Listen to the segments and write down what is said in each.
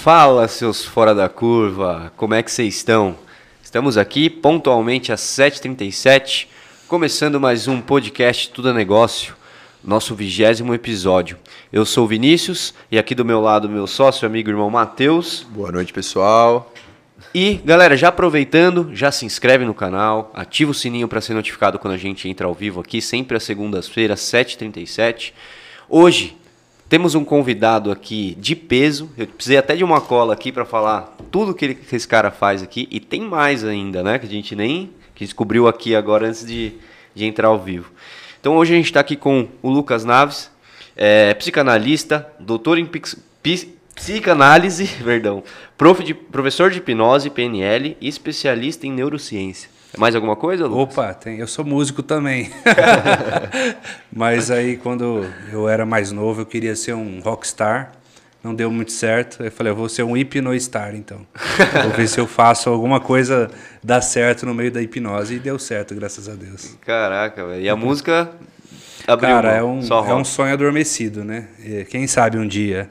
Fala, seus fora da curva, como é que vocês estão? Estamos aqui pontualmente às 7h37, começando mais um podcast Tudo é Negócio, nosso 20º episódio. Eu sou o Vinícius e aqui do meu lado meu sócio, amigo, irmão Matheus. Boa noite, pessoal. E, galera, já aproveitando, já se inscreve no canal, ativa o sininho para ser notificado quando a gente entra ao vivo aqui, sempre às segundas-feiras, 7h37. Hoje temos um convidado aqui de peso, eu precisei até de uma cola aqui para falar tudo que esse cara faz aqui, e tem mais ainda, né, que a gente nem que descobriu aqui agora antes de entrar ao vivo. Então hoje a gente está aqui com o Lucas Naves, psicanalista, doutor em psicanálise, professor de hipnose, PNL e especialista em neurociência. Mais alguma coisa, Lucas? Opa, eu sou músico também. Mas aí quando eu era mais novo eu queria ser um rockstar, não deu muito certo. Eu falei, eu vou ser um hipnostar então. Vou ver se eu faço alguma coisa dar certo no meio da hipnose, e deu certo, graças a Deus. Caraca, velho. E a música abriu. Cara, é um sonho adormecido, né? Quem sabe um dia.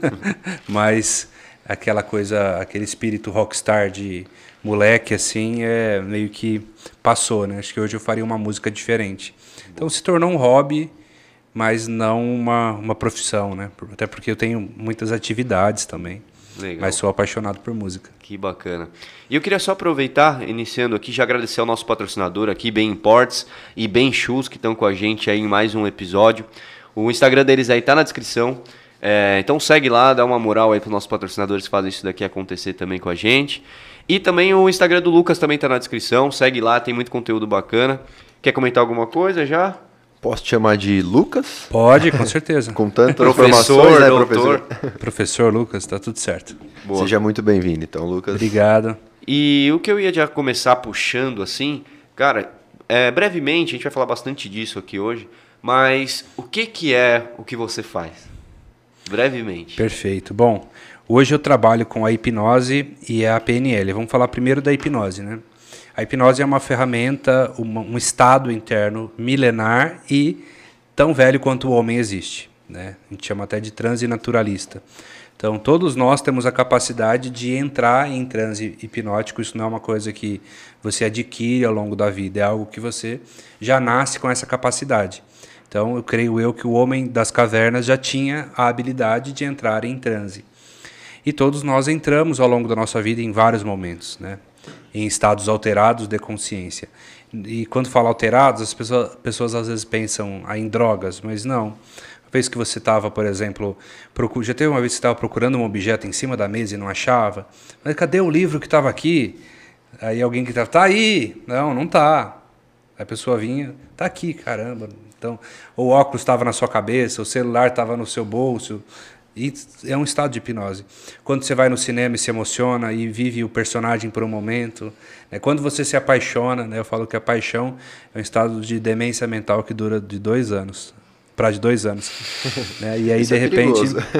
Mas aquela coisa, aquele espírito rockstar de moleque, assim, meio que passou, né? Acho que hoje eu faria uma música diferente. Então se tornou um hobby, mas não uma profissão, né? Até porque eu tenho muitas atividades também. Legal. Mas sou apaixonado por música. Que bacana. E eu queria só aproveitar, iniciando aqui, já agradecer ao nosso patrocinador aqui, Bem Imports e Bem Shoes, que estão com a gente aí em mais um episódio. O Instagram deles aí tá na descrição. Então segue lá, dá uma moral aí para os nossos patrocinadores que fazem isso daqui acontecer também com a gente. E também o Instagram do Lucas também tá na descrição. Segue lá, tem muito conteúdo bacana. Quer comentar alguma coisa já? Posso te chamar de Lucas? Pode, com certeza. Com tantas professor, informações, né, doutor? Professor Lucas, tá tudo certo. Boa. Seja muito bem-vindo, então, Lucas. Obrigado. E o que eu ia já começar puxando assim, cara, brevemente, a gente vai falar bastante disso aqui hoje, mas o que é o que você faz? Brevemente. Perfeito. Bom, hoje eu trabalho com a hipnose e a PNL. Vamos falar primeiro da hipnose, né? A hipnose é uma ferramenta, um estado interno milenar e tão velho quanto o homem existe, né? A gente chama até de transe naturalista. Então, todos nós temos a capacidade de entrar em transe hipnótico. Isso não é uma coisa que você adquire ao longo da vida, é algo que você já nasce com essa capacidade. Então, eu creio que o homem das cavernas já tinha a habilidade de entrar em transe. E todos nós entramos ao longo da nossa vida em vários momentos, né? Em estados alterados de consciência. E quando falo alterados, as pessoas às vezes pensam em drogas, mas não. Uma vez que você estava, por exemplo, já teve uma vez que você estava procurando um objeto em cima da mesa e não achava? Mas cadê o livro que estava aqui? Aí alguém que estava, tá aí! Não está. Aí a pessoa vinha, tá aqui, caramba. Então, o óculos estava na sua cabeça, o celular estava no seu bolso. E é um estado de hipnose. Quando você vai no cinema e se emociona e vive o personagem por um momento, né? Quando você se apaixona, né? Eu falo que a paixão é um estado de demência mental que dura de 2 anos, para de 2 anos. Né? E aí, isso de repente,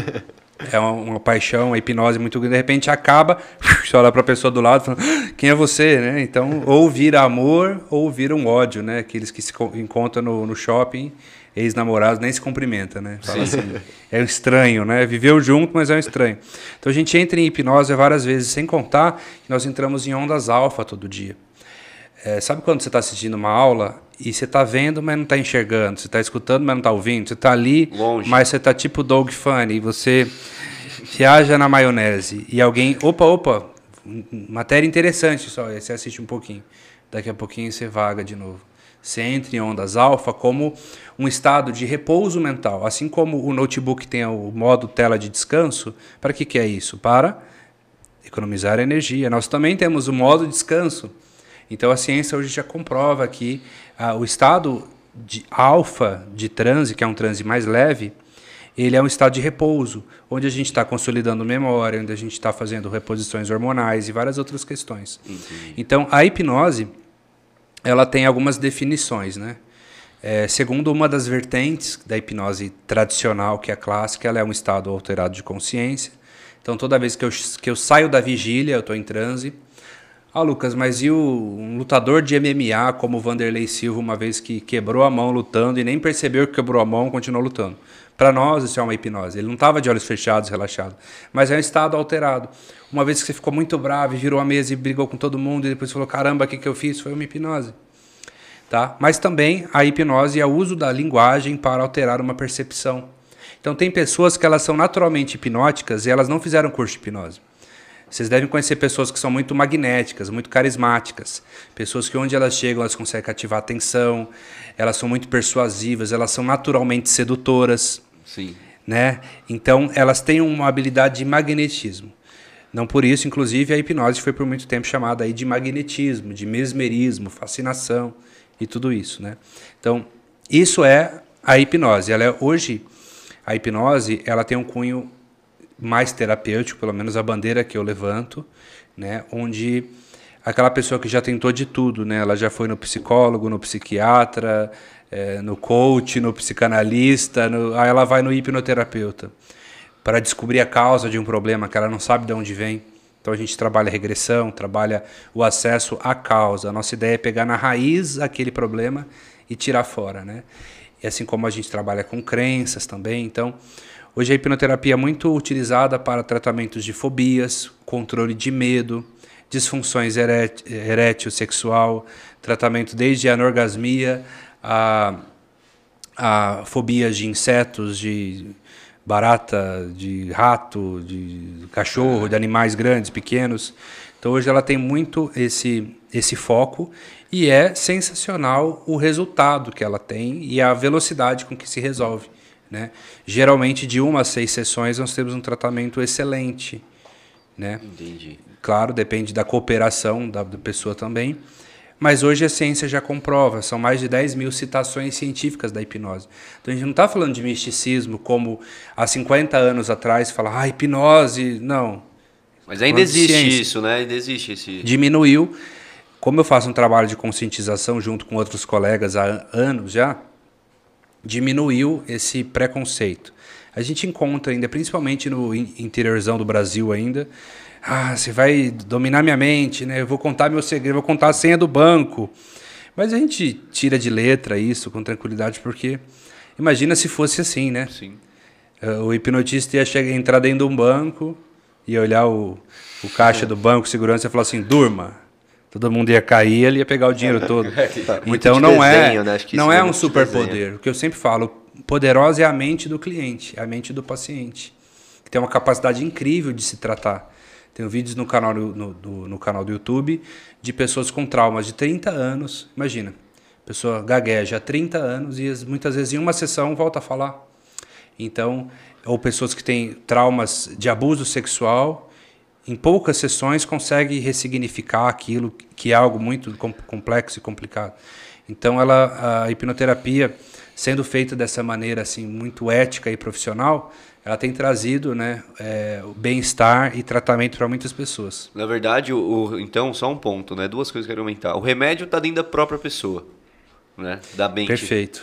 é uma paixão, uma hipnose muito grande, de repente acaba, você olha para a pessoa do lado e fala, quem é você? Né? Então, ou vira amor ou vira um ódio, né? Aqueles que se encontram no shopping, ex-namorados, nem se cumprimenta, né? Fala assim, é um estranho, né? Viveu junto, mas é um estranho. Então a gente entra em hipnose várias vezes, sem contar que nós entramos em ondas alfa todo dia. Sabe quando você está assistindo uma aula e você está vendo, mas não está enxergando, você está escutando, mas não está ouvindo, você está ali, longe, mas você está tipo Doug Funny, você viaja na maionese e alguém, opa, matéria interessante só, aí você assiste um pouquinho, daqui a pouquinho você vaga de novo. Você entra em ondas alfa como um estado de repouso mental. Assim como o notebook tem o modo tela de descanso, para que é isso? Para economizar energia. Nós também temos o modo descanso. Então a ciência hoje já comprova que o estado de alfa de transe, que é um transe mais leve, ele é um estado de repouso, onde a gente está consolidando memória, onde a gente está fazendo reposições hormonais e várias outras questões. Entendi. Então a hipnose, ela tem algumas definições, né? Segundo uma das vertentes da hipnose tradicional, que é a clássica, ela é um estado alterado de consciência. Então, toda vez que eu saio da vigília, eu estou em transe. Ah, Lucas, mas e um lutador de MMA como o Vanderlei Silva, uma vez que quebrou a mão lutando e nem percebeu que quebrou a mão, continuou lutando? Para nós, isso é uma hipnose. Ele não estava de olhos fechados, relaxado, mas é um estado alterado. Uma vez que você ficou muito bravo e virou a mesa e brigou com todo mundo e depois falou, caramba, o que eu fiz? Foi uma hipnose. Tá? Mas também a hipnose é o uso da linguagem para alterar uma percepção. Então tem pessoas que elas são naturalmente hipnóticas e elas não fizeram curso de hipnose. Vocês devem conhecer pessoas que são muito magnéticas, muito carismáticas. Pessoas que onde elas chegam, elas conseguem cativar a atenção, elas são muito persuasivas, elas são naturalmente sedutoras. Sim. Né? Então, elas têm uma habilidade de magnetismo. Não por isso, inclusive, a hipnose foi por muito tempo chamada aí de magnetismo, de mesmerismo, fascinação e tudo isso. Né? Então, isso é a hipnose. Hoje, a hipnose ela tem um cunho mais terapêutico, pelo menos a bandeira que eu levanto, né? Onde aquela pessoa que já tentou de tudo, né? Ela já foi no psicólogo, no psiquiatra, no coach, no psicanalista, aí ela vai no hipnoterapeuta para descobrir a causa de um problema que ela não sabe de onde vem. Então a gente trabalha a regressão, trabalha o acesso à causa. A nossa ideia é pegar na raiz aquele problema e tirar fora, né? E assim como a gente trabalha com crenças também. Então, hoje a hipnoterapia é muito utilizada para tratamentos de fobias, controle de medo, disfunções erétil sexual, tratamento desde a anorgasmia a fobias de insetos, de barata, de rato, de cachorro, de animais grandes, pequenos. Então hoje ela tem muito esse foco e é sensacional o resultado que ela tem e a velocidade com que se resolve. Né? Geralmente de 1 a 6 sessões nós temos um tratamento excelente. Né? Entendi. Claro, depende da cooperação da pessoa também. Mas hoje a ciência já comprova, são mais de 10 mil citações científicas da hipnose. Então a gente não está falando de misticismo como há 50 anos atrás, falar, hipnose, não. Mas ainda existe isso, né? Ainda existe esse... Diminuiu. Como eu faço um trabalho de conscientização junto com outros colegas há anos já, diminuiu esse preconceito. A gente encontra ainda, principalmente no interiorzão do Brasil ainda, você vai dominar minha mente, né? Eu vou contar meu segredo, vou contar a senha do banco. Mas a gente tira de letra isso com tranquilidade, porque imagina se fosse assim, né? Sim. O hipnotista ia entrar dentro de um banco, ia olhar o caixa do banco, segurança, e falar assim, durma. Todo mundo ia cair, ele ia pegar o dinheiro todo. Então não desenho, né? Acho que não isso é um muito de superpoder. desenho. O que eu sempre falo, poderosa é a mente do cliente, a mente do paciente, que tem uma capacidade incrível de se tratar. Tenho vídeos no canal, no canal do YouTube de pessoas com traumas de 30 anos. Imagina, a pessoa gagueja há 30 anos e muitas vezes em uma sessão volta a falar. Então, ou pessoas que têm traumas de abuso sexual, em poucas sessões consegue ressignificar aquilo que é algo muito complexo e complicado. Então, a hipnoterapia, sendo feita dessa maneira assim, muito ética e profissional, ela tem trazido, né, o bem-estar e tratamento para muitas pessoas. Na verdade, então, só um ponto, né? 2 coisas que eu quero aumentar. O remédio está dentro da própria pessoa, né? Da mente. Perfeito.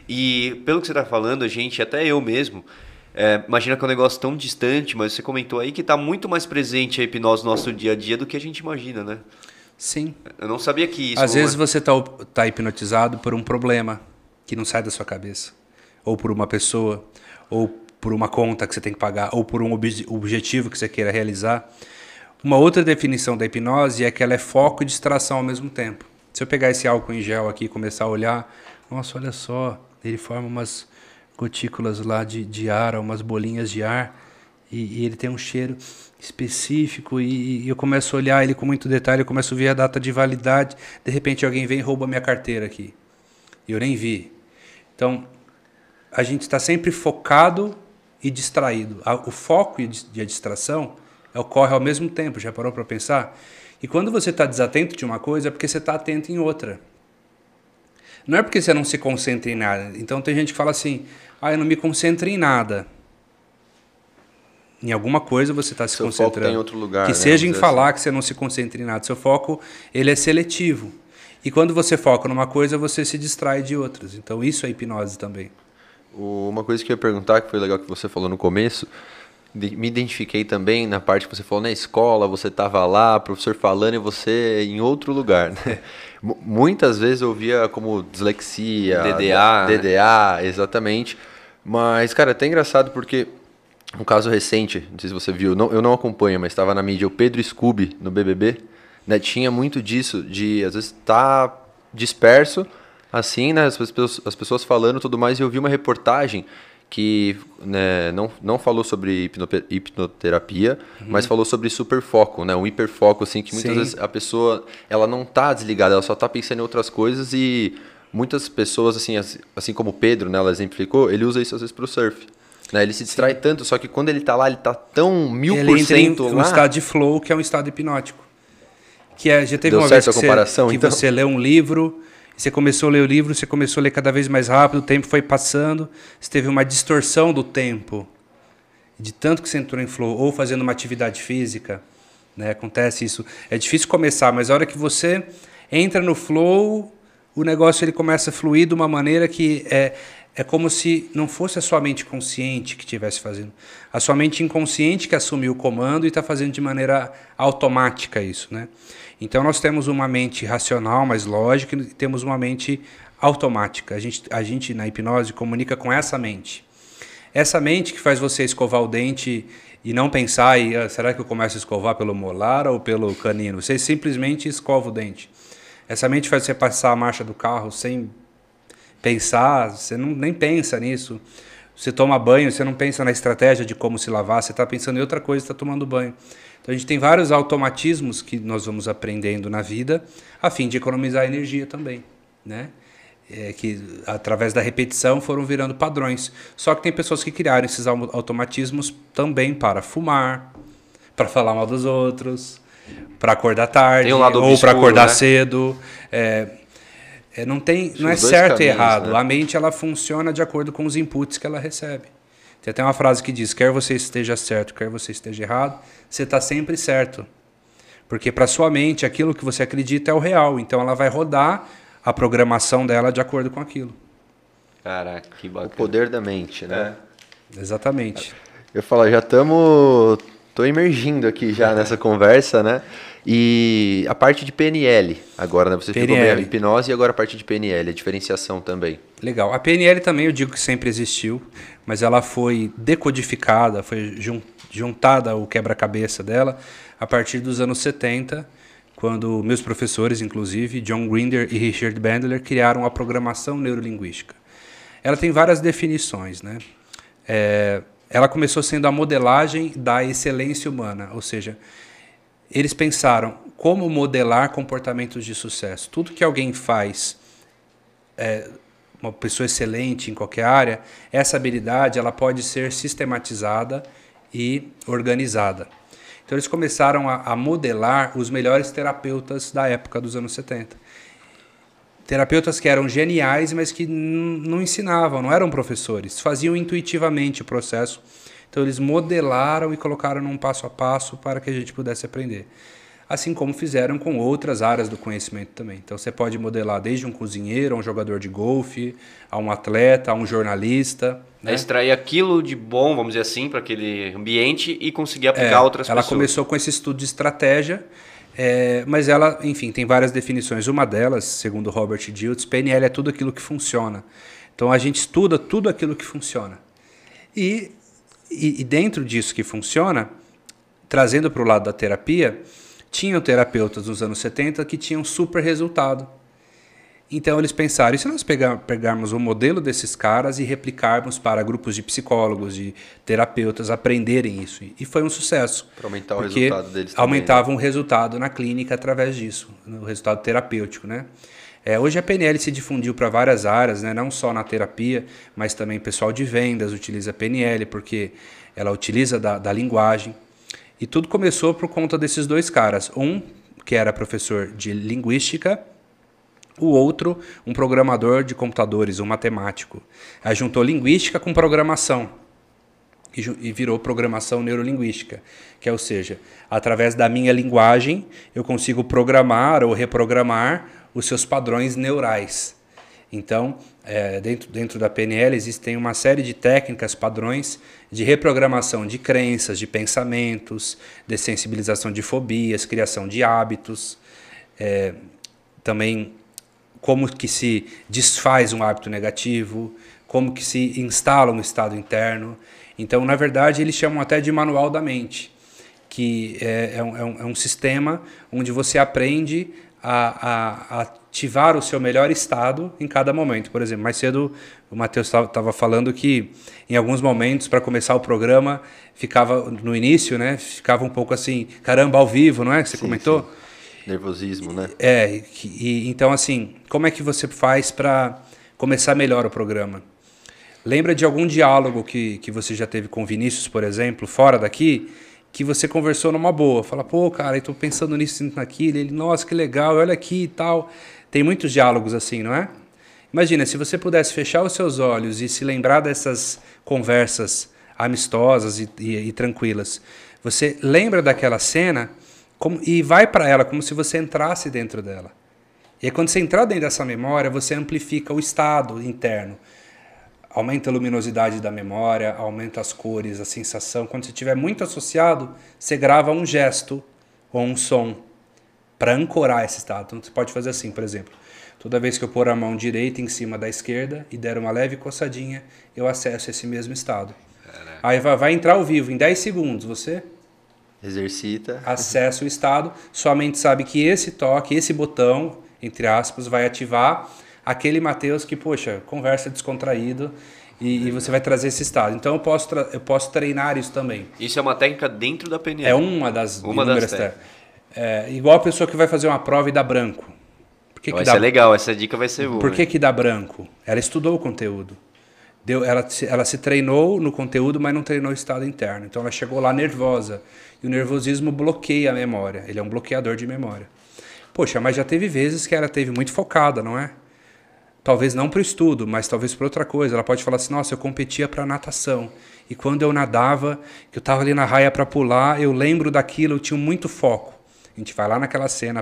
E pelo que você está falando, a gente, até eu mesmo, imagina que é um negócio tão distante, mas você comentou aí que está muito mais presente a hipnose no nosso dia a dia do que a gente imagina, né? Sim. Eu não sabia que isso... Às vezes você tá hipnotizado por um problema que não sai da sua cabeça. Ou por uma pessoa, ou por uma conta que você tem que pagar, ou por um objetivo que você queira realizar. Uma outra definição da hipnose é que ela é foco e distração ao mesmo tempo. Se eu pegar esse álcool em gel aqui e começar a olhar, nossa, olha só, ele forma umas gotículas lá de ar, umas bolinhas de ar, e ele tem um cheiro específico, e eu começo a olhar ele com muito detalhe, eu começo a ver a data de validade, de repente alguém vem e rouba minha carteira aqui, e eu nem vi. Então, a gente está sempre focado e distraído. O foco e a distração ocorre ao mesmo tempo, já parou para pensar? E quando você está desatento de uma coisa, é porque você está atento em outra. Não é porque você não se concentra em nada. Então tem gente que fala assim, eu não me concentro em nada. Em alguma coisa você está se concentrando. Seu foco tá em outro lugar, que né? seja em falar assim. que você não se concentra em nada. Seu foco, ele é seletivo. E quando você foca numa coisa, você se distrai de outras. Então isso é hipnose também. Uma coisa que eu ia perguntar, que foi legal que você falou no começo, me identifiquei também na parte que você falou na escola, você estava lá, professor falando e você em outro lugar. Né? Muitas vezes eu via como dislexia, DDA, DDA, exatamente. Mas, cara, é até engraçado porque um caso recente, não sei se você viu, eu não acompanho, mas estava na mídia, o Pedro Scooby no BBB, né? Tinha muito disso, de às vezes tá disperso, assim, né? As pessoas falando e tudo mais, e eu vi uma reportagem que né, não falou sobre hipnoterapia, mas falou sobre superfoco, né? Um hiperfoco, assim, que muitas Sim. vezes a pessoa, ela não tá desligada, ela só tá pensando em outras coisas e muitas pessoas, assim como o Pedro, né, ela exemplificou, ele usa isso às vezes pro surf. Né? Ele se distrai tanto, só que quando ele tá lá, ele tá tão 1000% Ele entra em um lá. estado de flow, que é um estado hipnótico. Que é, já teve Deu uma certo vez a comparação, que então? você lê um livro, você começou a ler o livro, você começou a ler cada vez mais rápido, o tempo foi passando, você teve uma distorção do tempo, de tanto que você entrou em flow, ou fazendo uma atividade física, né? Acontece isso. É difícil começar, mas a hora que você entra no flow, o negócio ele começa a fluir de uma maneira que é como se não fosse a sua mente consciente que estivesse fazendo. A sua mente inconsciente que assumiu o comando e está fazendo de maneira automática isso, né? Então nós temos uma mente racional, mais lógica, e temos uma mente automática. A gente na hipnose comunica com essa mente. Essa mente que faz você escovar o dente e não pensar, será que eu começo a escovar pelo molar ou pelo canino? Você simplesmente escova o dente. Essa mente faz você passar a marcha do carro sem pensar, você nem pensa nisso. Você toma banho, você não pensa na estratégia de como se lavar, você está pensando em outra coisa, está tomando banho. Então a gente tem vários automatismos que nós vamos aprendendo na vida a fim de economizar energia também, né? Que através da repetição foram virando padrões. Só que tem pessoas que criaram esses automatismos também para fumar, para falar mal dos outros, para acordar tarde ou para acordar cedo. Não é certo e errado. Né? A mente ela funciona de acordo com os inputs que ela recebe. Tem até uma frase que diz: quer você esteja certo, quer você esteja errado, você está sempre certo. Porque para sua mente aquilo que você acredita é o real. Então ela vai rodar a programação dela de acordo com aquilo. Caraca, que bacana. O poder da mente, né? Exatamente. Eu falo, já tô emergindo aqui já nessa conversa, né? E a parte de PNL, agora, né? Você ficou bem a hipnose e agora a parte de PNL, a diferenciação também. Legal. A PNL também eu digo que sempre existiu, mas ela foi decodificada, foi juntada ao quebra-cabeça dela a partir dos anos 70, quando meus professores, inclusive, John Grinder e Richard Bandler, criaram a programação neurolinguística. Ela tem várias definições, né? Ela começou sendo a modelagem da excelência humana, ou seja, eles pensaram como modelar comportamentos de sucesso. Tudo que alguém faz, uma pessoa excelente em qualquer área, essa habilidade ela pode ser sistematizada e organizada. Então eles começaram a modelar os melhores terapeutas da época dos anos 70. Terapeutas que eram geniais, mas que não ensinavam, não eram professores, faziam intuitivamente o processo. Então eles modelaram e colocaram num passo a passo para que a gente pudesse aprender. Assim como fizeram com outras áreas do conhecimento também. Então você pode modelar desde um cozinheiro, a um jogador de golfe, a um atleta, a um jornalista. Né? Extrair aquilo de bom, vamos dizer assim, para aquele ambiente e conseguir aplicar outras pessoas. Ela começou com esse estudo de estratégia, mas ela, enfim, tem várias definições. Uma delas, segundo Robert Dilts, PNL é tudo aquilo que funciona. Então a gente estuda tudo aquilo que funciona. E dentro disso que funciona, trazendo para o lado da terapia, tinham terapeutas nos anos 70 que tinham super resultado. Então eles pensaram, e se nós pegarmos o modelo desses caras e replicarmos para grupos de psicólogos, de terapeutas, aprenderem isso? E foi um sucesso. Para aumentar o resultado deles também. Aumentavam o resultado na clínica através disso, o resultado terapêutico, né? Hoje a PNL se difundiu para várias áreas, né? Não só na terapia, mas também pessoal de vendas utiliza a PNL, porque ela utiliza da linguagem. E tudo começou por conta desses dois caras. Um que era professor de linguística, o outro um programador de computadores, um matemático. Aí juntou linguística com programação e virou programação neurolinguística, que é, ou seja, através da minha linguagem eu consigo programar ou reprogramar os seus padrões neurais. Então, dentro da PNL existem uma série de técnicas, padrões de reprogramação de crenças, de pensamentos, de sensibilização de fobias, criação de hábitos, também como que se desfaz um hábito negativo, como que se instala um estado interno. Então, na verdade, eles chamam até de manual da mente, que é um sistema onde você aprende a ativar o seu melhor estado em cada momento. Por exemplo, mais cedo o Matheus estava falando que em alguns momentos, para começar o programa, ficava no início, né? Ficava um pouco assim, caramba, ao vivo, não é? Que você comentou? Sim. Nervosismo, né? Então assim, como é que você faz para começar melhor o programa? Lembra de algum diálogo que você já teve com o Vinícius, por exemplo, fora daqui, que você conversou numa boa? Fala, pô, cara, eu tô pensando nisso e naquilo. Ele, nossa, que legal, olha aqui e tal. Tem muitos diálogos assim, não é? Imagina, se você pudesse fechar os seus olhos e se lembrar dessas conversas amistosas e tranquilas. Você lembra daquela cena e vai para ela como se você entrasse dentro dela. E aí, quando você entrar dentro dessa memória, você amplifica o estado interno. Aumenta a luminosidade da memória, aumenta as cores, a sensação. Quando você estiver muito associado, você grava um gesto ou um som para ancorar esse estado. Então você pode fazer assim, por exemplo. Toda vez que eu pôr a mão direita em cima da esquerda e der uma leve coçadinha, eu acesso esse mesmo estado. Caraca. Aí vai entrar ao vivo em 10 segundos. Você exercita. Acessa o estado. Sua mente sabe que esse toque, esse botão, entre aspas, vai ativar aquele Matheus que, poxa, conversa descontraído e você vai trazer esse estado. Então eu posso treinar isso também. Isso é uma técnica dentro da PNL? É uma das inúmeras técnicas. Igual a pessoa que vai fazer uma prova e dá branco. Vai ser legal, essa dica vai ser boa. Por que dá branco? Ela estudou o conteúdo. Ela se treinou no conteúdo, mas não treinou o estado interno. Então ela chegou lá nervosa. E o nervosismo bloqueia a memória. Ele é um bloqueador de memória. Poxa, mas já teve vezes que ela teve muito focada, não é? Talvez não para o estudo, mas talvez para outra coisa. Ela pode falar assim, nossa, eu competia para natação. E quando eu nadava, que eu estava ali na raia para pular, eu lembro daquilo, eu tinha muito foco. A gente vai lá naquela cena,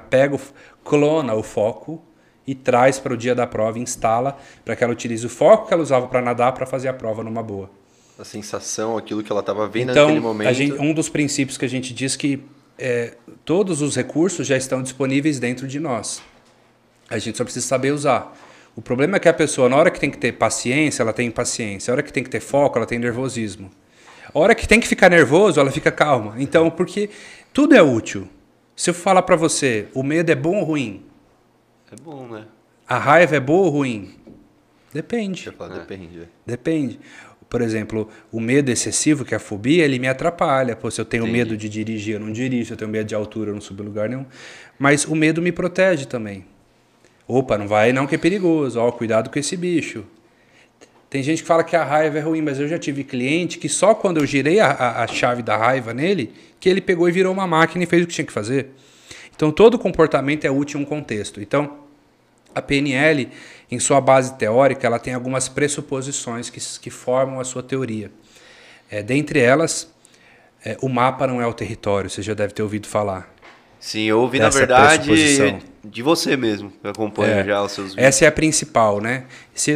clona o foco e traz para o dia da prova, instala para que ela utilize o foco que ela usava para nadar para fazer a prova numa boa. A sensação, aquilo que ela estava vendo então, naquele momento. Um dos princípios que a gente diz que todos os recursos já estão disponíveis dentro de nós. A gente só precisa saber usar. O problema é que a pessoa, na hora que tem que ter paciência, ela tem impaciência. Na hora que tem que ter foco, ela tem nervosismo. A hora que tem que ficar nervoso, ela fica calma. Então, porque tudo é útil. Se eu falar para você, o medo é bom ou ruim? É bom, né? A raiva é boa ou ruim? Depende. Depende. Depende. Por exemplo, o medo excessivo, que é a fobia, ele me atrapalha. Pô, se eu tenho medo de dirigir, eu não dirijo. Se eu tenho medo de altura, eu não subo em lugar nenhum. Mas o medo me protege também. Opa, não vai não que é perigoso. Ó, cuidado com esse bicho. Tem gente que fala que a raiva é ruim, mas eu já tive cliente que só quando eu girei a chave da raiva nele, que ele pegou e virou uma máquina e fez o que tinha que fazer. Então, todo comportamento é útil em um contexto. Então, a PNL, em sua base teórica, ela tem algumas pressuposições que formam a sua teoria. Dentre elas, o mapa não é o território, você já deve ter ouvido falar. Sim, eu ouvi, na verdade, de você mesmo, que acompanha já os seus vídeos. Essa é a principal, né? Se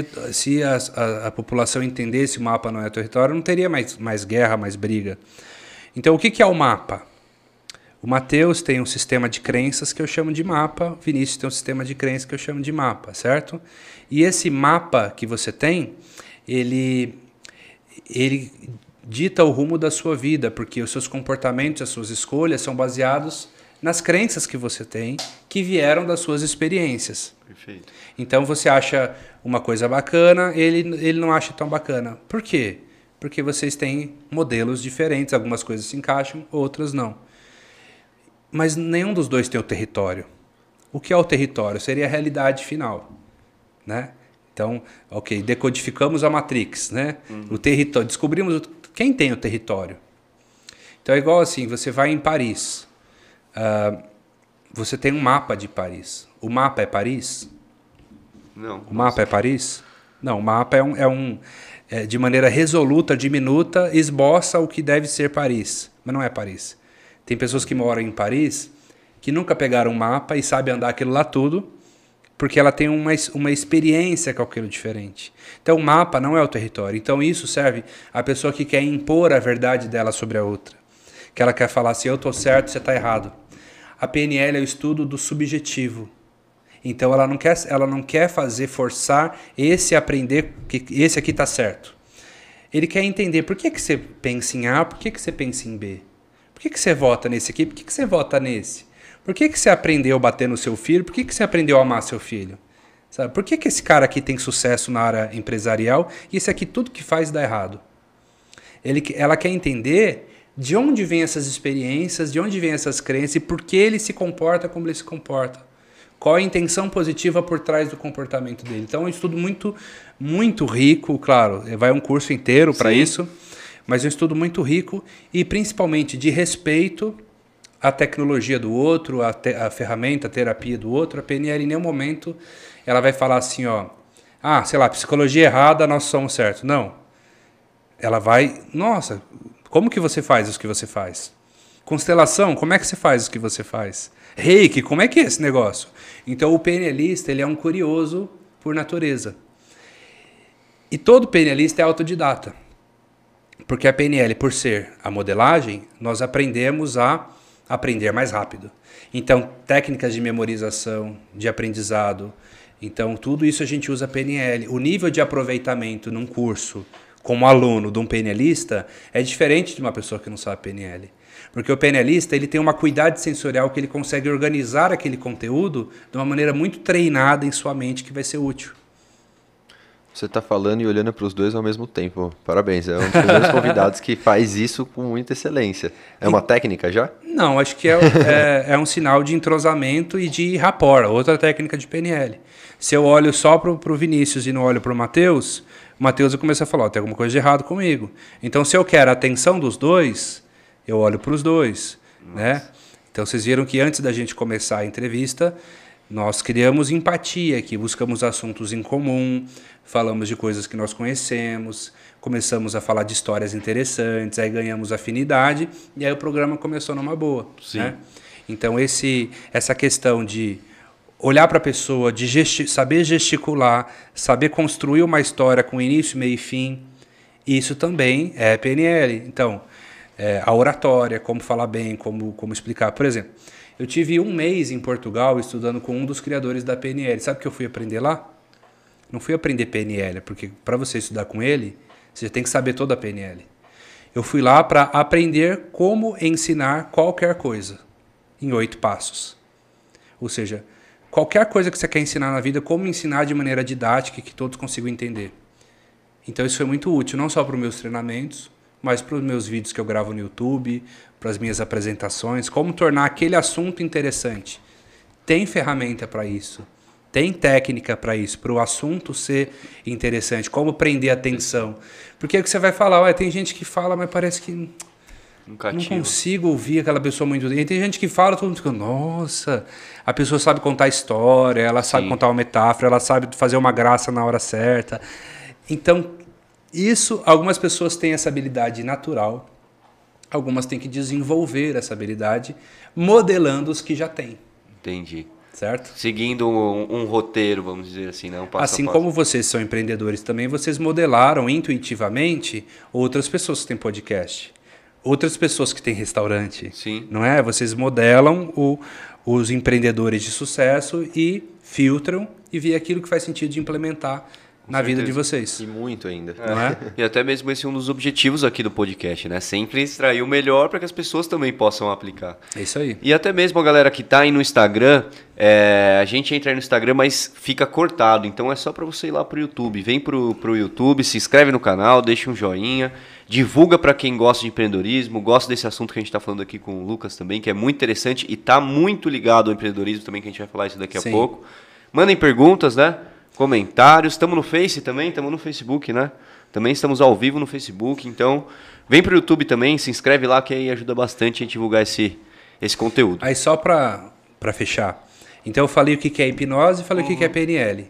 a população entendesse o mapa não é território, não teria mais guerra, mais briga. Então, o que é o mapa? O Matheus tem um sistema de crenças que eu chamo de mapa, o Vinícius tem um sistema de crenças que eu chamo de mapa, certo? E esse mapa que você tem, ele dita o rumo da sua vida, porque os seus comportamentos, as suas escolhas são baseados nas crenças que você tem, que vieram das suas experiências. Perfeito. Então você acha uma coisa bacana, ele não acha tão bacana. Por quê? Porque vocês têm modelos diferentes, algumas coisas se encaixam, outras não. Mas nenhum dos dois tem o território. O que é o território? Seria a realidade final, né? Então, ok, decodificamos a Matrix, né? O território, descobrimos quem tem o território. Então é igual assim, você vai em Paris. Você tem um mapa de Paris. O mapa é Paris? Não. O mapa é Paris? Não, o mapa de maneira resoluta, diminuta, esboça o que deve ser Paris. Mas não é Paris. Tem pessoas que moram em Paris que nunca pegaram um mapa e sabem andar aquilo lá tudo, porque ela tem uma experiência com aquilo diferente. Então o mapa não é o território. Então isso serve à pessoa que quer impor a verdade dela sobre a outra. Que ela quer falar assim, eu estou certo, você está errado. A PNL é o estudo do subjetivo. Então ela não quer forçar esse aprender que esse aqui está certo. Ele quer entender por que você pensa em A, por que você pensa em B. Por que você vota nesse aqui, por que você vota nesse. Por que você aprendeu a bater no seu filho, por que você aprendeu a amar seu filho. Sabe? Por que esse cara aqui tem sucesso na área empresarial e esse aqui tudo que faz dá errado. Ela quer entender de onde vêm essas experiências, de onde vêm essas crenças e por que ele se comporta como ele se comporta. Qual a intenção positiva por trás do comportamento dele. Então é um estudo muito, muito rico, claro, vai um curso inteiro para isso, mas é um estudo muito rico e principalmente de respeito à tecnologia do outro, à ferramenta, à terapia do outro. A PNL em nenhum momento ela vai falar assim, sei lá, psicologia errada, nós somos certos. Não. Ela vai, nossa, como que você faz o que você faz? Constelação, como é que você faz o que você faz? Reiki, como é que é esse negócio? Então o PNLista, ele é um curioso por natureza. E todo PNLista é autodidata. Porque a PNL, por ser a modelagem, nós aprendemos a aprender mais rápido. Então, técnicas de memorização, de aprendizado, então tudo isso a gente usa PNL. O nível de aproveitamento num curso como aluno de um PNLista é diferente de uma pessoa que não sabe PNL. Porque o PNLista ele tem uma acuidade sensorial que ele consegue organizar aquele conteúdo de uma maneira muito treinada em sua mente que vai ser útil. Você está falando e olhando para os dois ao mesmo tempo. Parabéns, é um dos primeiros convidados que faz isso com muita excelência. É uma técnica já? Não, acho que é um sinal de entrosamento e de rapport, outra técnica de PNL. Se eu olho só para o Vinícius e não olho para o Matheus eu começo a falar, tem alguma coisa de errado comigo. Então, se eu quero a atenção dos dois, eu olho para os dois. Né? Então, vocês viram que antes da gente começar a entrevista, nós criamos empatia aqui, buscamos assuntos em comum, falamos de coisas que nós conhecemos, começamos a falar de histórias interessantes, aí ganhamos afinidade e aí o programa começou numa boa. Sim. Né? Então, essa questão de olhar para a pessoa, de saber gesticular, saber construir uma história com início, meio e fim, isso também é PNL. Então, a oratória, como falar bem, como explicar. Por exemplo, eu tive 1 mês em Portugal estudando com um dos criadores da PNL. Sabe o que eu fui aprender lá? Não fui aprender PNL, porque para você estudar com ele, você tem que saber toda a PNL. Eu fui lá para aprender como ensinar qualquer coisa em 8 passos. Ou seja, qualquer coisa que você quer ensinar na vida, como ensinar de maneira didática que todos consigam entender. Então isso foi muito útil, não só para os meus treinamentos, mas para os meus vídeos que eu gravo no YouTube, para as minhas apresentações, como tornar aquele assunto interessante. Tem ferramenta para isso, tem técnica para isso, para o assunto ser interessante, como prender a atenção. Porque é o que você vai falar, tem gente que fala, mas parece que não consigo ouvir aquela pessoa muito bem. Tem gente que fala, todo mundo fica, nossa, a pessoa sabe contar história, ela sabe contar uma metáfora, ela sabe fazer uma graça na hora certa. Então, algumas pessoas têm essa habilidade natural, algumas têm que desenvolver essa habilidade, modelando os que já têm. Entendi. Certo? Seguindo um roteiro, vamos dizer assim, né? Assim como vocês são empreendedores também, vocês modelaram intuitivamente outras pessoas que têm podcast. Outras pessoas que têm restaurante, Sim. Não é? Vocês modelam os empreendedores de sucesso e filtram e vê aquilo que faz sentido de implementar na vida de vocês. E muito ainda. Não é? E até mesmo esse é um dos objetivos aqui do podcast, né? Sempre extrair o melhor para que as pessoas também possam aplicar. É isso aí. E até mesmo a galera que tá aí no Instagram, a gente entra aí no Instagram, mas fica cortado. Então é só para você ir lá pro YouTube. Vem pro YouTube, se inscreve no canal, deixa um joinha, divulga para quem gosta de empreendedorismo, gosta desse assunto que a gente tá falando aqui com o Lucas também, que é muito interessante e tá muito ligado ao empreendedorismo também, que a gente vai falar isso daqui a pouco. Mandem perguntas, né? Comentários, estamos no Face também, estamos no Facebook, né? Também estamos ao vivo no Facebook, então vem pro YouTube também, se inscreve lá que aí ajuda bastante a gente divulgar esse conteúdo. Aí só para fechar, então eu falei o que é hipnose e falei o que é PNL.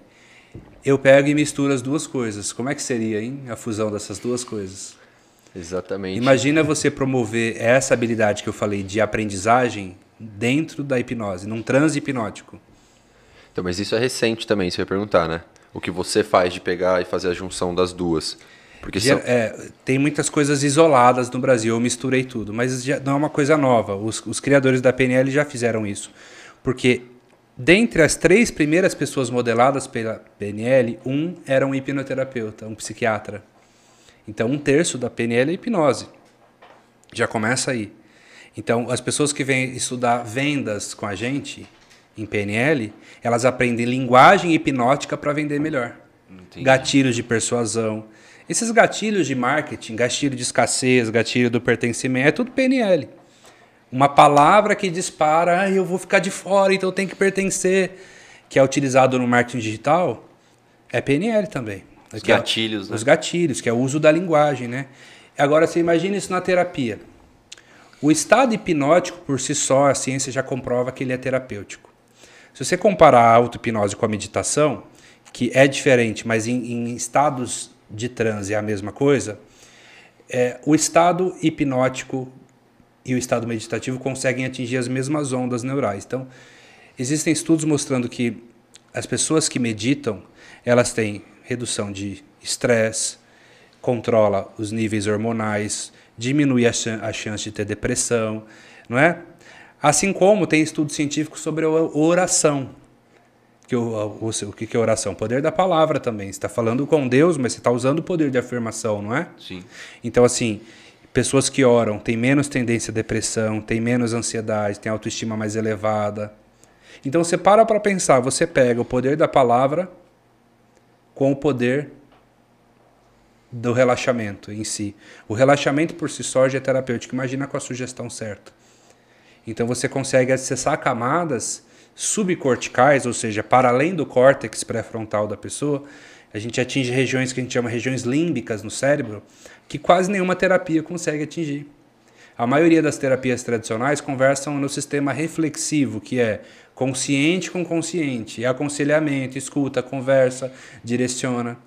Eu pego e misturo as duas coisas. Como é que seria, hein, a fusão dessas duas coisas? Exatamente. Imagina você promover essa habilidade que eu falei de aprendizagem dentro da hipnose, num transe hipnótico. Então, mas isso é recente também, você vai perguntar, né? O que você faz de pegar e fazer a junção das duas. Porque tem muitas coisas isoladas no Brasil, eu misturei tudo, mas não é uma coisa nova. Os criadores da PNL já fizeram isso. Porque Dentre as 3 primeiras pessoas modeladas pela PNL, um era um hipnoterapeuta, um psiquiatra. Então, 1/3 da PNL é hipnose. Já começa aí. Então, as pessoas que vêm estudar vendas com a gente em PNL, elas aprendem linguagem hipnótica para vender melhor. Entendi. Gatilhos de persuasão. Esses gatilhos de marketing, gatilho de escassez, gatilho do pertencimento, é tudo PNL. Uma palavra que dispara, eu vou ficar de fora, então eu tenho que pertencer, que é utilizado no marketing digital, é PNL também. Os gatilhos, né? Os gatilhos, que é o uso da linguagem, né? Agora, você imagina isso na terapia. O estado hipnótico, por si só, a ciência já comprova que ele é terapêutico. Se você comparar a auto-hipnose com a meditação, que é diferente, mas em estados de transe é a mesma coisa, o estado hipnótico e o estado meditativo conseguem atingir as mesmas ondas neurais. Então, existem estudos mostrando que as pessoas que meditam, elas têm redução de estresse, controla os níveis hormonais, diminui a chance de ter depressão, não é? Assim como tem estudo científico sobre a oração. O que é oração? O poder da palavra também. Você está falando com Deus, mas você está usando o poder de afirmação, não é? Sim. Então, assim, pessoas que oram têm menos tendência à depressão, têm menos ansiedade, têm autoestima mais elevada. Então, você para pensar, você pega o poder da palavra com o poder do relaxamento em si. O relaxamento por si só já é terapêutico. Imagina com a sugestão certa. Então você consegue acessar camadas subcorticais, ou seja, para além do córtex pré-frontal da pessoa, a gente atinge regiões que a gente chama regiões límbicas no cérebro, que quase nenhuma terapia consegue atingir. A maioria das terapias tradicionais conversam no sistema reflexivo, que é consciente com consciente, é aconselhamento, escuta, conversa, direciona.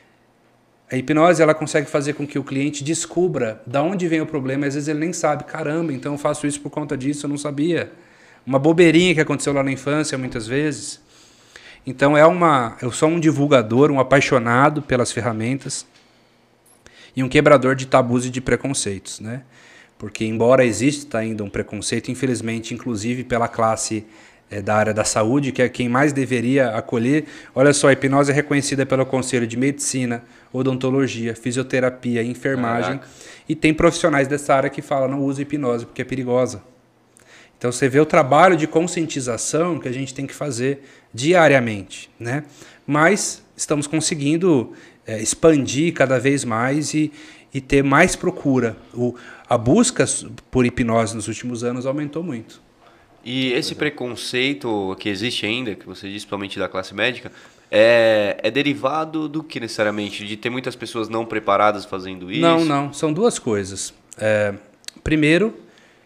A hipnose ela consegue fazer com que o cliente descubra de onde vem o problema, às vezes ele nem sabe, caramba, então eu faço isso por conta disso, eu não sabia. Uma bobeirinha que aconteceu lá na infância, muitas vezes. Então eu sou um divulgador, um apaixonado pelas ferramentas e um quebrador de tabus e de preconceitos, né? Porque embora exista ainda um preconceito, infelizmente, inclusive pela classe da área da saúde, que é quem mais deveria acolher. Olha só, a hipnose é reconhecida pelo Conselho de Medicina, Odontologia, Fisioterapia, Enfermagem. Caraca. E tem profissionais dessa área que falam não use hipnose porque é perigosa. Então você vê o trabalho de conscientização que a gente tem que fazer diariamente, né? Mas estamos conseguindo expandir cada vez mais e ter mais procura. A busca por hipnose nos últimos anos aumentou muito. E esse preconceito que existe ainda, que você disse, principalmente da classe médica, é derivado do que necessariamente? De ter muitas pessoas não preparadas fazendo isso? Não. São duas coisas. Primeiro,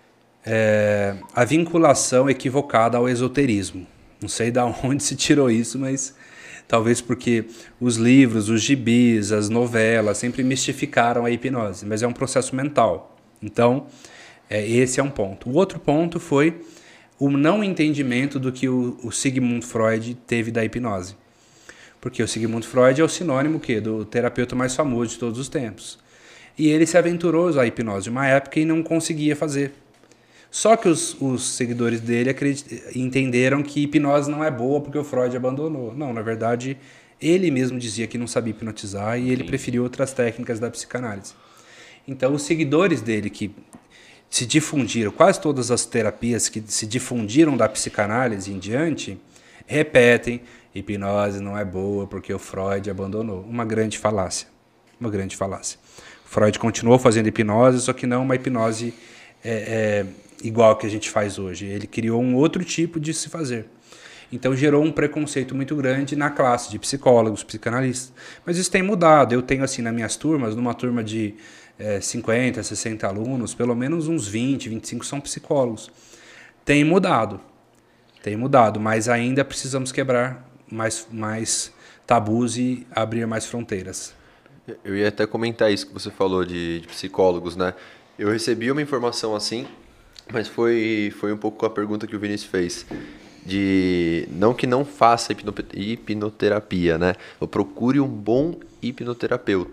a vinculação equivocada ao esoterismo. Não sei de onde se tirou isso, mas talvez porque os livros, os gibis, as novelas sempre mistificaram a hipnose. Mas é um processo mental. Então, esse é um ponto. O outro ponto foi o não entendimento do que o Sigmund Freud teve da hipnose. Porque o Sigmund Freud é o sinônimo do terapeuta mais famoso de todos os tempos. E ele se aventurou a usar a hipnose uma época e não conseguia fazer. Só que os seguidores dele entenderam que hipnose não é boa porque o Freud abandonou. Não, na verdade, ele mesmo dizia que não sabia hipnotizar e ele preferiu outras técnicas da psicanálise. Então, os seguidores dele que se difundiram, quase todas as terapias que se difundiram da psicanálise em diante, repetem, hipnose não é boa porque o Freud abandonou. Uma grande falácia. Uma grande falácia. O Freud continuou fazendo hipnose, só que não uma hipnose igual que a gente faz hoje. Ele criou um outro tipo de se fazer. Então gerou um preconceito muito grande na classe de psicólogos, psicanalistas. Mas isso tem mudado. Eu tenho assim nas minhas turmas, numa turma de 50, 60 alunos, pelo menos uns 20, 25 são psicólogos. Tem mudado, mas ainda precisamos quebrar mais tabus e abrir mais fronteiras. Eu ia até comentar isso que você falou de psicólogos, né? Eu recebi uma informação assim, mas foi um pouco a pergunta que o Vinícius fez. Não que não faça hipnoterapia, né? Eu procure um bom hipnoterapeuta.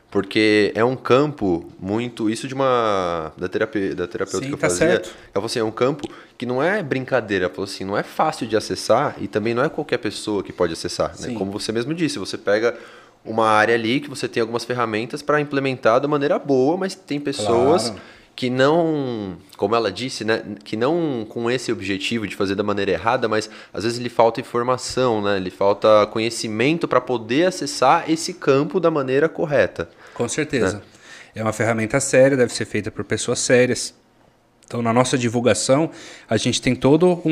Porque é um campo muito... Isso da terapeuta Sim, que eu tá fazia. certo. Ela falou assim, é um campo que não é brincadeira. Ela falou assim, não é fácil de acessar e também não é qualquer pessoa que pode acessar. Né? Sim. Como você mesmo disse, você pega uma área ali que você tem algumas ferramentas para implementar da maneira boa, mas tem pessoas... Claro. que não, como ela disse, né, que não com esse objetivo de fazer da maneira errada, mas às vezes lhe falta informação, né, lhe falta conhecimento para poder acessar esse campo da maneira correta. Com certeza. É uma ferramenta séria, deve ser feita por pessoas sérias. Então, na nossa divulgação, a gente tem todo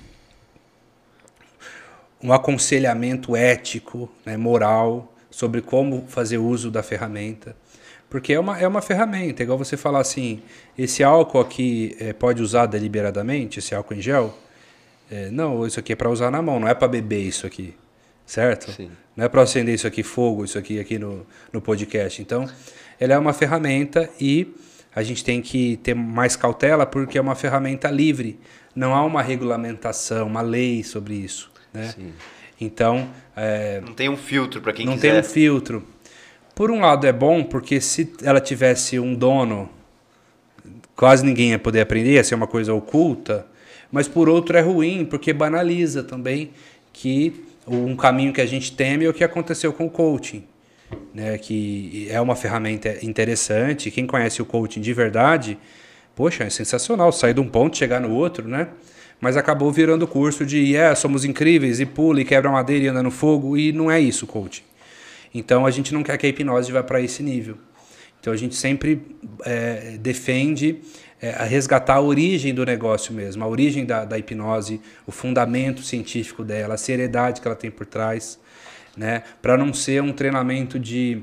um aconselhamento ético, né, moral, sobre como fazer uso da ferramenta. Porque é uma ferramenta, igual você falar assim, esse álcool aqui pode usar deliberadamente, esse álcool em gel? Não, isso aqui é para usar na mão, não é para beber isso aqui, certo? Sim. Não é para acender isso aqui, fogo, isso aqui no podcast. Então, ela é uma ferramenta e a gente tem que ter mais cautela porque é uma ferramenta livre. Não há uma regulamentação, uma lei sobre isso, né? Sim. Então... Não tem um filtro para quem não quiser. tem um filtro. Por um lado é bom, porque se ela tivesse um dono, quase ninguém ia poder aprender, ia ser uma coisa oculta, mas por outro é ruim, porque banaliza também que um caminho que a gente teme é o que aconteceu com o coaching, né? Que é uma ferramenta interessante, quem conhece o coaching de verdade, poxa, é sensacional, sair de um ponto e chegar no outro, né? Mas acabou virando curso de somos incríveis, e pula, e quebra madeira, e anda no fogo, e não é isso o coaching. Então, a gente não quer que a hipnose vá para esse nível. Então, a gente sempre defende resgatar a origem do negócio mesmo, a origem da hipnose, o fundamento científico dela, a seriedade que ela tem por trás, né? Para não ser um treinamento de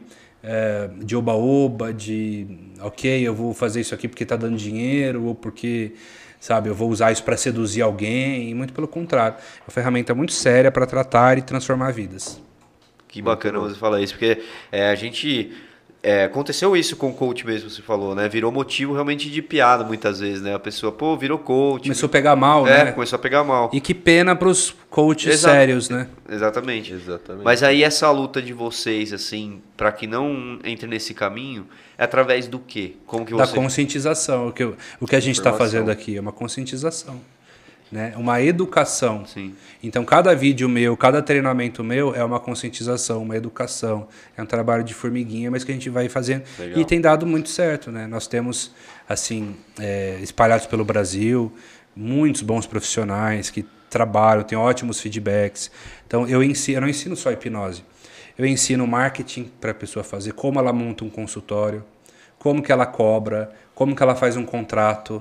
oba-oba, ok, eu vou fazer isso aqui porque está dando dinheiro, ou porque, sabe, eu vou usar isso para seduzir alguém, e muito pelo contrário. É uma ferramenta muito séria para tratar e transformar vidas. Que bacana você falar isso, porque a gente... aconteceu isso com o coach mesmo, você falou, né? Virou motivo realmente de piada muitas vezes, né? A pessoa, virou coach. Começou a pegar mal, né? Começou a pegar mal. E que pena para os coaches sérios, né? Exatamente. Exatamente. Mas aí essa luta de vocês, assim, para que não entre nesse caminho, é através do quê? Como que Da você... conscientização. O que a gente está fazendo aqui é uma conscientização. Né? Uma educação. Sim. Então, cada vídeo meu, cada treinamento meu é uma conscientização, uma educação. É um trabalho de formiguinha, mas que a gente vai fazendo. Legal. E tem dado muito certo. Né? Nós temos, assim, espalhados pelo Brasil, muitos bons profissionais que trabalham, têm ótimos feedbacks. Então, eu não ensino só hipnose. Eu ensino marketing para a pessoa fazer, como ela monta um consultório, como que ela cobra, como que ela faz um contrato.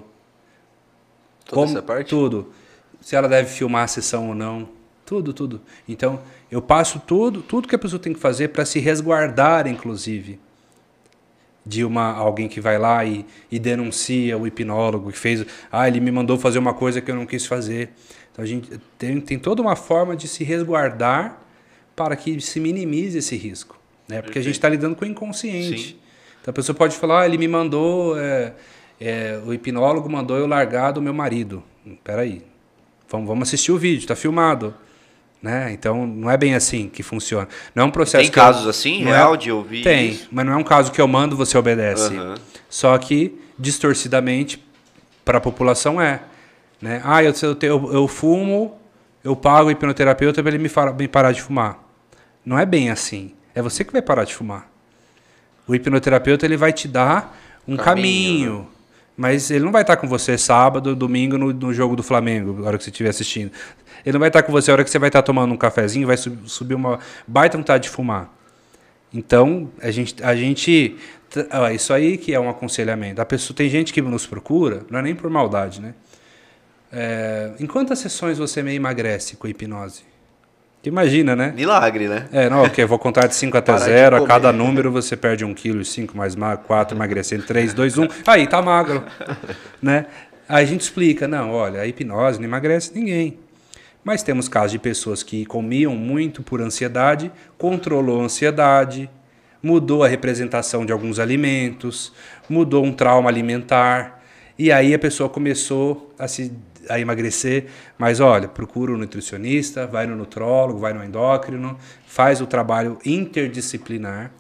Toda essa parte? Tudo. Se ela deve filmar a sessão ou não. Tudo. Então, eu passo tudo que a pessoa tem que fazer para se resguardar, inclusive, de alguém que vai lá e denuncia o hipnólogo que fez... ele me mandou fazer uma coisa que eu não quis fazer. Então, a gente tem toda uma forma de se resguardar para que se minimize esse risco. Né? Porque a gente está lidando com o inconsciente. Sim. Então, a pessoa pode falar, ele me mandou... o hipnólogo mandou eu largar do meu marido. Peraí, vamos assistir o vídeo, está filmado. Né? Então, não é bem assim que funciona. Não é um processo. Tem casos assim, real, de ouvir Tem, isso? mas não é um caso que eu mando, você obedece. Uhum. Só que, distorcidamente, para a população é. Né? Eu fumo, eu pago o hipnoterapeuta para ele me parar de fumar. Não é bem assim. É você que vai parar de fumar. O hipnoterapeuta ele vai te dar um caminho. Né? Mas ele não vai estar com você sábado, domingo, no jogo do Flamengo, na hora que você estiver assistindo. Ele não vai estar com você na hora que você vai estar tomando um cafezinho, vai subir uma baita vontade de fumar. Então, isso aí que é um aconselhamento. Tem gente que nos procura, não é nem por maldade, né? Em quantas sessões você me emagrece com hipnose? Imagina, né? Milagre, né? Eu vou contar de 5 até 0, a cada número você perde 1,5 kg, mais 4, emagrecendo 3, 2, 1, aí tá magro. Né? Aí a gente explica, olha, a hipnose não emagrece ninguém. Mas temos casos de pessoas que comiam muito por ansiedade, controlou a ansiedade, mudou a representação de alguns alimentos, mudou um trauma alimentar, e aí a pessoa começou a emagrecer, mas olha, procura um nutricionista, vai no nutrólogo, vai no endócrino, faz o trabalho interdisciplinar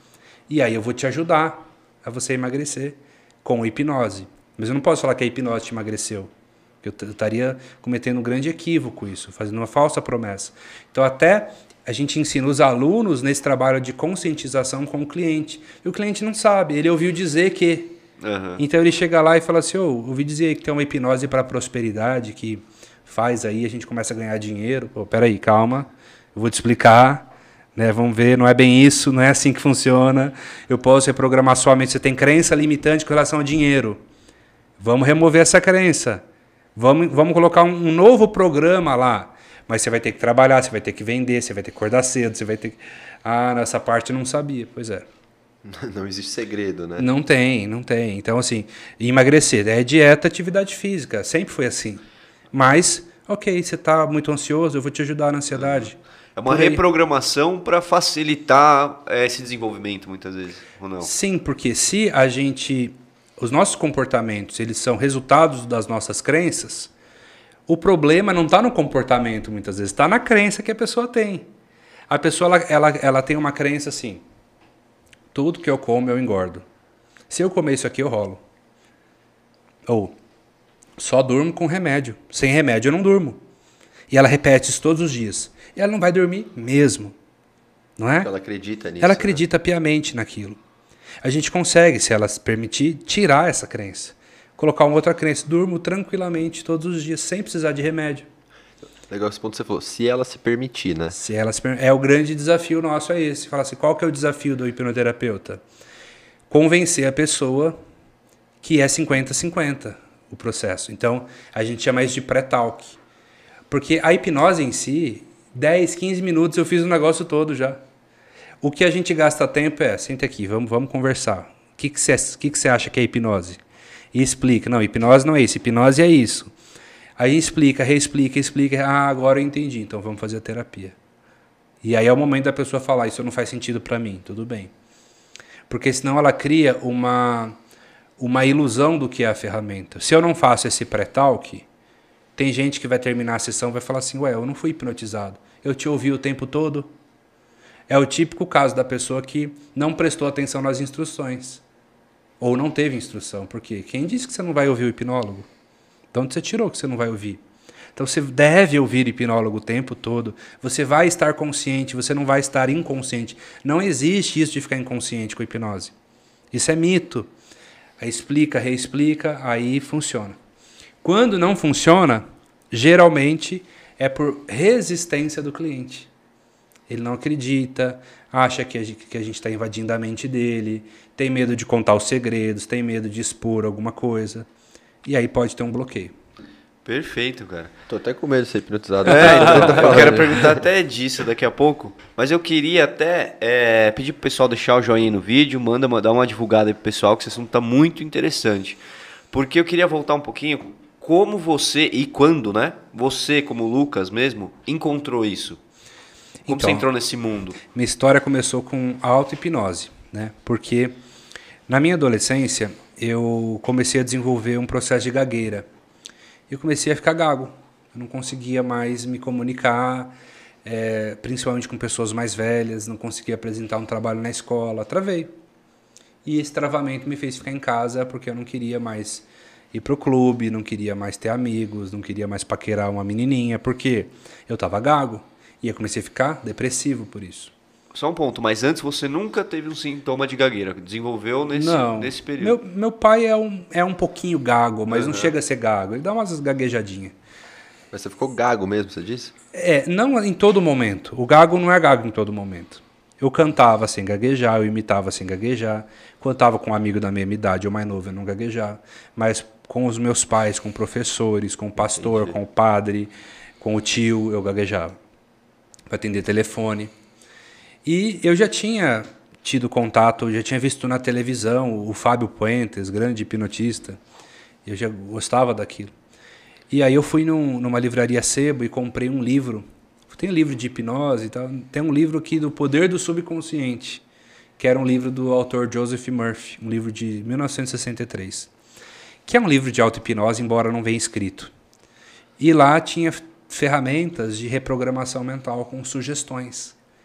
E aí eu vou te ajudar a você emagrecer com hipnose. Mas eu não posso falar que a hipnose te emagreceu. Eu estaria cometendo um grande equívoco isso, fazendo uma falsa promessa. Então até a gente ensina os alunos nesse trabalho de conscientização com o cliente. E o cliente não sabe, ele ouviu dizer que. Uhum. Então ele chega lá e fala assim, ouvi dizer que tem uma hipnose para prosperidade, que faz aí, a gente começa a ganhar dinheiro. Peraí, calma, eu vou te explicar. Né, vamos ver, não é bem isso, não é assim que funciona. Eu posso reprogramar sua mente. Você tem crença limitante com relação ao dinheiro. Vamos remover essa crença. Vamos colocar um novo programa lá. Mas você vai ter que trabalhar, você vai ter que vender, você vai ter que acordar cedo, você vai ter que... Ah, nessa parte eu não sabia. Pois é. Não existe segredo, né? Não tem. Então, assim, emagrecer é dieta, atividade física. Sempre foi assim. Mas, ok, você está muito ansioso, eu vou te ajudar na ansiedade. É uma reprogramação para facilitar esse desenvolvimento, muitas vezes, ou não? Sim, porque se a gente... Os nossos comportamentos, eles são resultados das nossas crenças, o problema não está no comportamento, muitas vezes, está na crença que a pessoa tem. A pessoa, ela tem uma crença assim, tudo que eu como, eu engordo. Se eu comer isso aqui, eu rolo. Ou, só durmo com remédio. Sem remédio, eu não durmo. E ela repete isso todos os dias. E ela não vai dormir mesmo. Não é? Ela acredita nisso. Ela acredita piamente naquilo. A gente consegue, se ela se permitir, tirar essa crença. Colocar uma outra crença. Durmo tranquilamente todos os dias, sem precisar de remédio. Legal esse ponto que você falou. Se ela se permitir, né? Se ela se permitir. É o grande desafio nosso, é esse. Falar assim, qual que é o desafio do hipnoterapeuta? Convencer a pessoa que é 50-50 o processo. Então, a gente chama isso de pré-talk. Porque a hipnose em si, 10, 15 minutos eu fiz o negócio todo já. O que a gente gasta tempo é, senta aqui, vamos conversar. O que você acha que é hipnose? E explica. Não, hipnose não é isso, hipnose é isso. Aí explica, reexplica, explica. Ah, agora eu entendi, então vamos fazer a terapia. E aí é o momento da pessoa falar, isso não faz sentido para mim, tudo bem. Porque senão ela cria uma ilusão do que é a ferramenta. Se eu não faço esse pré-talk, tem gente que vai terminar a sessão e vai falar assim, eu não fui hipnotizado, eu te ouvi o tempo todo. É o típico caso da pessoa que não prestou atenção nas instruções. Ou não teve instrução. Por quê? Quem disse que você não vai ouvir o hipnólogo? De onde você tirou que você não vai ouvir? Então você deve ouvir hipnólogo o tempo todo. Você vai estar consciente, você não vai estar inconsciente. Não existe isso de ficar inconsciente com hipnose. Isso é mito. Aí explica, reexplica, aí funciona. Quando não funciona, geralmente é por resistência do cliente. Ele não acredita, acha que a gente está invadindo a mente dele, tem medo de contar os segredos, tem medo de expor alguma coisa. E aí pode ter um bloqueio. Perfeito, cara. Tô até com medo de ser hipnotizado. Eu quero perguntar até disso daqui a pouco, mas eu queria até pedir pro pessoal deixar o joinha no vídeo, dar uma divulgada aí pro pessoal, que esse assunto tá muito interessante. Porque eu queria voltar um pouquinho, como você, e quando, né? Você, como Lucas mesmo, encontrou isso? Como você entrou nesse mundo? Minha história começou com auto-hipnose, né? Porque na minha adolescência eu comecei a desenvolver um processo de gagueira. Eu comecei a ficar gago. Eu não conseguia mais me comunicar, principalmente com pessoas mais velhas, não conseguia apresentar um trabalho na escola, travei. E esse travamento me fez ficar em casa porque eu não queria mais ir pro clube, não queria mais ter amigos, não queria mais paquerar uma menininha, porque eu estava gago. E eu comecei a ficar depressivo por isso. Só um ponto, mas antes você nunca teve um sintoma de gagueira, desenvolveu nesse período? Meu pai é um pouquinho gago, mas não chega a ser gago, ele dá umas gaguejadinhas. Mas você ficou gago mesmo, você disse? Não em todo momento, o gago não é gago em todo momento. Eu cantava sem gaguejar, eu imitava sem gaguejar, cantava com um amigo da mesma idade ou mais novo, eu não gaguejar, mas com os meus pais, com professores, com o pastor, com o padre, com o tio, eu gaguejava. Para atender telefone. E eu já tinha tido contato, já tinha visto na televisão o Fábio Puentes, grande hipnotista. Eu já gostava daquilo. E aí eu fui numa livraria Sebo e comprei um livro. Tem livro de hipnose e tal. Tem um livro aqui do Poder do Subconsciente, que era um livro do autor Joseph Murphy, um livro de 1963, que é um livro de auto-hipnose, embora não venha escrito. E lá tinha ferramentas de reprogramação mental com sugestões.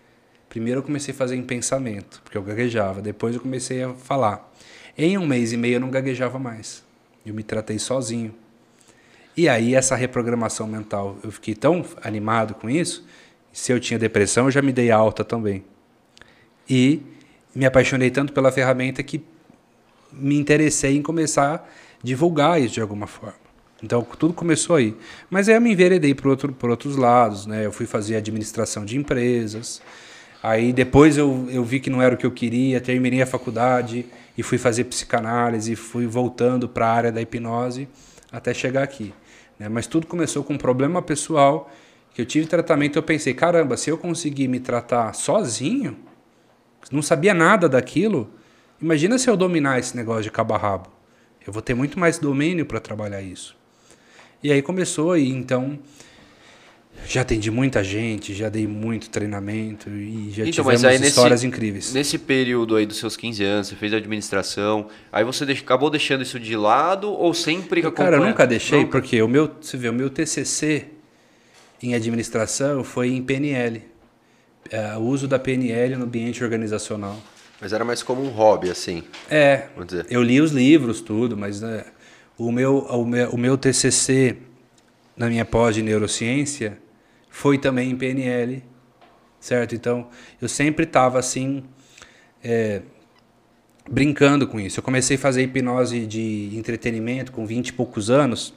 Primeiro eu comecei a fazer em pensamento, porque eu gaguejava. Depois eu comecei a falar. Em 1 mês e meio eu não gaguejava mais. Eu me tratei sozinho. E aí essa reprogramação mental, eu fiquei tão animado com isso, se eu tinha depressão eu já me dei alta também. E me apaixonei tanto pela ferramenta que me interessei em começar a divulgar isso de alguma forma. Então tudo começou aí. Mas aí eu me enveredei por outros lados, né? Eu fui fazer administração de empresas. Aí depois eu vi que não era o que eu queria, terminei a faculdade e fui fazer psicanálise, fui voltando para a área da hipnose até chegar aqui, né? Mas tudo começou com um problema pessoal, que eu tive tratamento e eu pensei, caramba, se eu conseguir me tratar sozinho, não sabia nada daquilo, imagina se eu dominar esse negócio de cabo a rabo. Eu vou ter muito mais domínio para trabalhar isso. E aí começou, e então já atendi muita gente, já dei muito treinamento e já tivemos histórias incríveis. Nesse período aí dos seus 15 anos, você fez administração, aí você acabou deixando isso de lado ou sempre acompanha? Cara, eu nunca deixei, porque você vê, o meu TCC em administração foi em PNL. O uso da PNL no ambiente organizacional. Mas era mais como um hobby, assim. Vamos dizer. Eu li os livros, tudo, mas né, o meu TCC na minha pós de neurociência foi também em PNL, certo? Então, eu sempre estava assim, brincando com isso. Eu comecei a fazer hipnose de entretenimento com 20 e poucos anos.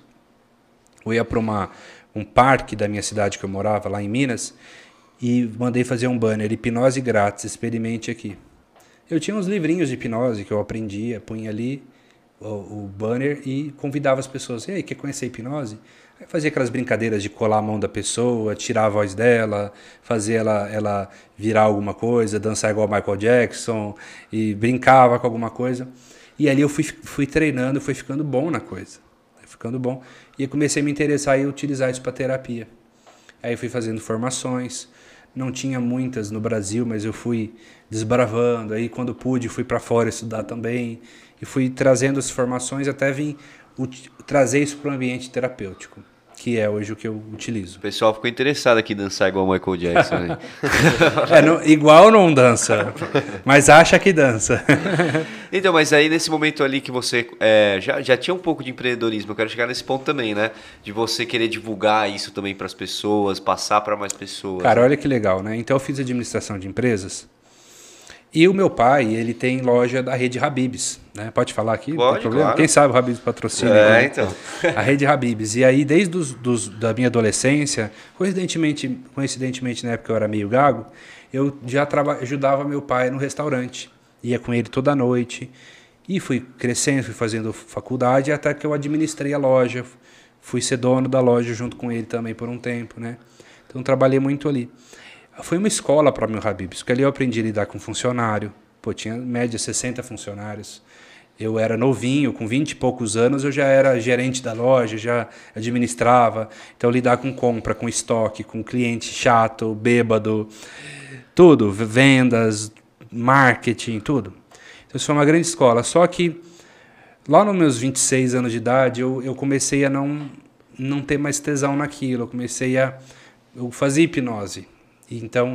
Eu ia para um parque da minha cidade que eu morava, lá em Minas, e mandei fazer um banner, hipnose grátis, experimente aqui. Eu tinha uns livrinhos de hipnose que eu aprendia, punha ali o banner e convidava as pessoas. E aí, quer conhecer a hipnose? Aí fazia aquelas brincadeiras de colar a mão da pessoa, tirar a voz dela, fazer ela virar alguma coisa, dançar igual Michael Jackson, e brincava com alguma coisa. E ali eu fui treinando, fui ficando bom na coisa. Ficando bom. E eu comecei a me interessar e utilizar isso para terapia. Aí eu fui fazendo formações. Não tinha muitas no Brasil, mas eu fui desbravando. Aí quando pude, fui para fora estudar também. E fui trazendo as formações até vir trazer isso para o ambiente terapêutico, que é hoje o que eu utilizo. O pessoal ficou interessado aqui em dançar igual o Michael Jackson. Né? Igual não dança, mas acha que dança. Então, mas aí nesse momento ali que você já tinha um pouco de empreendedorismo, eu quero chegar nesse ponto também, né? De você querer divulgar isso também para as pessoas, passar para mais pessoas. Cara, né? olha que legal, né? Então eu fiz administração de empresas e o meu pai, ele tem loja da rede Habib's, né? Pode falar aqui? Pode, não tem problema? claro. Quem sabe o Habib's patrocina. Né? Então. A rede Habib's. E aí, desde da minha adolescência, coincidentemente na época eu era meio gago, eu já ajudava meu pai no restaurante. Ia com ele toda noite. E fui crescendo, fui fazendo faculdade, até que eu administrei a loja. Fui ser dono da loja junto com ele também por um tempo, né? Então trabalhei muito ali. Foi uma escola para mim o Habib's, porque ali eu aprendi a lidar com funcionário. Pô, tinha média 60 funcionários. Eu era novinho, com 20 e poucos anos eu já era gerente da loja, já administrava. Então lidar com compra, com estoque, com cliente chato, bêbado, tudo, vendas, marketing, tudo. Então isso foi uma grande escola. Só que lá nos meus 26 anos de idade eu comecei a não ter mais tesão naquilo. Eu fazia hipnose. Então,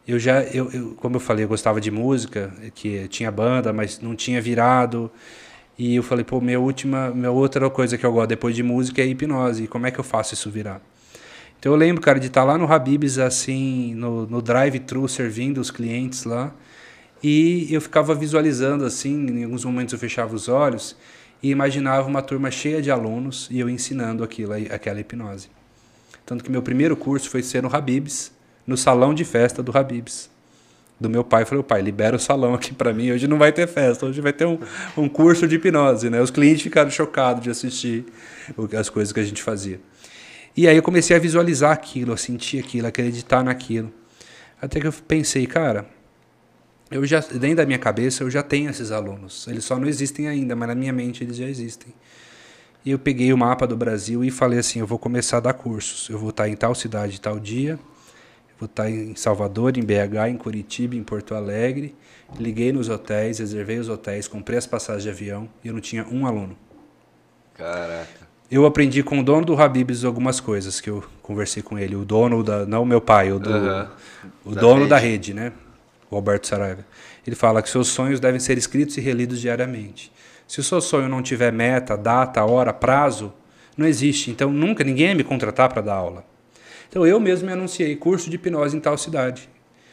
como eu falei, eu gostava de música, que tinha banda, mas não tinha virado. E eu falei, pô, minha outra coisa que eu gosto depois de música é hipnose. E como é que eu faço isso virar? Então eu lembro, cara, de estar lá no Habib's, assim, no drive-thru, servindo os clientes lá. E eu ficava visualizando, assim, em alguns momentos eu fechava os olhos e imaginava uma turma cheia de alunos e eu ensinando aquela hipnose. Tanto que meu primeiro curso foi ser no Habib's, no salão de festa do Habib's, do meu pai. Eu falei, pai, libera o salão aqui para mim, hoje não vai ter festa, hoje vai ter um curso de hipnose, né? Os clientes ficaram chocados de assistir as coisas que a gente fazia. E aí eu comecei a visualizar aquilo, a sentir aquilo, a acreditar naquilo. Até que eu pensei, cara, dentro da minha cabeça eu já tenho esses alunos, eles só não existem ainda, mas na minha mente eles já existem. E eu peguei o mapa do Brasil e falei assim, eu vou começar a dar cursos, eu vou estar em tal cidade, tal dia. Vou estar em Salvador, em BH, em Curitiba, em Porto Alegre. Liguei nos hotéis, reservei os hotéis, comprei as passagens de avião e eu não tinha um aluno. Caraca. Eu aprendi com o dono do Habib's algumas coisas que eu conversei com ele. O dono não o meu pai, o dono da rede, né? o Alberto Saraiva. Ele fala que seus sonhos devem ser escritos e relidos diariamente. Se o seu sonho não tiver meta, data, hora, prazo, não existe. Então, nunca ninguém ia me contratar para dar aula. Então, eu mesmo me anunciei curso de hipnose em tal cidade.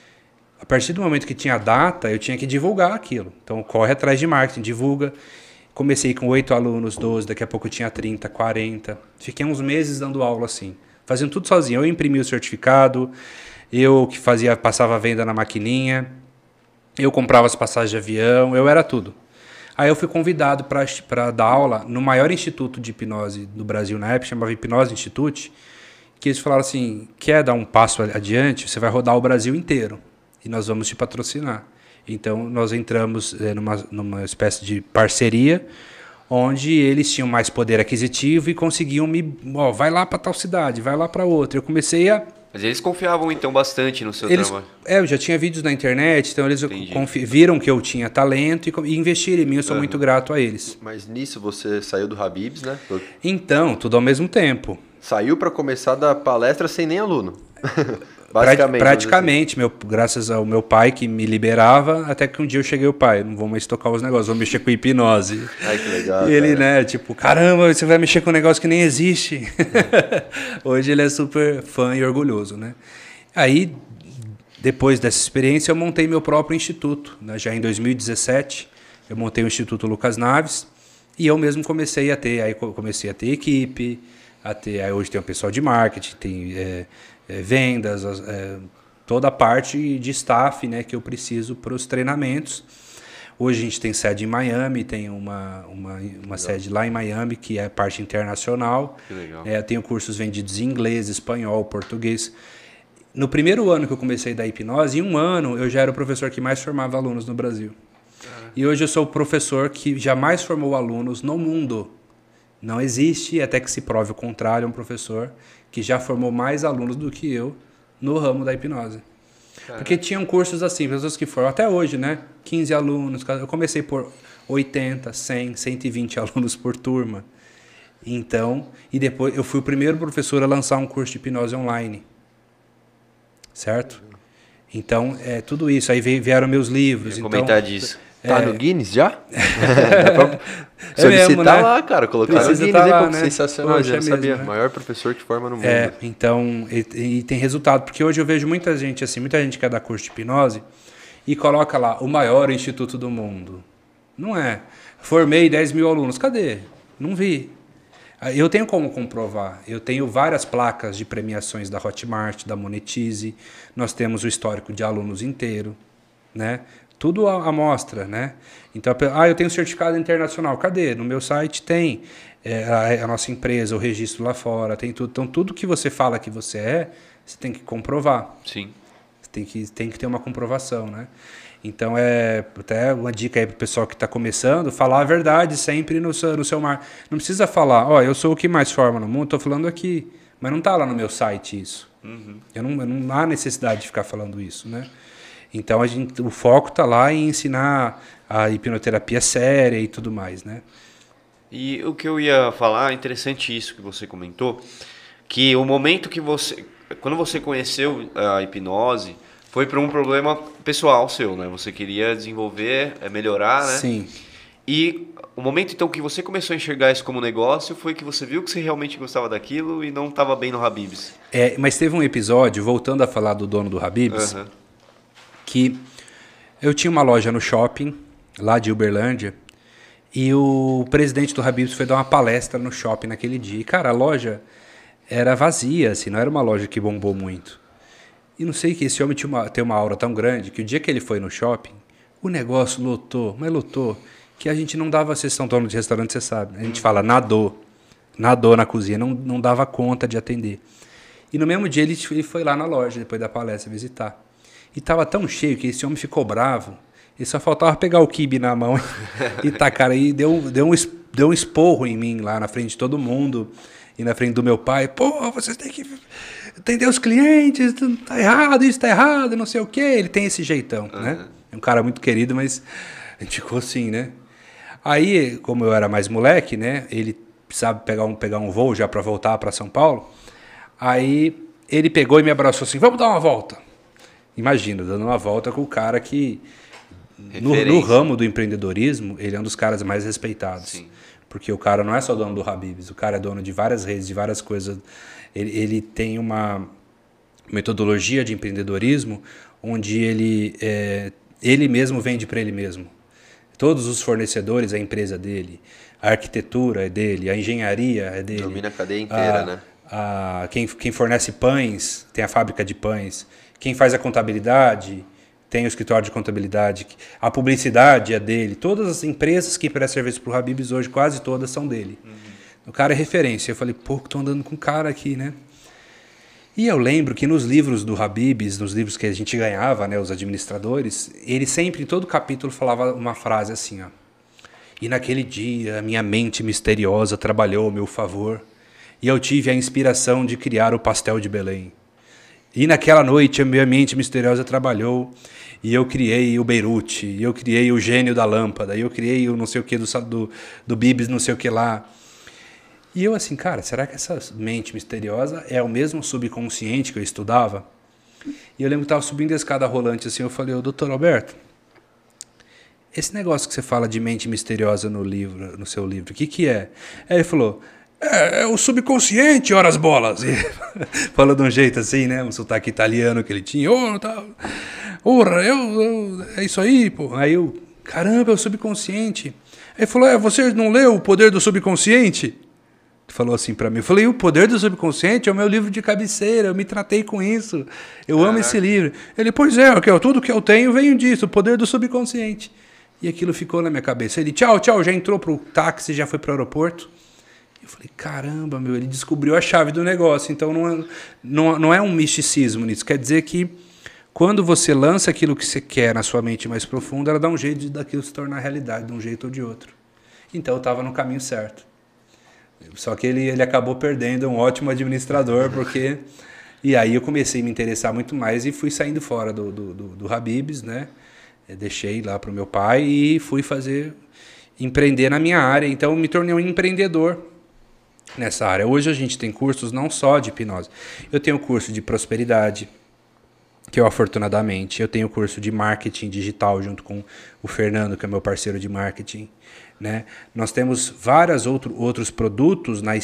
A partir do momento que tinha data, eu tinha que divulgar aquilo. Então, corre atrás de marketing, divulga. Comecei com 8 alunos, 12, daqui a pouco eu tinha 30, 40. Fiquei uns meses dando aula assim, fazendo tudo sozinho. Eu imprimia o certificado, eu que passava a venda na maquininha, eu comprava as passagens de avião, eu era tudo. Aí eu fui convidado para dar aula no maior instituto de hipnose do Brasil na época, chamava Hipnose Institute, que eles falaram assim, quer dar um passo adiante, você vai rodar o Brasil inteiro e nós vamos te patrocinar. Então nós entramos numa espécie de parceria, onde eles tinham mais poder aquisitivo e conseguiam vai lá para tal cidade, vai lá para outra. Eu comecei a... Mas eles confiavam então bastante no seu trabalho. Eu já tinha vídeos na internet, então eles viram que eu tinha talento e investiram em mim, eu sou muito grato a eles. Mas nisso você saiu do Habib's, né? Então, tudo ao mesmo tempo. Saiu para começar a dar palestra sem nem aluno. Praticamente, graças ao meu pai que me liberava, até que um dia eu cheguei ao pai, não vou mais tocar os negócios, vou mexer com hipnose. Ai, que legal. E ele, né, tipo, caramba, você vai mexer com um negócio que nem existe. Hoje ele é super fã e orgulhoso, né? Aí, depois dessa experiência, eu montei meu próprio instituto, né? Já em 2017, eu montei o Instituto Lucas Naves e eu mesmo comecei a ter equipe, aí hoje tem o pessoal de marketing, tem... vendas, toda a parte de staff, né, que eu preciso para os treinamentos. Hoje a gente tem sede em Miami, tem uma sede lá em Miami, que é a parte internacional. Que legal. Eu tenho cursos vendidos em inglês, espanhol, português. No primeiro ano que eu comecei a dar hipnose, em um ano eu já era o professor que mais formava alunos no Brasil. E hoje eu sou o professor que jamais formou alunos no mundo. Não existe, até que se prove o contrário, um professor que já formou mais alunos do que eu no ramo da hipnose. Caramba. Porque tinham cursos assim, pessoas que foram até hoje, né? 15 alunos, eu comecei por 80, 100, 120 alunos por turma. Então, e depois eu fui o primeiro professor a lançar um curso de hipnose online. Certo? Então, tudo isso. Aí vieram meus livros. Então, comentar disso. Tá no Guinness já? Dá pra solicitar mesmo, né? lá, cara. Colocar no Guinness aí, pô, né? Sensacional. Hoje já sabia. Mesmo, né? Maior professor que forma no mundo. Então, e tem resultado. Porque hoje eu vejo muita gente assim, muita gente quer dar curso de hipnose e coloca lá, o maior instituto do mundo. Não é. Formei 10 mil alunos. Cadê? Não vi. Eu tenho como comprovar. Eu tenho várias placas de premiações da Hotmart, da Monetize. Nós temos o histórico de alunos inteiro, né? Tudo à mostra, né? Então, eu tenho certificado internacional. Cadê? No meu site tem a nossa empresa, o registro lá fora, tem tudo. Então, tudo que você fala que você tem que comprovar. Sim. Você tem que ter uma comprovação, né? Então, até uma dica aí para o pessoal que está começando, falar a verdade sempre no seu mar. Não precisa falar, eu sou o que mais forma no mundo, estou falando aqui. Mas não está lá no meu site isso. Uhum. Não há necessidade de ficar falando isso, né? Então, o foco está lá em ensinar a hipnoterapia séria e tudo mais, né? E o que eu ia falar, interessante isso que você comentou, que o momento que quando você conheceu a hipnose, foi por um problema pessoal seu, né? Você queria desenvolver, melhorar, né? Sim. E o momento, então, que você começou a enxergar isso como negócio foi que você viu que você realmente gostava daquilo e não estava bem no Habib's. Mas teve um episódio, voltando a falar do dono do Habib's, que eu tinha uma loja no shopping, lá de Uberlândia, e o presidente do Habib's foi dar uma palestra no shopping naquele dia. E, cara, a loja era vazia, assim, não era uma loja que bombou muito. E não sei que esse homem tem uma aura tão grande que o dia que ele foi no shopping, o negócio lotou, que a gente não dava sessão, dono de restaurante, você sabe. A gente fala, nadou na cozinha, não dava conta de atender. E no mesmo dia ele foi lá na loja, depois da palestra, visitar. E estava tão cheio que esse homem ficou bravo. E só faltava pegar o quibe na mão e tacar aí. Deu um esporro em mim lá na frente de todo mundo. E na frente do meu pai. Pô, vocês têm que atender os clientes. Tá errado, isso tá errado, não sei o quê. Ele tem esse jeitão, né? É um cara muito querido, mas a gente ficou assim, né? Aí, como eu era mais moleque, né? Ele precisava pegar um voo já para voltar para São Paulo. Aí ele pegou e me abraçou assim, vamos dar uma volta. Imagina, dando uma volta com o cara que, no Referência. ramo do empreendedorismo, ele é um dos caras mais respeitados. Sim. Porque o cara não é só dono do Habib's, o cara é dono de várias redes, de várias coisas. Ele tem uma metodologia de empreendedorismo onde ele mesmo vende para ele mesmo. Todos os fornecedores é a empresa dele, a arquitetura é dele, a engenharia é dele. Domina a cadeia inteira, né? Quem fornece pães tem a fábrica de pães. Quem faz a contabilidade tem o escritório de contabilidade. A publicidade é dele. Todas as empresas que prestam serviço para o Habib's hoje, quase todas são dele. O cara é referência. Eu falei, pô, estou andando com um cara aqui, né? E eu lembro que nos livros do Habib's, nos livros que a gente ganhava, né, os administradores, ele sempre, em todo capítulo, falava uma frase assim, ó. E naquele dia, a minha mente misteriosa trabalhou a meu favor, e eu tive a inspiração de criar o pastel de Belém. E naquela noite, a minha mente misteriosa trabalhou, e eu criei o Beirute, e eu criei o gênio da lâmpada, e eu criei o não sei o que do Bibis, não sei o que lá. E eu assim, cara, será que essa mente misteriosa é o mesmo subconsciente que eu estudava? E eu lembro que estava subindo a escada rolante assim, eu falei, ô doutor Alberto, esse negócio que você fala de mente misteriosa no seu livro, o que é? Aí ele falou, é o subconsciente, horas bolas. E fala de um jeito assim, né, um sotaque italiano que ele tinha, é isso aí, pô. Aí eu, caramba, é o subconsciente. Aí ele falou, você não leu O Poder do Subconsciente? Falou assim pra mim, eu falei, O Poder do Subconsciente é o meu livro de cabeceira, eu me tratei com isso, eu amo esse livro. Ele, pois é, tudo que eu tenho vem disso, O Poder do Subconsciente. E aquilo ficou na minha cabeça. Ele, tchau, já entrou pro táxi, já foi pro aeroporto. Eu falei, caramba, ele descobriu a chave do negócio, então não é um misticismo nisso, quer dizer que quando você lança aquilo que você quer na sua mente mais profunda, ela dá um jeito daquilo se tornar realidade, de um jeito ou de outro. Então eu estava no caminho certo. Só que ele acabou perdendo um ótimo administrador, porque... E aí eu comecei a me interessar muito mais e fui saindo fora do Habib's, né? Eu deixei lá para o meu pai e fui empreender na minha área. Então eu me tornei um empreendedor nessa área. Hoje a gente tem cursos não só de hipnose. Eu tenho curso de prosperidade, que eu afortunadamente. Eu tenho curso de marketing digital junto com o Fernando, que é meu parceiro de marketing. Né? Nós temos vários outros produtos na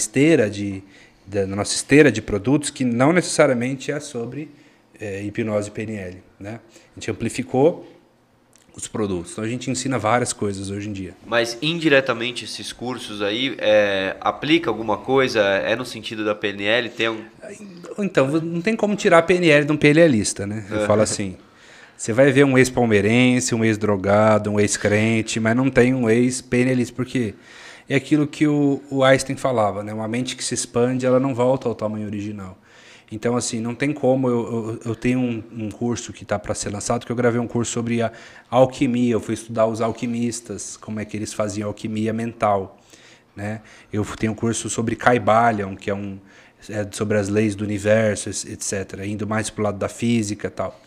nossa esteira de produtos que não necessariamente é sobre hipnose PNL. Né? A gente amplificou os produtos. Então a gente ensina várias coisas hoje em dia. Mas indiretamente esses cursos aí aplica alguma coisa? É no sentido da PNL? Então, não tem como tirar a PNL de um PNLista, né? Eu falo assim... Você vai ver um ex-palmeirense, um ex-drogado, um ex-crente, mas não tem um ex-PNLista, porque é aquilo que o Einstein falava, né? Uma mente que se expande, ela não volta ao tamanho original. Então, assim, não tem como... Eu tenho um curso que está para ser lançado, que eu gravei um curso sobre a alquimia. Eu fui estudar os alquimistas, como é que eles faziam alquimia mental. Né? Eu tenho um curso sobre Kybalion, que é sobre as leis do universo, etc. Indo mais para o lado da física e tal.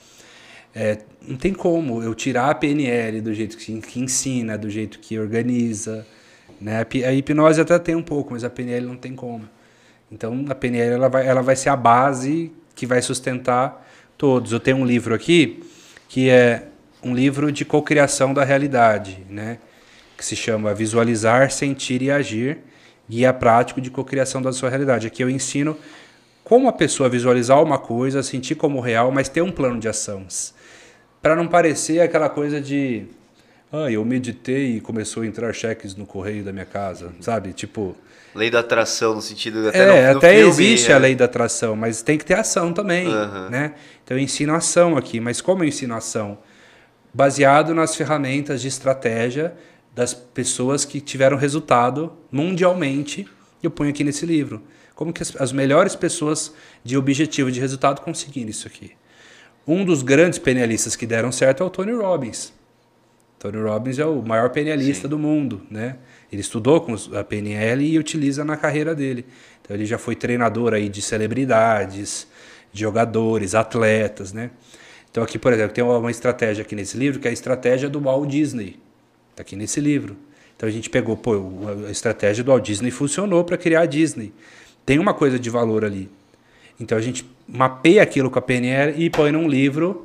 Não tem como eu tirar a PNL do jeito que ensina, do jeito que organiza. Né? A hipnose até tem um pouco, mas a PNL não tem como. Então a PNL ela vai ser a base que vai sustentar todos. Eu tenho um livro aqui que é um livro de cocriação da realidade, né? Que se chama Visualizar, Sentir e Agir, guia prático de cocriação da sua realidade. Aqui eu ensino como a pessoa visualizar uma coisa, sentir como real, mas ter um plano de ação. Para não parecer aquela coisa de... eu meditei e começou a entrar cheques no correio da minha casa, sabe? Tipo... Lei da atração, no sentido... Até existe a lei da atração, mas tem que ter ação também, né? Então eu ensino ação aqui, mas como eu ensino ação? Baseado nas ferramentas de estratégia das pessoas que tiveram resultado mundialmente, eu ponho aqui nesse livro. Como que as melhores pessoas de objetivo de resultado conseguiram isso aqui. Um dos grandes PNListas que deram certo é o Tony Robbins. Tony Robbins é o maior PNLista do mundo, né? Ele estudou com a PNL e utiliza na carreira dele. Então ele já foi treinador aí de celebridades, de jogadores, atletas, né? Então aqui, por exemplo, tem uma estratégia aqui nesse livro que é a estratégia do Walt Disney. Está aqui nesse livro. Então a gente pegou, a estratégia do Walt Disney funcionou para criar a Disney. Tem uma coisa de valor ali. Então a gente mapeia aquilo com a PNL e põe num livro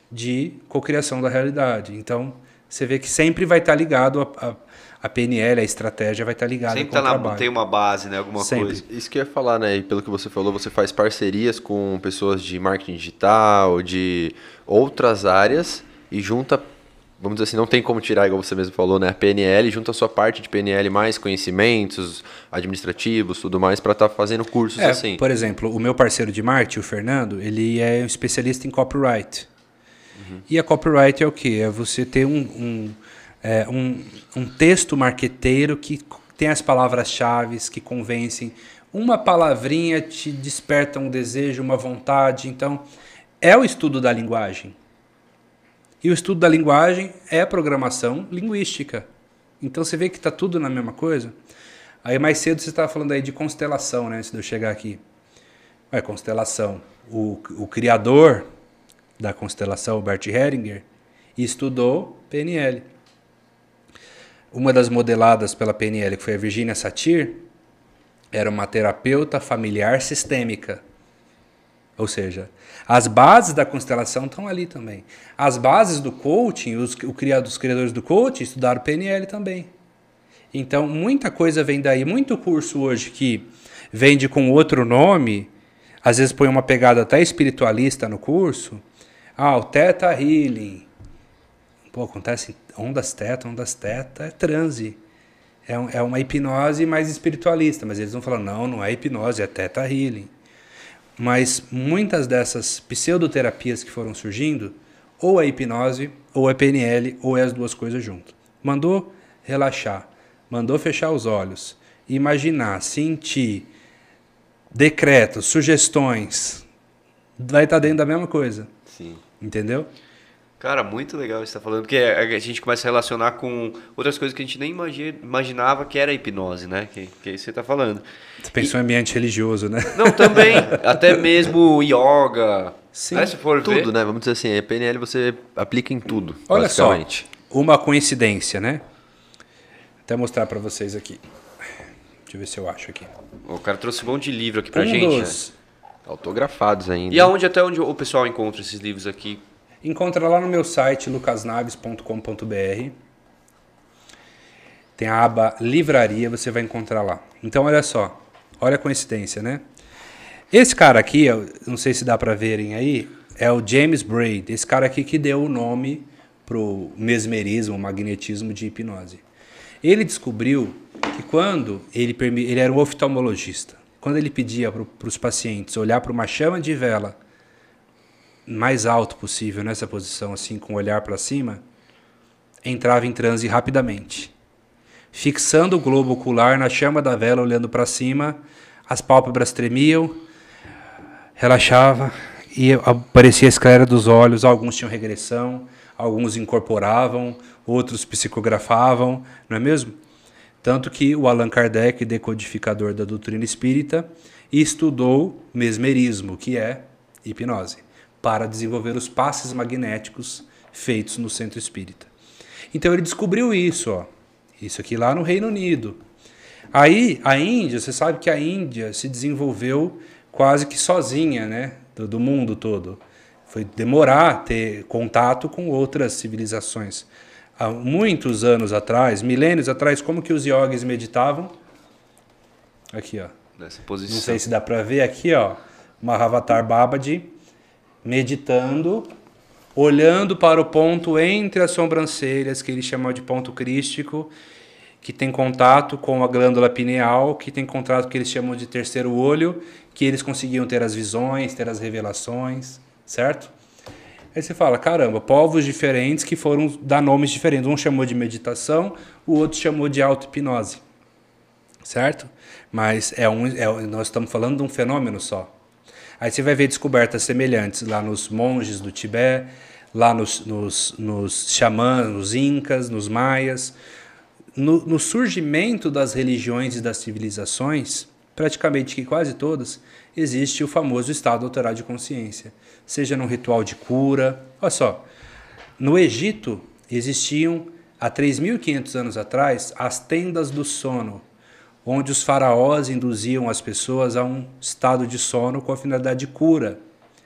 de cocriação da realidade. Então, você vê que sempre vai estar ligado a PNL, a estratégia vai estar ligada Sempre com o trabalho. tem uma base, né? Alguma Sempre. coisa. Isso que eu ia falar, né? E pelo que você falou, você faz parcerias com pessoas de marketing digital, de outras áreas e junta, vamos dizer assim, não tem como tirar, igual você mesmo falou, né? A PNL, junta a sua parte de PNL mais conhecimentos administrativos, tudo mais, para estar fazendo cursos assim. Por exemplo, o meu parceiro de marketing, o Fernando, ele é um especialista em copyright. E a copyright é o quê? É você ter um texto marqueteiro que tem as palavras-chave que convencem. Uma palavrinha te desperta um desejo, uma vontade. Então, é o estudo da linguagem. E o estudo da linguagem é a programação linguística. Então, você vê que está tudo na mesma coisa. Aí, mais cedo, você estava falando aí de constelação, né? Antes de eu chegar aqui. Constelação. O criador da constelação, o Bert Hellinger, estudou PNL. Uma das modeladas pela PNL, que foi a Virginia Satir, era uma terapeuta familiar sistêmica. Ou seja, as bases da constelação estão ali também. As bases do coaching, os criadores do coaching estudaram PNL também. Então, muita coisa vem daí. Muito curso hoje que vende com outro nome, às vezes põe uma pegada até espiritualista no curso. O Theta Healing. Pô, acontece ondas teta é transe. É uma hipnose mais espiritualista, mas eles vão falar, não é hipnose, é Theta Healing. Mas muitas dessas pseudoterapias que foram surgindo, ou é hipnose, ou é PNL, ou é as duas coisas junto. Mandou relaxar, mandou fechar os olhos, imaginar, sentir, decretos, sugestões, vai estar dentro da mesma coisa. Sim. Entendeu? Cara, muito legal isso que você está falando, porque a gente começa a relacionar com outras coisas que a gente nem imaginava que era hipnose, né? Que você está falando. Você pensou em ambiente religioso, né? Não, também. Até mesmo yoga. Sim. Se for Tudo, ver. né? Vamos dizer assim, a PNL você aplica em tudo, Olha basicamente. só, uma coincidência, né? Vou até mostrar para vocês aqui. Deixa eu ver se eu acho aqui. O cara trouxe um monte de livro aqui pra gente. Né? Autografados ainda. E até onde o pessoal encontra esses livros aqui? Encontra lá no meu site, lucasnaves.com.br. Tem a aba Livraria, você vai encontrar lá. Então, olha só. Olha a coincidência, né? Esse cara aqui, não sei se dá para verem aí, é o James Braid. Esse cara aqui que deu o nome pro mesmerismo, magnetismo de hipnose. Ele descobriu que quando ele era um oftalmologista, quando ele pedia para os pacientes olhar para uma chama de vela mais alto possível, nessa posição assim, com o olhar para cima, entrava em transe rapidamente. Fixando o globo ocular na chama da vela, olhando para cima, as pálpebras tremiam, relaxava e aparecia a esclera dos olhos. Alguns tinham regressão, alguns incorporavam, outros psicografavam, não é mesmo? Tanto que o Allan Kardec, decodificador da doutrina espírita, estudou mesmerismo, que é hipnose, para desenvolver os passes magnéticos feitos no centro espírita. Então ele descobriu isso, ó. Isso aqui lá no Reino Unido. Aí a Índia, você sabe que a Índia se desenvolveu quase que sozinha, né, do mundo todo. Foi demorar ter contato com outras civilizações. Há muitos anos atrás, milênios atrás, como que os yogis meditavam? Aqui, ó. Nessa posição. Não sei se dá para ver aqui, ó. Mahavatar Babaji meditando, olhando para o ponto entre as sobrancelhas, que ele chama de ponto crístico, que tem contato com a glândula pineal, que tem contato que eles chamam de terceiro olho, que eles conseguiam ter as visões, ter as revelações, certo? Aí você fala, caramba, povos diferentes que foram dar nomes diferentes. Um chamou de meditação, o outro chamou de auto-hipnose, certo? Mas nós estamos falando de um fenômeno só. Aí você vai ver descobertas semelhantes lá nos monges do Tibete, lá nos xamãs, nos incas, nos maias. No surgimento das religiões e das civilizações, praticamente que quase todas, existe o famoso estado alterado de consciência. Seja num ritual de cura. Olha só, no Egito existiam, há 3.500 anos atrás, as tendas do sono, onde os faraós induziam as pessoas a um estado de sono com a finalidade de cura.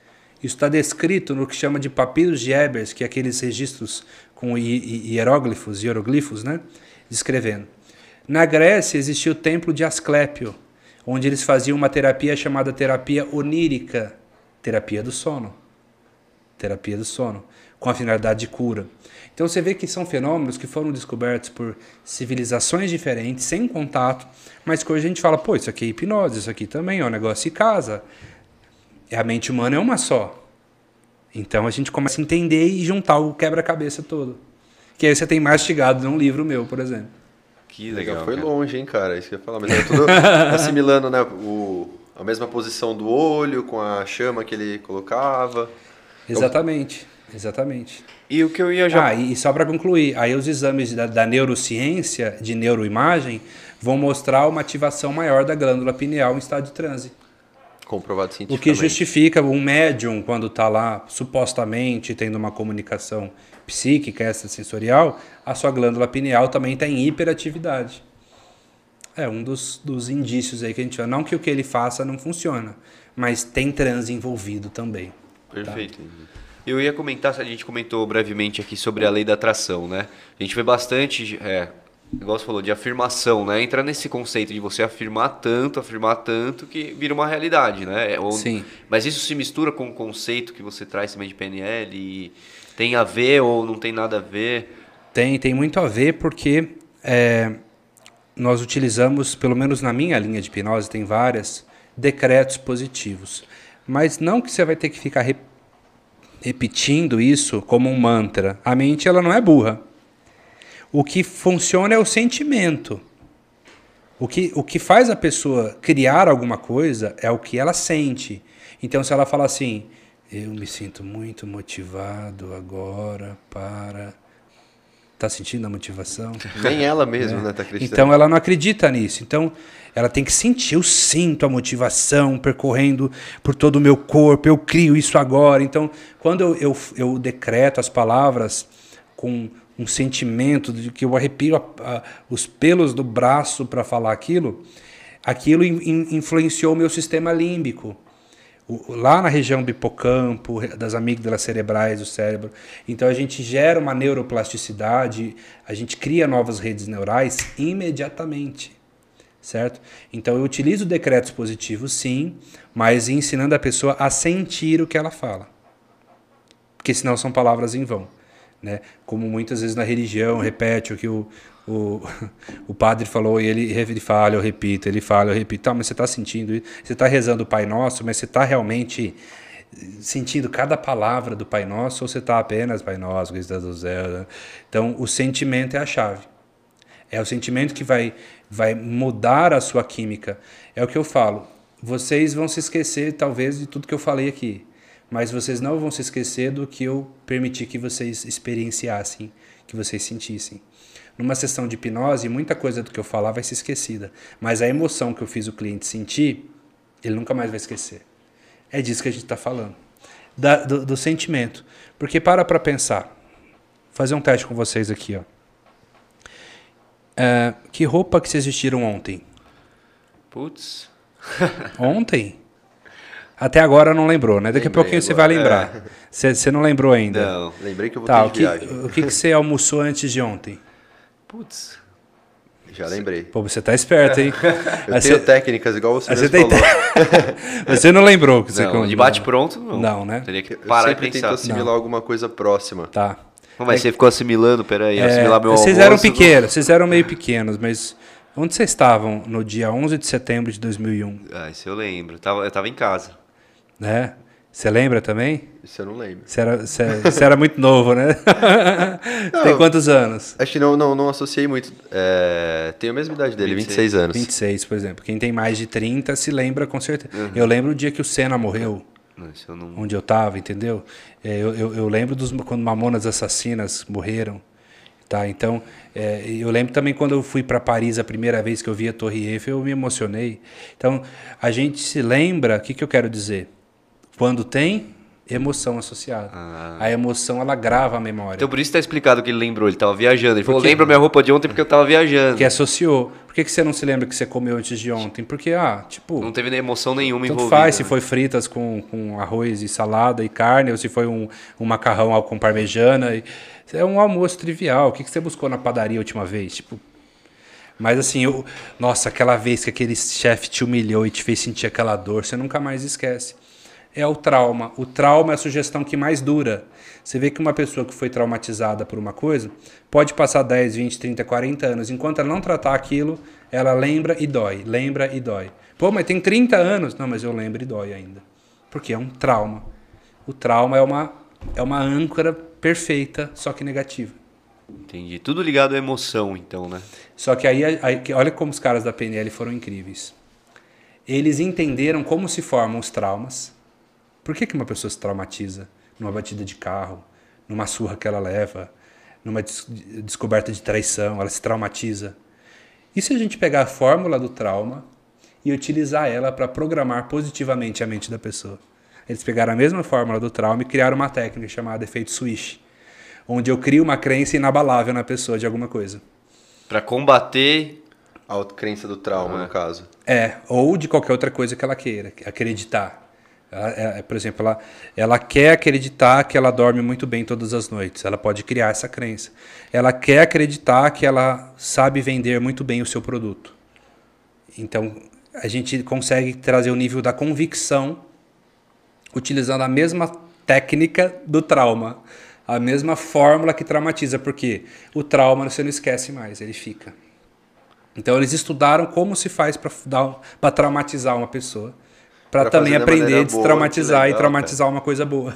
Isso está descrito no que chama de papiros de Ebers, que é aqueles registros com hieroglifos, né? Descrevendo. Na Grécia existia o templo de Asclépio, onde eles faziam uma terapia chamada terapia onírica, terapia do sono, com a finalidade de cura. Então você vê que são fenômenos que foram descobertos por civilizações diferentes, sem contato, mas que hoje a gente fala, pô, isso aqui é hipnose, isso aqui também é um negócio de casa. A mente humana é uma só. Então a gente começa a entender e juntar o quebra-cabeça todo. Que aí você tem mastigado num livro meu, por exemplo. Que legal. Foi cara. longe, hein, cara? Isso que eu ia falar. Mas era tudo assimilando, né? A mesma posição do olho, com a chama que ele colocava. Exatamente. E o que eu ia já... E só para concluir, aí os exames da neurociência, de neuroimagem, vão mostrar uma ativação maior da glândula pineal em estado de transe. Comprovado O cientificamente. que justifica um médium, quando está lá, supostamente, tendo uma comunicação psíquica, extrasensorial, a sua glândula pineal também está em hiperatividade. É um dos indícios aí que a gente vê. Não que o que ele faça não funciona, mas tem transe envolvido também. Perfeito. Tá? Eu ia comentar, a gente comentou brevemente aqui sobre a lei da atração, né? A gente vê bastante, igual você falou, de afirmação, né? Entra nesse conceito de você afirmar tanto, que vira uma realidade, né? Sim. Mas isso se mistura com o conceito que você traz também de PNL e tem a ver ou não tem nada a ver? Tem muito a ver porque nós utilizamos, pelo menos na minha linha de hipnose, tem várias, decretos positivos. Mas não que você vai ter que ficar repetindo isso como um mantra. A mente ela não é burra. O que funciona é o sentimento. O que faz a pessoa criar alguma coisa é o que ela sente. Então, se ela fala assim, eu me sinto muito motivado agora para... Tá sentindo a motivação? Nem ela mesma, né? Tá acreditando. Então, ela não acredita nisso. Então, ela tem que sentir. Eu sinto a motivação percorrendo por todo o meu corpo. Eu crio isso agora. Então, quando eu decreto as palavras com um sentimento de que eu arrepio os pelos do braço para falar aquilo influenciou o meu sistema límbico. Lá na região do hipocampo, das amígdalas cerebrais do cérebro. Então a gente gera uma neuroplasticidade, a gente cria novas redes neurais imediatamente, certo? Então eu utilizo decretos positivos sim, mas ensinando a pessoa a sentir o que ela fala. Porque senão são palavras em vão, né? Como muitas vezes na religião repete o que o padre falou e ele fala, eu repito, ele fala, eu repito. Tá, mas você está sentindo isso? Você está rezando o Pai Nosso, mas você está realmente sentindo cada palavra do Pai Nosso ou você está apenas Pai Nosso, que está do céu? Então, o sentimento é a chave. É o sentimento que vai mudar a sua química. É o que eu falo. Vocês vão se esquecer, talvez, de tudo que eu falei aqui. Mas vocês não vão se esquecer do que eu permiti que vocês experienciassem, que vocês sentissem. Numa sessão de hipnose, muita coisa do que eu falar vai ser esquecida. Mas a emoção que eu fiz o cliente sentir, ele nunca mais vai esquecer. É disso que a gente está falando. Do sentimento. Porque para pensar. Vou fazer um teste com vocês aqui. Ó. Que roupa que vocês vestiram ontem? Putz. Ontem? Até agora não lembrou, né? Daqui a pouquinho você vai lembrar. Você não lembrou ainda? Não, lembrei que eu vou ter de viagem. O que você almoçou antes de ontem? Putz. Já lembrei. Pô, você tá esperto, hein? Eu tenho técnicas, igual você mesmo falou. Você não lembrou que você... Não, de bate-pronto, não. Não, né? Teria que Eu parar e sempre tento pensar. assimilar alguma coisa próxima. Tá. Mas você ficou assimilando, peraí, assimilar meu vocês almoço. eram pequenos, vocês eram meio pequenos, mas onde vocês estavam no dia 11 de setembro de 2001? Ah, isso eu lembro. Eu tava em casa. Né? Você lembra também? Isso eu não lembro. Você era muito novo, né? Você tem quantos anos? Acho que não associei muito. Tenho a mesma idade dele, 26 anos. 26, por exemplo. Quem tem mais de 30 se lembra com certeza. Uhum. Eu lembro o dia que o Senna morreu. Isso eu não... Onde eu estava, entendeu? Eu lembro quando Mamonas Assassinas morreram. Tá? Então, eu lembro também quando eu fui para Paris a primeira vez que eu vi a Torre Eiffel, eu me emocionei. Então, a gente se lembra, o que eu quero dizer? Quando tem emoção associada. A emoção, ela grava a memória. Então por isso tá explicado que ele lembrou, ele tava viajando. Ele falou, Porque- lembra minha roupa de ontem porque eu tava viajando. Que associou. Por que você não se lembra que você comeu antes de ontem? Porque, Não teve nem emoção nenhuma tanto envolvida. faz se né? foi fritas com arroz e salada e carne, ou se foi um macarrão com parmejana. É um almoço trivial. O que você buscou na padaria a última vez? Tipo, mas assim, nossa, aquela vez que aquele chefe te humilhou e te fez sentir aquela dor, você nunca mais esquece. É o trauma. O trauma é a sugestão que mais dura. Você vê que uma pessoa que foi traumatizada por uma coisa pode passar 10, 20, 30, 40 anos. Enquanto ela não tratar aquilo, ela lembra e dói. Lembra e dói. Pô, mas tem 30 anos. Não, mas eu lembro e dói ainda. Porque é um trauma. O trauma é uma âncora perfeita, só que negativa. Entendi. Tudo ligado à emoção, então, né? Só que aí olha como os caras da PNL foram incríveis. Eles entenderam como se formam os traumas. Por que uma pessoa se traumatiza numa batida de carro, numa surra que ela leva, numa descoberta de traição, ela se traumatiza? E se a gente pegar a fórmula do trauma e utilizar ela para programar positivamente a mente da pessoa? Eles pegaram a mesma fórmula do trauma e criaram uma técnica chamada efeito switch, onde eu crio uma crença inabalável na pessoa de alguma coisa. Pra combater... A crença do trauma, no caso. Ou de qualquer outra coisa que ela queira acreditar. Por exemplo, ela quer acreditar que ela dorme muito bem todas as noites. Ela pode criar essa crença. Ela quer acreditar que ela sabe vender muito bem o seu produto. Então, a gente consegue trazer o nível da convicção utilizando a mesma técnica do trauma. A mesma fórmula que traumatiza. Porque o trauma você não esquece mais, ele fica. Então, eles estudaram como se faz para traumatizar uma pessoa. Para também aprender a destraumatizar legal, e traumatizar uma coisa boa.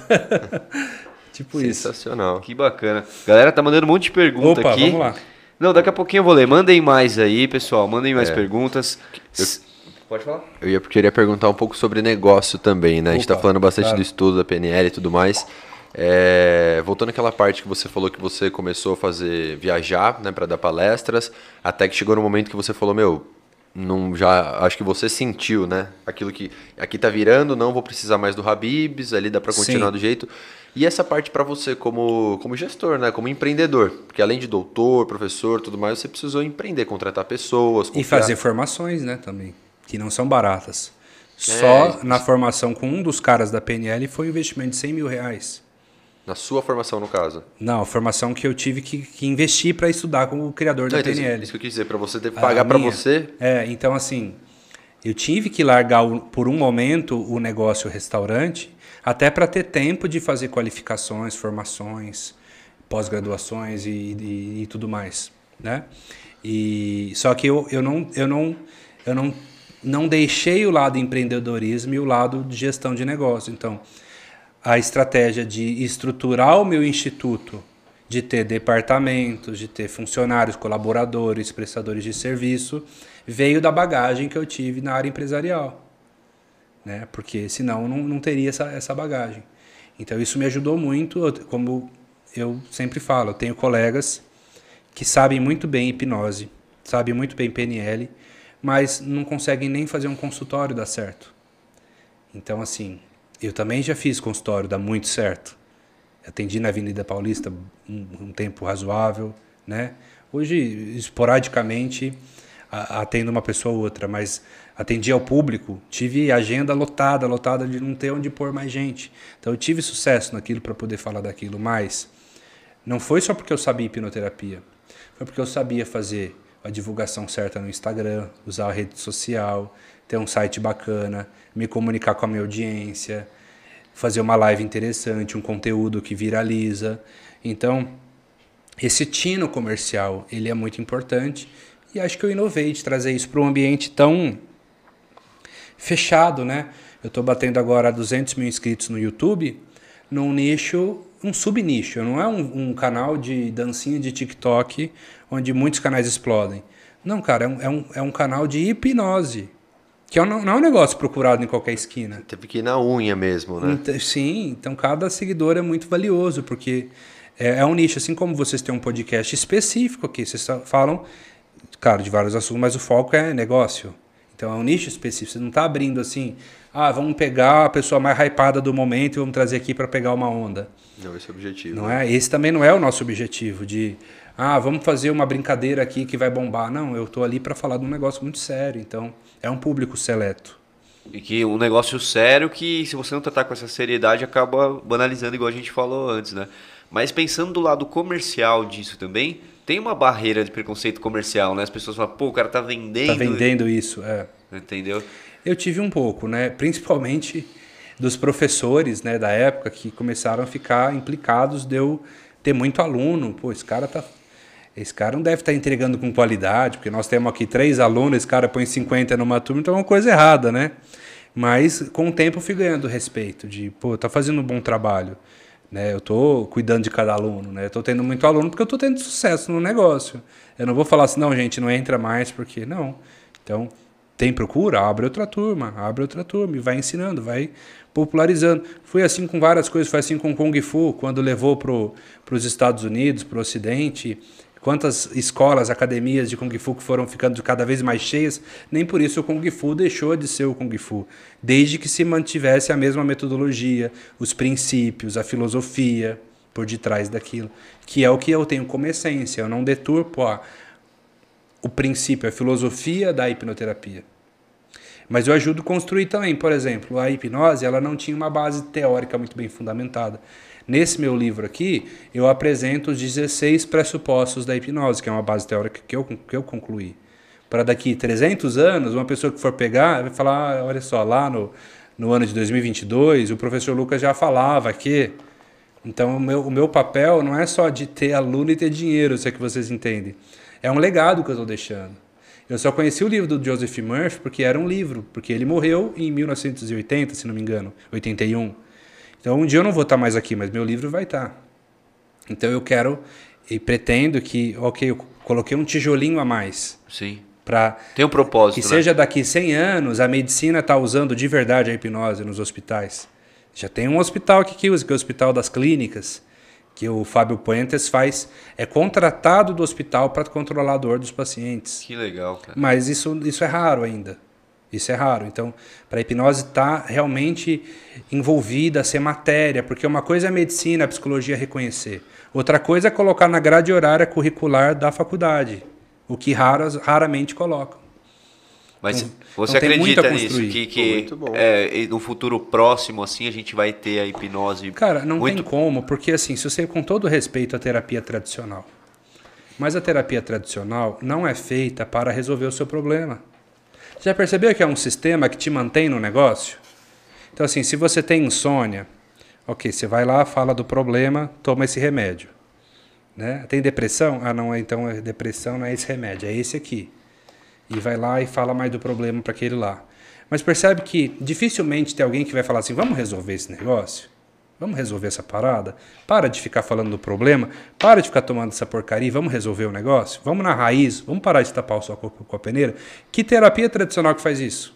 Tipo isso. Sensacional. Que bacana. Galera tá mandando um monte de pergunta Opa, aqui. vamos lá. Não, daqui a pouquinho eu vou ler. Mandem mais aí, pessoal. Mandem mais perguntas. Pode falar? Eu queria perguntar um pouco sobre negócio também, né? A gente tá Opa, falando bastante claro. do estudo da PNL e tudo mais. Voltando àquela parte que você falou que você começou a viajar, né, para dar palestras, até que chegou no momento que você falou, acho que você sentiu, né? Aquilo que aqui tá virando, não vou precisar mais do Habib's, ali dá para continuar Sim. do jeito. E essa parte para você como gestor, né? Como empreendedor, porque além de doutor, professor, tudo mais, você precisou empreender, contratar pessoas, E confiar. fazer formações, né, também, que não são baratas. Só na formação com um dos caras da PNL foi um investimento de R$100 mil. Na sua formação, no caso. Não, a formação que eu tive que investir para estudar com o criador da Então, PNL. isso que eu quis dizer, para você ter que pagar para você. Então assim, eu tive que largar por um momento o negócio restaurante, até para ter tempo de fazer qualificações, formações, pós-graduações e tudo mais, né? Só que eu não deixei o lado empreendedorismo e o lado de gestão de negócio. Então, a estratégia de estruturar o meu instituto, de ter departamentos, de ter funcionários, colaboradores, prestadores de serviço, veio da bagagem que eu tive na área empresarial, né? Porque senão não teria essa bagagem. Então isso me ajudou muito, como eu sempre falo, eu tenho colegas que sabem muito bem hipnose, sabem muito bem PNL, mas não conseguem nem fazer um consultório dar certo. Então assim, eu também já fiz consultório, dá muito certo. Atendi na Avenida Paulista um tempo razoável, né? Hoje, esporadicamente, atendo uma pessoa ou outra, mas atendi ao público, tive agenda lotada de não ter onde pôr mais gente. Então eu tive sucesso naquilo para poder falar daquilo, mas não foi só porque eu sabia hipnoterapia, foi porque eu sabia fazer a divulgação certa no Instagram, usar a rede social, ter um site bacana, me comunicar com a minha audiência, fazer uma live interessante, um conteúdo que viraliza. Então, esse tino comercial, ele é muito importante e acho que eu inovei de trazer isso para um ambiente tão fechado, né? Eu estou batendo agora 200 mil inscritos no YouTube, num nicho, um subnicho. Não é um canal de dancinha de TikTok, onde muitos canais explodem. Não, cara, é um canal de hipnose, que não é um negócio procurado em qualquer esquina. Teve que ir na unha mesmo, né? Sim, então cada seguidor é muito valioso, porque é um nicho, assim como vocês têm um podcast específico aqui, vocês falam, claro, de vários assuntos, mas o foco é negócio. Então é um nicho específico. Você não está abrindo assim, vamos pegar a pessoa mais hypada do momento e vamos trazer aqui para pegar uma onda. Não, esse é o objetivo. Não é? Esse também não é o nosso objetivo de, vamos fazer uma brincadeira aqui que vai bombar. Não, eu estou ali para falar de um negócio muito sério. Então é um público seleto. E que um negócio sério que, se você não tratar com essa seriedade, acaba banalizando, igual a gente falou antes, né? Mas pensando do lado comercial disso também, tem uma barreira de preconceito comercial, né? As pessoas falam, pô, o cara tá vendendo... Tá vendendo isso, Entendeu? Eu tive um pouco, né? Principalmente dos professores, né, da época que começaram a ficar implicados de eu ter muito aluno. Pô, esse cara não deve estar entregando com qualidade, porque nós temos aqui 3 alunos, esse cara põe 50 numa turma, então é uma coisa errada, né? Mas com o tempo eu fui ganhando respeito de, pô, tá fazendo um bom trabalho, né? Eu tô cuidando de cada aluno, né? Eu tô tendo muito aluno porque eu tô tendo sucesso no negócio. Eu não vou falar assim, não, gente, não entra mais, porque não. Então, tem procura, abre outra turma e vai ensinando, vai popularizando. Foi assim com várias coisas, foi assim com o Kung Fu, quando levou para os Estados Unidos, para o Ocidente. Quantas escolas, academias de Kung Fu que foram ficando cada vez mais cheias, nem por isso o Kung Fu deixou de ser o Kung Fu, desde que se mantivesse a mesma metodologia, os princípios, a filosofia por detrás daquilo, que é o que eu tenho como essência. Eu não deturpo o princípio, a filosofia da hipnoterapia. Mas eu ajudo a construir também. Por exemplo, a hipnose ela não tinha uma base teórica muito bem fundamentada. Nesse meu livro aqui, eu apresento os 16 pressupostos da hipnose, que é uma base teórica que eu concluí. Para daqui 300 anos, uma pessoa que for pegar vai falar, olha só, lá no ano de 2022, o professor Lucas já falava que... Então, o meu papel não é só de ter aluno e ter dinheiro, se é que vocês entendem. É um legado que eu estou deixando. Eu só conheci o livro do Joseph Murphy porque era um livro, porque ele morreu em 1980, se não me engano, 81. Então, um dia eu não vou estar mais aqui, mas meu livro vai estar. Então, eu quero e pretendo que, eu coloquei um tijolinho a mais. Sim. Tem um propósito, que seja daqui 100 anos, a medicina está usando de verdade a hipnose nos hospitais. Já tem um hospital aqui que usa, que é o Hospital das Clínicas, que o Fábio Puentes é contratado do hospital para controlar a dor dos pacientes. Que legal, cara. Mas isso é raro ainda. Isso é raro. Então, para a hipnose estar realmente envolvida, ser matéria, porque uma coisa é a medicina, a psicologia reconhecer. Outra coisa é colocar na grade horária curricular da faculdade, o que raramente colocam. Mas então, você acredita nisso? Que no futuro próximo, assim, a gente vai ter a hipnose? Cara, não tem como, porque assim, se você, com todo respeito à terapia tradicional, mas a terapia tradicional não é feita para resolver o seu problema. Já percebeu que é um sistema que te mantém no negócio? Então, assim, se você tem insônia, ok, você vai lá, fala do problema, toma esse remédio. Né? Tem depressão? Não, então depressão não é esse remédio, é esse aqui. E vai lá e fala mais do problema para aquele lá. Mas percebe que dificilmente tem alguém que vai falar assim, vamos resolver esse negócio? Vamos resolver essa parada? Para de ficar falando do problema, para de ficar tomando essa porcaria, vamos resolver o negócio? Vamos na raiz, vamos parar de tapar o sol com a peneira? Que terapia tradicional que faz isso?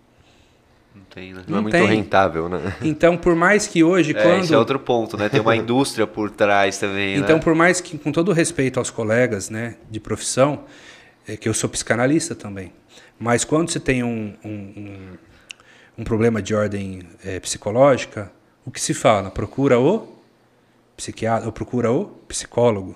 Não tem, né? Não é muito rentável, né? Então, por mais que hoje... Esse é outro ponto, né? Tem uma indústria por trás também, então, né? por mais que, com todo respeito aos colegas, né, de profissão, que eu sou psicanalista também, mas quando você tem um problema de ordem psicológica, o que se fala? Procura o psiquiatra ou procura o psicólogo.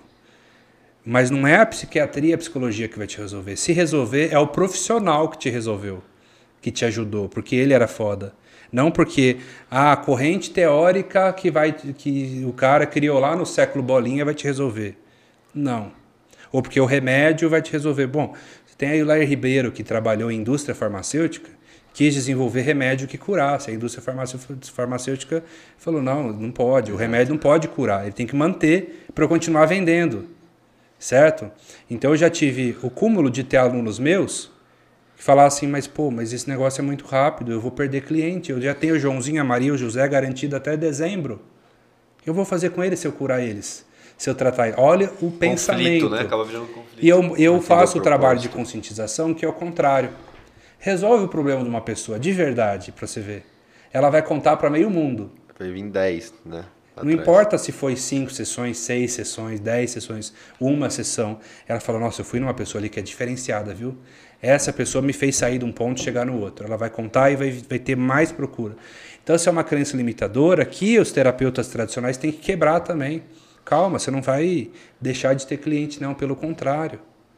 Mas não é a psiquiatria e a psicologia que vai te resolver. Se resolver, é o profissional que te resolveu, que te ajudou, porque ele era foda. Não porque a corrente teórica que o cara criou lá no século bolinha vai te resolver. Não. Ou porque o remédio vai te resolver. Bom, você tem aí o Lair Ribeiro, que trabalhou em indústria farmacêutica, quis desenvolver remédio que curasse. A indústria farmacêutica falou, não pode, o remédio não pode curar, ele tem que manter para eu continuar vendendo, certo? Então eu já tive o cúmulo de ter alunos meus que falavam assim, mas esse negócio é muito rápido, eu vou perder cliente, eu já tenho o Joãozinho, a Maria, o José garantido até dezembro. O que eu vou fazer com eles se eu curar eles? Se eu tratar eles? Olha o pensamento. Né? Acaba virando conflito. E eu faço o trabalho de conscientização que é o contrário. Resolve o problema de uma pessoa, de verdade, para você ver. Ela vai contar para meio mundo. Vai vir 10, né? Não importa se foi 5 sessões, 6 sessões, 10 sessões, uma sessão. Ela fala, nossa, eu fui numa pessoa ali que é diferenciada, viu? Essa pessoa me fez sair de um ponto e chegar no outro. Ela vai contar e vai ter mais procura. Então, se é uma crença limitadora, que os terapeutas tradicionais têm que quebrar também. Calma, você não vai deixar de ter cliente, não, pelo contrário.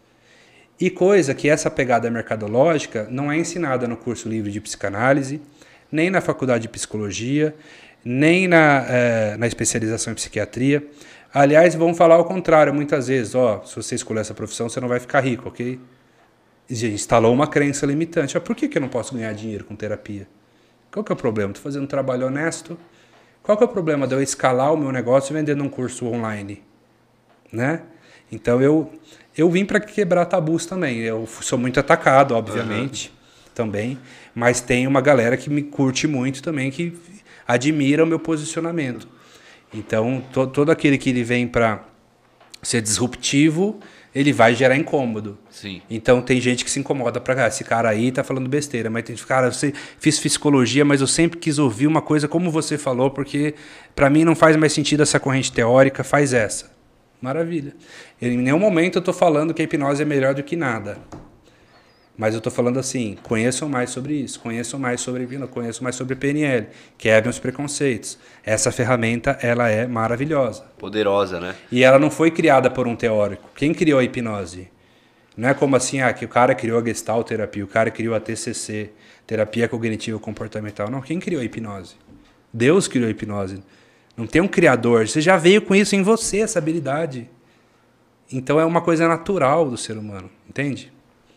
E coisa que essa pegada mercadológica não é ensinada no curso livre de psicanálise, nem na faculdade de psicologia, nem na especialização em psiquiatria. Aliás, vão falar ao contrário muitas vezes. Se você escolher essa profissão, você não vai ficar rico, ok? E instalou uma crença limitante. Por que eu não posso ganhar dinheiro com terapia? Qual que é o problema? Estou fazendo um trabalho honesto. Qual que é o problema de eu escalar o meu negócio vendendo um curso online? Né? Então, eu vim para quebrar tabus também. Eu sou muito atacado, obviamente, também. Mas tem uma galera que me curte muito também, que admira o meu posicionamento. Então, todo aquele que ele vem para ser disruptivo, ele vai gerar incômodo. Sim. Então, tem gente que se incomoda para esse cara aí tá falando besteira. Mas tem gente, cara, eu fiz psicologia, mas eu sempre quis ouvir uma coisa como você falou, porque para mim não faz mais sentido essa corrente teórica, faz essa. Maravilha. Em nenhum momento eu estou falando que a hipnose é melhor do que nada. Mas eu estou falando assim, conheçam mais sobre isso, conheçam mais sobre hipnose, conheçam mais sobre PNL, quebrem os preconceitos. Essa ferramenta, ela é maravilhosa. Poderosa, né? E ela não foi criada por um teórico. Quem criou a hipnose? Não é como assim, que o cara criou a Gestalt terapia, o cara criou a TCC, terapia cognitivo comportamental. Não, quem criou a hipnose? Deus criou a hipnose. Não tem um criador. Você já veio com isso em você, essa habilidade. Então é uma coisa natural do ser humano, entende?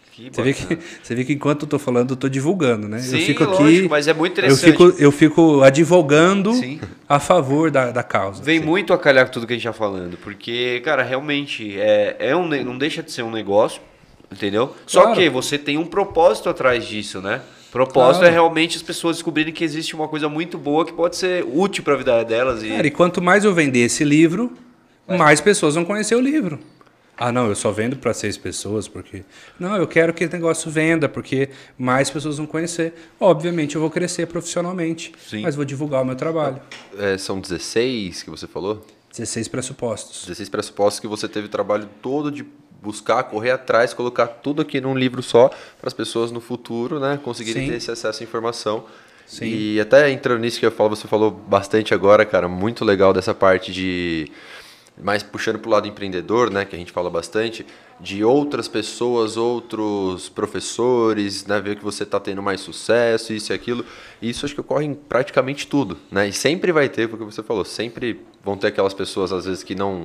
Você vê que enquanto eu estou falando, eu estou divulgando, né? Sim, eu fico lógico, aqui, mas é muito interessante. Eu fico advogando Sim. a favor da causa. Vem muito a calhar com tudo que a gente está falando, porque, cara, realmente não deixa de ser um negócio, entendeu? Só Claro. que você tem um propósito atrás disso, né? Propósito é realmente as pessoas descobrirem que existe uma coisa muito boa que pode ser útil para a vida delas. Cara, e quanto mais eu vender esse livro, mais pessoas vão conhecer o livro. Ah, não, eu só vendo para 6 pessoas, porque... Não, eu quero que esse negócio venda, porque mais pessoas vão conhecer. Obviamente, eu vou crescer profissionalmente, Sim. mas vou divulgar o meu trabalho. São 16 que você falou? 16 pressupostos. 16 pressupostos que você teve o trabalho todo de buscar, correr atrás, colocar tudo aqui num livro só, para as pessoas no futuro, né, conseguirem Sim. ter esse acesso à informação. Sim. E até entrando nisso que eu falo, você falou bastante agora, cara, muito legal dessa parte de... mais puxando para o lado empreendedor, né, que a gente fala bastante, de outras pessoas, outros professores, né, ver que você está tendo mais sucesso, isso e aquilo. E isso acho que ocorre em praticamente tudo, né? E sempre vai ter, porque você falou, sempre vão ter aquelas pessoas, às vezes, que não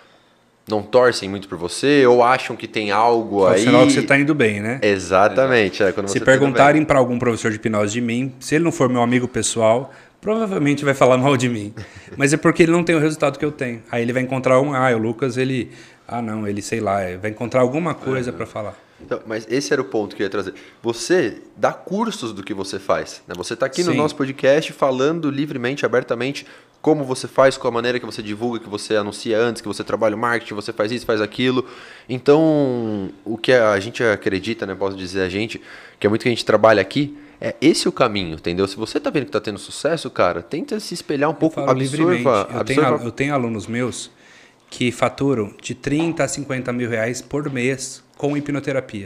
torcem muito por você, ou acham que tem algo aí... É o sinal que você está indo bem, né? Exatamente. Quando Se você tá indo perguntarem para algum professor de hipnose de mim, se ele não for meu amigo pessoal, provavelmente vai falar mal de mim. Mas é porque ele não tem o resultado que eu tenho. Aí ele vai encontrar o Lucas, ele... não, ele, sei lá, vai encontrar alguma coisa para falar. Então, mas esse era o ponto que eu ia trazer. Você dá cursos do que você faz, né? Você está aqui no Sim. nosso podcast falando livremente, abertamente, como você faz, com a maneira que você divulga, que você anuncia antes, que você trabalha o marketing, você faz isso, faz aquilo. Então, o que a gente acredita, né? Posso dizer a gente, que é muito que a gente trabalha aqui, é esse o caminho, entendeu? Se você tá vendo que tá tendo sucesso, cara, tenta se espelhar um pouco, absorva. Eu tenho alunos meus que faturam de 30 a 50 mil reais por mês com hipnoterapia.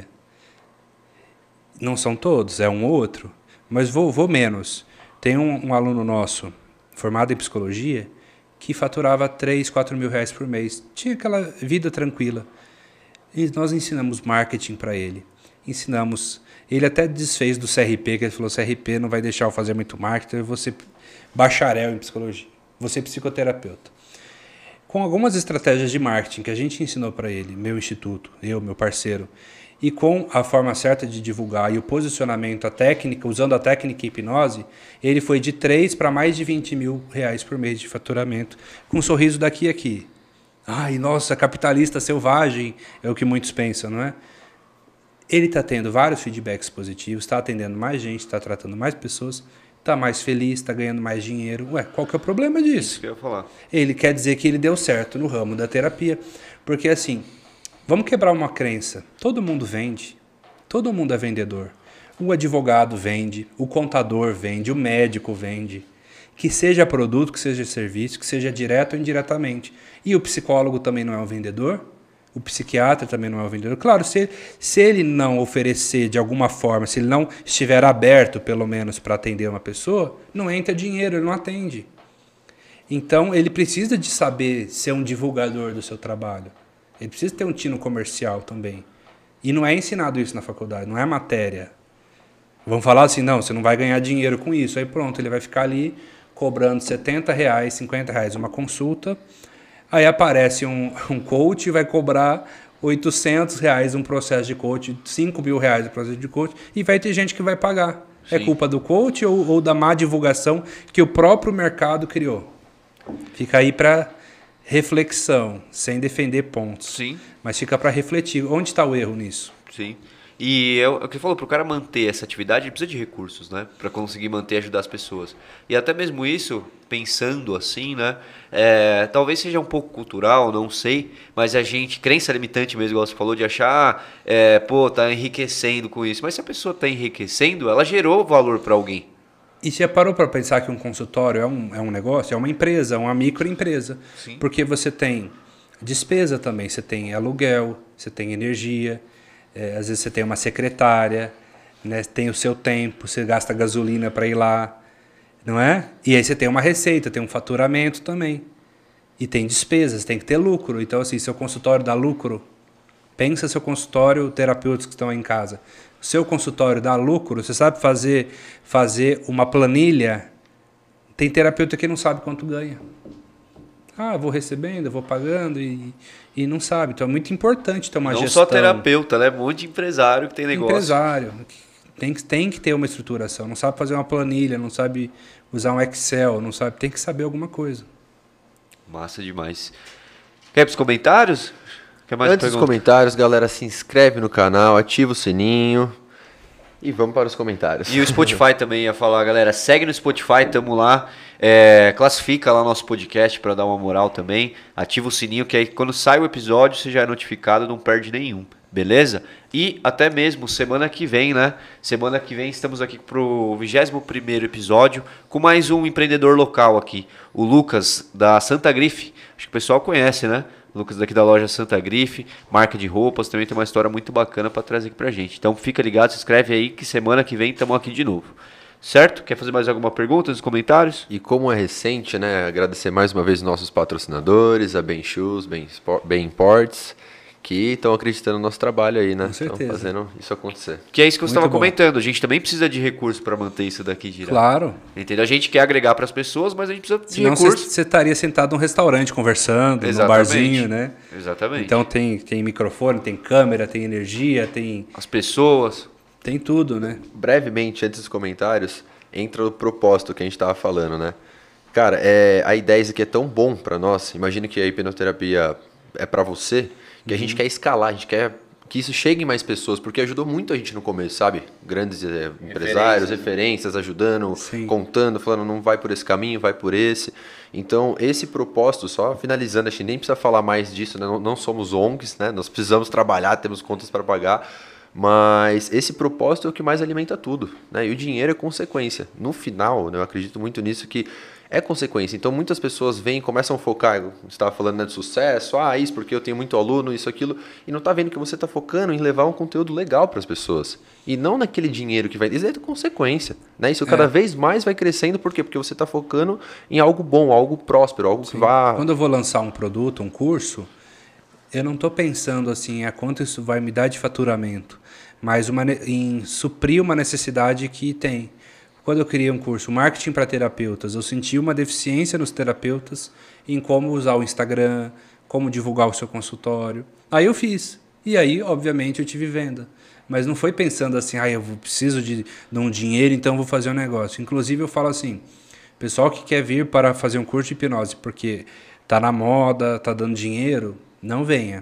Não são todos, é um ou outro, mas vou menos. Tem um aluno nosso, formado em psicologia, que faturava 3, 4 mil reais por mês. Tinha aquela vida tranquila. E nós ensinamos marketing para ele. Ensinamos... Ele até desfez do CRP, que ele falou, CRP não vai deixar eu fazer muito marketing, eu vou ser bacharel em psicologia, vou ser psicoterapeuta. Com algumas estratégias de marketing que a gente ensinou para ele, meu instituto, meu parceiro, e com a forma certa de divulgar e o posicionamento, a técnica, usando a técnica hipnose, ele foi de 3 para mais de 20 mil reais por mês de faturamento, com um sorriso daqui a aqui. Ai, nossa, capitalista selvagem, é o que muitos pensam, não é? Ele está tendo vários feedbacks positivos, está atendendo mais gente, está tratando mais pessoas, está mais feliz, está ganhando mais dinheiro. Qual que é o problema disso? Isso que eu ia falar. Ele quer dizer que ele deu certo no ramo da terapia. Porque assim, vamos quebrar uma crença. Todo mundo vende, todo mundo é vendedor. O advogado vende, o contador vende, o médico vende. Que seja produto, que seja serviço, que seja direto ou indiretamente. E o psicólogo também não é um vendedor, o psiquiatra também não é um vendedor. Claro, se ele não oferecer de alguma forma, se ele não estiver aberto, pelo menos, para atender uma pessoa, não entra dinheiro, ele não atende. Então, ele precisa de saber ser um divulgador do seu trabalho. Ele precisa ter um tino comercial também. E não é ensinado isso na faculdade, não é matéria. Vão falar assim, não, você não vai ganhar dinheiro com isso. Aí pronto, ele vai ficar ali cobrando R$70, R$50 uma consulta. Aí aparece um coach e vai cobrar R$800 um processo de coach, R$5.000 um processo de coach, e vai ter gente que vai pagar. Sim. É culpa do coach ou da má divulgação que o próprio mercado criou? Fica aí para reflexão, sem defender pontos. Sim. Mas fica para refletir. Onde está o erro nisso? Sim. E é o que você falou, para o cara manter essa atividade, ele precisa de recursos, né? Para conseguir manter e ajudar as pessoas. E até mesmo isso, pensando assim, né? Talvez seja um pouco cultural, não sei, mas a gente, crença limitante mesmo, igual você falou, de achar, tá enriquecendo com isso. Mas se a pessoa está enriquecendo, ela gerou valor para alguém. E você parou para pensar que um consultório é um negócio, é uma empresa, uma microempresa? Sim. Porque você tem despesa também, você tem aluguel, você tem energia, às vezes você tem uma secretária, né? Tem o seu tempo, você gasta gasolina para ir lá, não é? E aí você tem uma receita, tem um faturamento também. E tem despesas, tem que ter lucro. Então, assim, seu consultório dá lucro. Pensa seu consultório, terapeutas que estão aí em casa. Seu consultório dá lucro, você sabe fazer uma planilha. Tem terapeuta que não sabe quanto ganha. Eu vou recebendo, eu vou pagando e não sabe. Então é muito importante ter uma gestão. Não só terapeuta, né? Um monte de empresário que tem negócio. Empresário. Tem que ter uma estruturação. Não sabe fazer uma planilha, não sabe usar um Excel, não sabe. Tem que saber alguma coisa. Massa demais. Quer ir para os comentários? Antes dos comentários, galera, se inscreve no canal, ativa o sininho e vamos para os comentários. E o Spotify também ia falar, galera, segue no Spotify, tamo lá, classifica lá nosso podcast para dar uma moral também, ativa o sininho que aí quando sai o episódio você já é notificado, não perde nenhum, beleza? E até mesmo semana que vem, né? Semana que vem estamos aqui pro 21º episódio com mais um empreendedor local aqui, o Lucas da Santa Grife, acho que o pessoal conhece, né? Lucas daqui da loja Santa Grife, marca de roupas, também tem uma história muito bacana para trazer aqui pra gente. Então fica ligado, se inscreve aí que semana que vem estamos aqui de novo. Certo? Quer fazer mais alguma pergunta nos comentários? E como é recente, né, agradecer mais uma vez os nossos patrocinadores, a Ben Shoes, Ben Imports, que estão acreditando no nosso trabalho aí, né? Com certeza. Estão fazendo isso acontecer. Que é isso que você estava comentando. A gente também precisa de recursos para manter isso daqui direto. Claro. Entendeu? A gente quer agregar para as pessoas, mas a gente precisa de recursos. Você estaria sentado num restaurante conversando, num barzinho, né? Exatamente. Então tem microfone, tem câmera, tem energia, tem... As pessoas. Tem tudo, né? Brevemente, antes dos comentários, entra o propósito que a gente estava falando, né? Cara, a ideia aqui é tão bom para nós. Imagina que a hipnoterapia é para você, que a gente quer escalar, a gente quer que isso chegue em mais pessoas, porque ajudou muito a gente no começo, sabe? Grandes empresários, referências, ajudando, Sim. contando, falando, não vai por esse caminho, vai por esse. Então, esse propósito, só finalizando, a gente nem precisa falar mais disso, né? Não somos ONGs, né? Nós precisamos trabalhar, temos contas para pagar, mas esse propósito é o que mais alimenta tudo, né? E o dinheiro é consequência. No final, né, eu acredito muito nisso, que é consequência. Então, muitas pessoas vêm e começam a focar, você estava falando, né, de sucesso, isso porque eu tenho muito aluno, isso, aquilo, e não está vendo que você está focando em levar um conteúdo legal para as pessoas. E não naquele dinheiro que vai... Isso é consequência, né? Isso cada vez mais vai crescendo, por quê? Porque você está focando em algo bom, algo próspero, algo que vá... Quando eu vou lançar um produto, um curso, eu não estou pensando assim, quanto isso vai me dar de faturamento, mas em suprir uma necessidade que tem. Quando eu criei um curso, marketing para terapeutas, eu senti uma deficiência nos terapeutas em como usar o Instagram, como divulgar o seu consultório. Aí eu fiz. E aí, obviamente, eu tive venda. Mas não foi pensando assim, eu preciso de um dinheiro, então vou fazer um negócio. Inclusive, eu falo assim, pessoal que quer vir para fazer um curso de hipnose, porque está na moda, está dando dinheiro, não venha.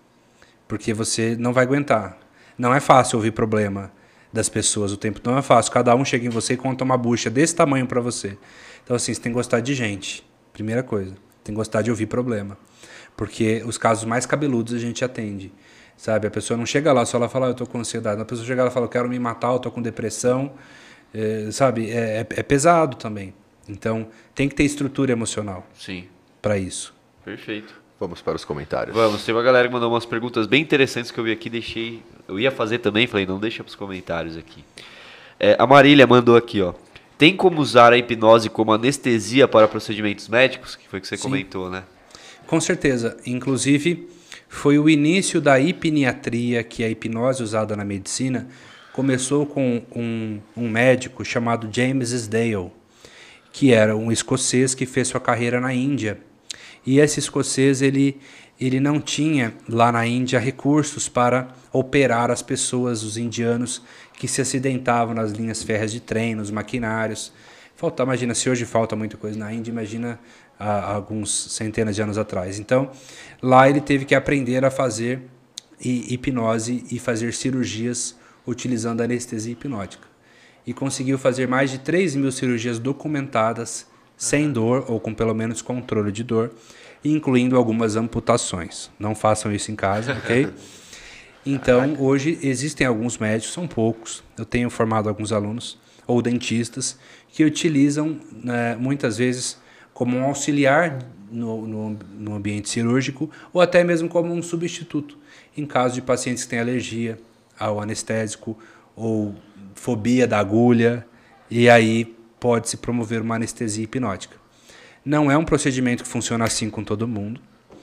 Porque você não vai aguentar. Não é fácil ouvir problema das pessoas, o tempo não é fácil. Cada um chega em você e conta uma bucha desse tamanho para você. Então, assim, você tem que gostar de gente. Primeira coisa. Tem que gostar de ouvir problema. Porque os casos mais cabeludos a gente atende. Sabe? A pessoa não chega lá, só ela fala, eu tô com ansiedade. A pessoa chega lá e fala, eu quero me matar, eu tô com depressão. Sabe? É pesado também. Então, tem que ter estrutura emocional Sim. para isso. Perfeito. Vamos para os comentários. Vamos, tem uma galera que mandou umas perguntas bem interessantes que eu vi aqui, deixei... Eu ia fazer também, falei, não, deixa pros comentários aqui. A Marília mandou aqui, ó. Tem como usar a hipnose como anestesia para procedimentos médicos? Que foi que você comentou, né? Com certeza. Inclusive, foi o início da hipniatria, que é a hipnose usada na medicina. Começou com um médico chamado James Sdale, que era um escocês que fez sua carreira na Índia. E esse escocês, ele não tinha lá na Índia recursos para operar as pessoas, os indianos, que se acidentavam nas linhas férreas de trem, nos maquinários. Imagina, se hoje falta muita coisa na Índia, imagina há alguns centenas de anos atrás. Então, lá ele teve que aprender a fazer hipnose e fazer cirurgias utilizando anestesia hipnótica. E conseguiu fazer mais de 3.000 cirurgias documentadas, sem dor ou com pelo menos controle de dor, incluindo algumas amputações. Não façam isso em casa, ok? Então, hoje existem alguns médicos, são poucos, eu tenho formado alguns alunos, ou dentistas, que utilizam muitas vezes como um auxiliar no ambiente cirúrgico, ou até mesmo como um substituto, em caso de pacientes que têm alergia ao anestésico, ou fobia da agulha, e aí pode-se promover uma anestesia hipnótica. Não é um procedimento que funciona assim com todo mundo.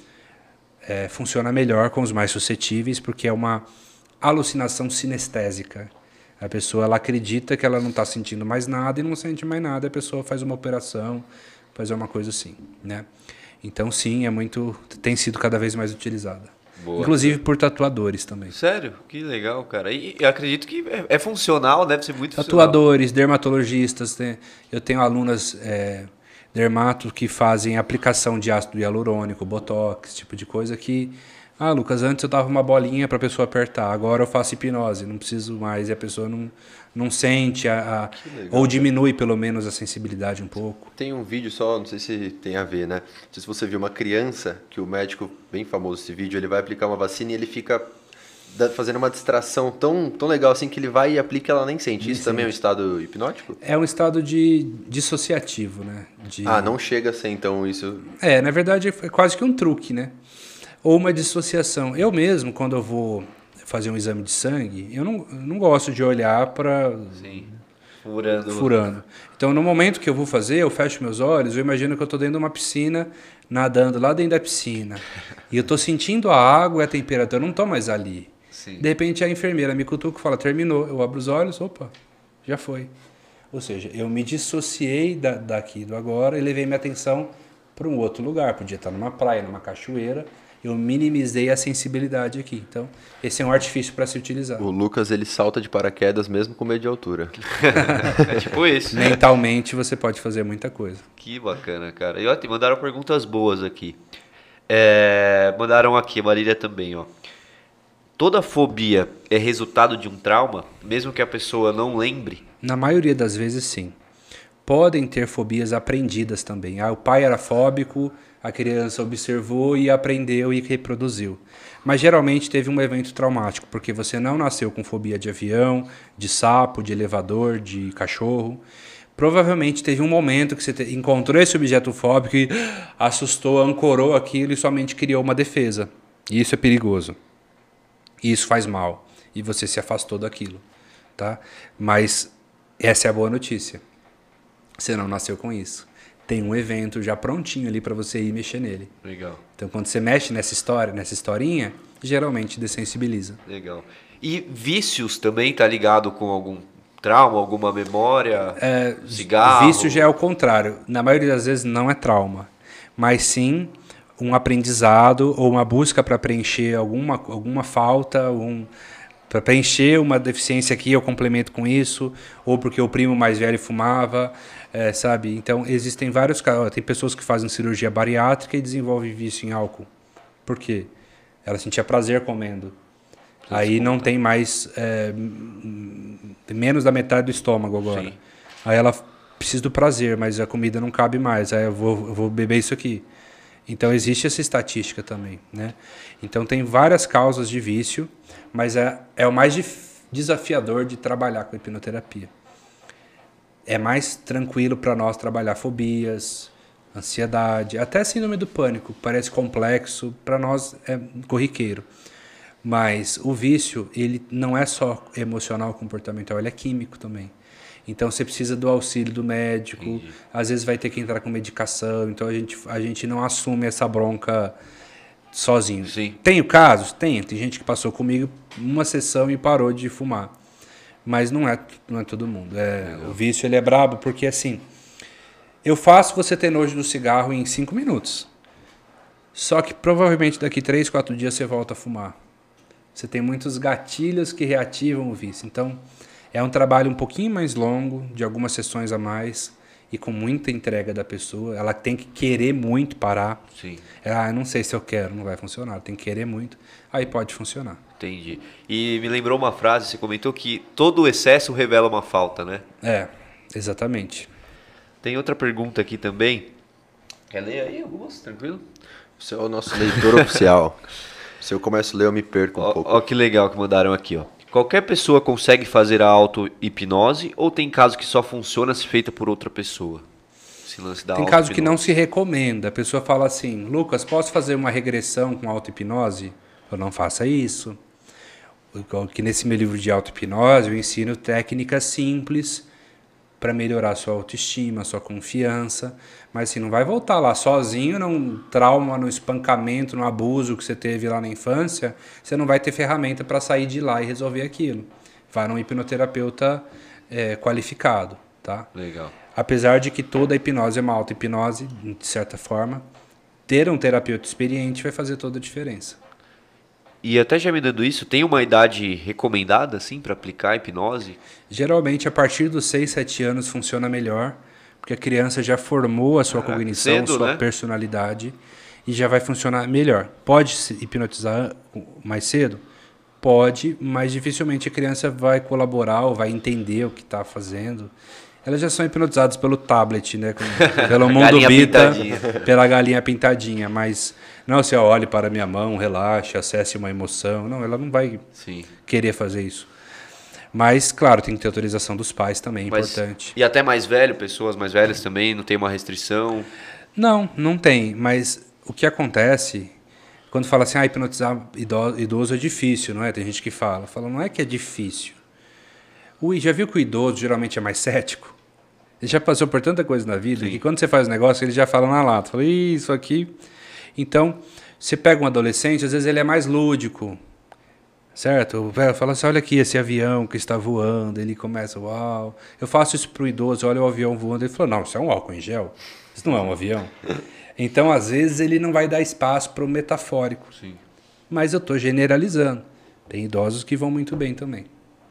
Funciona melhor com os mais suscetíveis, porque é uma alucinação sinestésica. A pessoa ela acredita que ela não está sentindo mais nada e não sente mais nada. A pessoa faz uma operação, faz uma coisa assim, né? Então, sim, tem sido cada vez mais utilizada. Boa. Inclusive por tatuadores também. Sério? Que legal, cara. E eu acredito que é funcional, deve ser muito tatuadores, dermatologistas. Eu tenho alunas dermato que fazem aplicação de ácido hialurônico, botox, tipo de coisa que... Ah, Lucas, antes eu dava uma bolinha para a pessoa apertar, agora eu faço hipnose, não preciso mais, e a pessoa não sente, ou diminui pelo menos a sensibilidade um pouco. Tem um vídeo só, não sei se tem a ver, né? Não sei se você viu uma criança, que o médico, bem famoso esse vídeo, ele vai aplicar uma vacina e ele fica fazendo uma distração tão legal assim que ele vai e aplica e ela nem sente. Isso também é um estado hipnótico? É um estado dissociativo, né? Não chega a ser então isso... Na verdade é quase que um truque, né? Ou uma dissociação. Eu mesmo, quando eu vou fazer um exame de sangue, eu não gosto de olhar para... Sim, furando. Então, no momento que eu vou fazer, eu fecho meus olhos, eu imagino que eu estou dentro de uma piscina, nadando lá dentro da piscina. E eu estou sentindo a água e a temperatura, eu não estou mais ali. Sim. De repente, a enfermeira me cutuca e fala, terminou. Eu abro os olhos, opa, já foi. Ou seja, eu me dissociei daqui do agora e levei minha atenção para um outro lugar. Podia estar numa praia, numa cachoeira. Eu minimizei a sensibilidade aqui. Então, esse é um artifício para se utilizar. O Lucas, ele salta de paraquedas mesmo com medo de altura. É tipo isso. Mentalmente, você pode fazer muita coisa. Que bacana, cara. E ó, mandaram perguntas boas aqui. Mandaram aqui, a Marília também, ó. Toda fobia é resultado de um trauma, mesmo que a pessoa não lembre? Na maioria das vezes, sim. Podem ter fobias aprendidas também. O pai era fóbico, a criança observou e aprendeu e reproduziu. Mas geralmente teve um evento traumático, porque você não nasceu com fobia de avião, de sapo, de elevador, de cachorro. Provavelmente teve um momento que você encontrou esse objeto fóbico e assustou, ancorou aquilo e somente criou uma defesa. E isso é perigoso. E isso faz mal. E você se afastou daquilo. Tá? Mas essa é a boa notícia. Você não nasceu com isso. Tem um evento já prontinho ali para você ir mexer nele. Legal. Então, quando você mexe nessa historinha, geralmente dessensibiliza. Legal. E vícios também tá ligado com algum trauma, alguma memória? Cigarro? Vício já é o contrário. Na maioria das vezes não é trauma, mas sim um aprendizado ou uma busca para preencher alguma falta, para preencher uma deficiência aqui, eu complemento com isso, ou porque o primo mais velho fumava, sabe? Então, existem vários casos. Tem pessoas que fazem cirurgia bariátrica e desenvolvem vício em álcool. Por quê? Ela sentia prazer comendo. Aí não tem mais, menos da metade do estômago agora. Sim. Aí ela precisa do prazer, mas a comida não cabe mais. Aí eu vou beber isso aqui. Então, existe essa estatística também, né? Então, tem várias causas de vício, mas é o mais desafiador de trabalhar com a hipnoterapia. é mais tranquilo para nós trabalhar fobias, ansiedade, até síndrome do pânico, parece complexo, para nós é corriqueiro. Mas o vício, ele não é só emocional, comportamental, ele é químico também. Então você precisa do auxílio do médico, Entendi. às vezes vai ter que entrar com medicação, então a gente não assume essa bronca sozinho. Sim. Tenho casos? Tem gente que passou comigo uma sessão e parou de fumar. Mas não é todo mundo. O vício ele é brabo porque assim, eu faço você ter nojo do cigarro em 5 minutos. Só que provavelmente daqui 3, 4 dias você volta a fumar. Você tem muitos gatilhos que reativam o vício. Então, é um trabalho um pouquinho mais longo, de algumas sessões a mais, e com muita entrega da pessoa. Ela tem que querer muito parar. Sim. Eu não sei se eu quero, não vai funcionar. Tem que querer muito, aí pode funcionar. Entendi. E me lembrou uma frase, você comentou que todo excesso revela uma falta, né? Exatamente. Tem outra pergunta aqui também. Quer ler aí algumas? Tranquilo? Você é o nosso leitor oficial. Se eu começo a ler, eu me perco um pouco. Ó que legal que mandaram aqui, ó. Qualquer pessoa consegue fazer a auto-hipnose ou tem caso que só funciona se feita por outra pessoa? Esse lance da Tem casos que não auto-hipnose. se recomenda. A pessoa fala assim, Lucas, posso fazer uma regressão com auto-hipnose? Eu não faça isso. Que nesse meu livro de auto-hipnose eu ensino técnicas simples para melhorar a sua autoestima, a sua confiança. Mas assim, não vai voltar lá sozinho num trauma, no espancamento, no abuso que você teve lá na infância. Você não vai ter ferramenta para sair de lá e resolver aquilo. Vai num hipnoterapeuta qualificado, tá? Legal. Apesar de que toda hipnose é uma auto-hipnose, de certa forma, ter um terapeuta experiente vai fazer toda a diferença. E até já me dando isso, tem uma idade recomendada, assim, para aplicar a hipnose? Geralmente, a partir dos 6, 7 anos funciona melhor, porque a criança já formou a sua cognição, cedo, sua né? personalidade, e já vai funcionar melhor. Pode se hipnotizar mais cedo? Pode, mas dificilmente a criança vai colaborar ou vai entender o que está fazendo. Elas já são hipnotizadas pelo tablet, né? Pelo mundo Galinha bita, pintadinha. pela galinha pintadinha. Mas não, você olhe para a minha mão, relaxe, acesse uma emoção. Não, ela não vai Sim. querer fazer isso. Mas, claro, tem que ter autorização dos pais também, é Mas- importante. E até mais velho, pessoas mais velhas também, não tem uma restrição? Não tem. Mas o que acontece, quando fala assim, hipnotizar idoso é difícil, não é? Tem gente que fala. Fala, não é que é difícil. Já viu que o idoso geralmente é mais cético? Ele já passou por tanta coisa na vida que quando você faz um negócio, ele já fala na lata. Fala, isso aqui. Então, você pega um adolescente, às vezes ele é mais lúdico. Certo? O velho fala assim, olha aqui esse avião que está voando. Ele começa, uau. Eu faço isso pro idoso, olha o avião voando. Ele falou, não, isso é um álcool em gel. Isso não é um avião. Então, às vezes, ele não vai dar espaço para o metafórico. Sim. Mas eu estou generalizando. Tem idosos que vão muito bem também.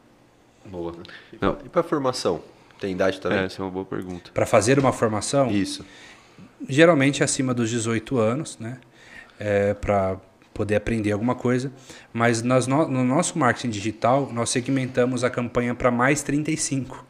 Boa. Não, E para formação? Tem idade também? essa é uma boa pergunta. Para fazer uma formação, Isso. geralmente acima dos 18 anos, né? Para poder aprender alguma coisa. Mas no nosso marketing digital, nós segmentamos a campanha para mais 35.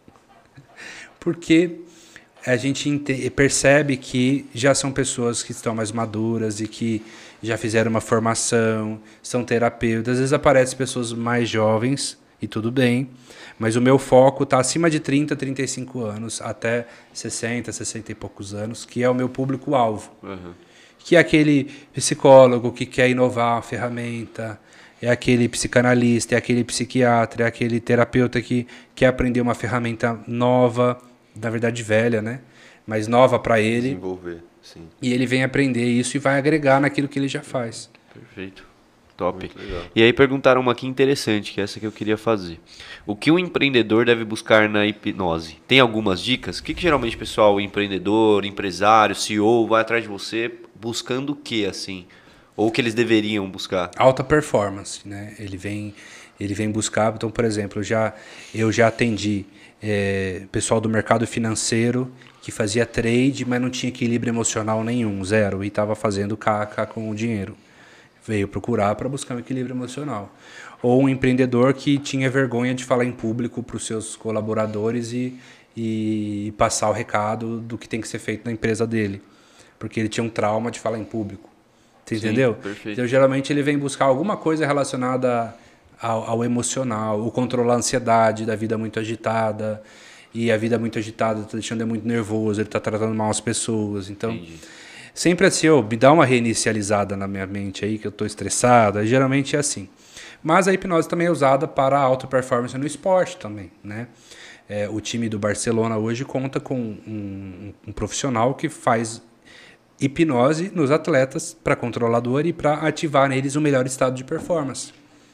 Porque a gente percebe que já são pessoas que estão mais maduras e que já fizeram uma formação, são terapeutas. Às vezes aparecem pessoas mais jovens e tudo bem, mas o meu foco está acima de 30, 35 anos, até 60, 60 e poucos anos, que é o meu público-alvo. Uhum. Que é aquele psicólogo que quer inovar a ferramenta, é aquele psicanalista, é aquele psiquiatra, é aquele terapeuta que quer aprender uma ferramenta nova, na verdade velha, né? Mas nova para ele, Desenvolver, sim. e ele vem aprender isso e vai agregar naquilo que ele já faz. Perfeito. Top. Muito legal. E aí perguntaram uma aqui interessante, que é essa que eu queria fazer. O que um empreendedor deve buscar na hipnose? Tem algumas dicas? O que geralmente o pessoal, o empreendedor, empresário, CEO, vai atrás de você buscando o que, assim? Ou o que eles deveriam buscar? Alta performance, né? Ele vem buscar, então, por exemplo, eu já atendi pessoal do mercado financeiro que fazia trade, mas não tinha equilíbrio emocional nenhum, zero, e estava fazendo caca com o dinheiro. Veio procurar para buscar um equilíbrio emocional. Ou um empreendedor que tinha vergonha de falar em público para os seus colaboradores e passar o recado do que tem que ser feito na empresa dele. Porque ele tinha um trauma de falar em público. Você Sim, entendeu? perfeito. Então, geralmente, ele vem buscar alguma coisa relacionada ao emocional, o controlar a ansiedade da vida muito agitada. e a vida é muito agitada, tá deixando ele muito nervoso, ele tá tratando mal as pessoas. Então, Entendi. sempre assim, me dá uma reinicializada na minha mente aí, que eu tô estressado. Aí, geralmente é assim. Mas a hipnose também é usada para alta performance no esporte também, né? O time do Barcelona hoje conta com um profissional que faz hipnose nos atletas para controlar a dor e para ativar neles o melhor estado de performance.